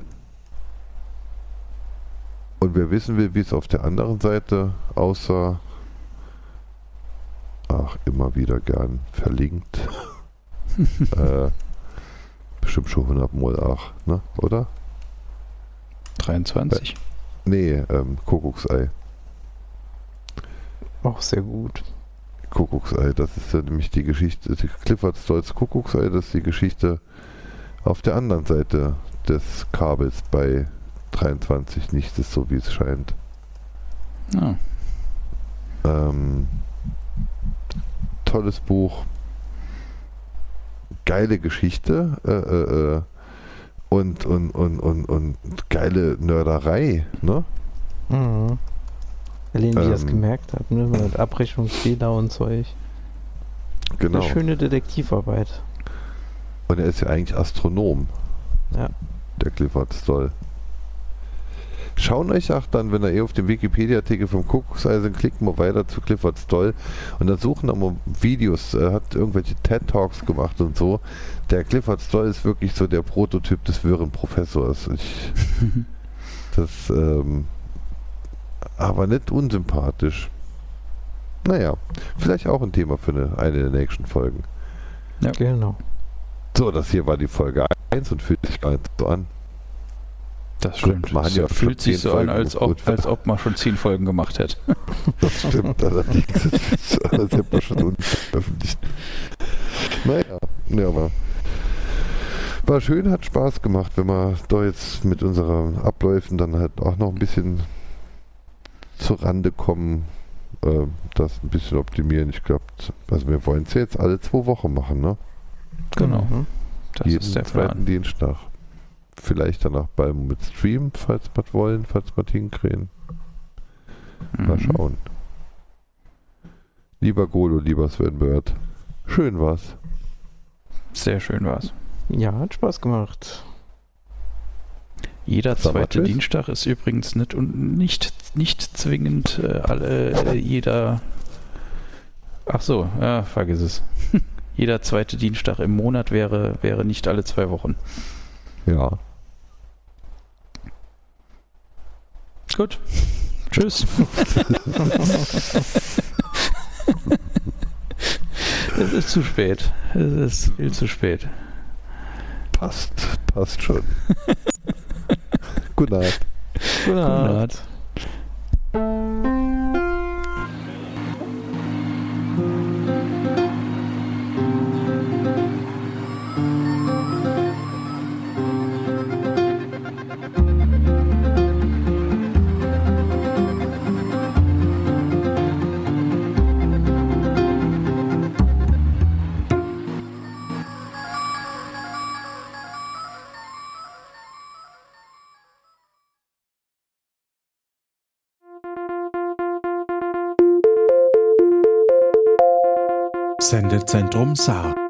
Und wer wissen will, wie es auf der anderen Seite aussah, ach, immer wieder gern verlinkt. äh, bestimmt schon hundert Mal auch, ne? Oder? dreiundzwanzig. Nee, ähm, Kuckucksei. Auch sehr gut. Kuckucksei, das ist ja nämlich die Geschichte, die Clifford Stolz Kuckucksei, das ist die Geschichte auf der anderen Seite des Kabels bei dreiundzwanzig nicht ist, so wie es scheint. Ja. Ähm, tolles Buch. Geile Geschichte. Äh, äh, äh, und, und, und, und, und geile Nörderei, ne? Mhm. Allein wie Ähm, er es gemerkt hat, ne? Mit Abrechnungsfehler und Zeug. Genau. Eine schöne Detektivarbeit. Und er ist ja eigentlich Astronom. Ja. Der Clifford Stoll. Schauen euch auch dann, wenn ihr eh auf den Wikipedia-Artikel vom Kuckuckseisen sind, klickt mal weiter zu Clifford Stoll und dann suchen wir mal Videos, er hat irgendwelche TED-Talks gemacht und so. Der Clifford Stoll ist wirklich so der Prototyp des wirren Professors. Ich, das, ähm, aber nicht unsympathisch. Naja, vielleicht auch ein Thema für eine, eine der nächsten Folgen. Ja. Genau. So, das hier war die Folge eins und fühlt sich gar nicht so an. Das stimmt. Gut, man hat Das ja fühlt schon sich zehn so an, Folgen als ob, gut. als ob man schon zehn Folgen gemacht hätte. Das stimmt, allerdings. Das hätte man schon unveröffentlicht. Naja, ja, aber war schön, hat Spaß gemacht, wenn wir da jetzt mit unseren Abläufen dann halt auch noch ein bisschen zur Rande kommen, äh, das ein bisschen optimieren. Ich glaube, also wir wollen es ja jetzt alle zwei Wochen machen, ne? Genau. Mhm. Das Jeden ist der zweiten Plan. Dienstag. Vielleicht danach bald mit Stream, falls wir es wollen, falls wir es hinkriegen. Mal Mhm. schauen. Lieber Golo, lieber Sven Bird. Schön war's. Sehr schön war's. Ja, hat Spaß gemacht. Jeder Sag mal zweite tschüss. Dienstag ist übrigens nicht und nicht, nicht zwingend äh, alle, äh, jeder. Ach so, ja, vergiss es. Jeder zweite Dienstag im Monat wäre, wäre nicht alle zwei Wochen. Ja. Gut. Tschüss. Es ist zu spät. Es ist viel zu spät. Passt. Passt schon. Gute Nacht. Gute Gute Nacht. Nacht. Sendezentrum Saar.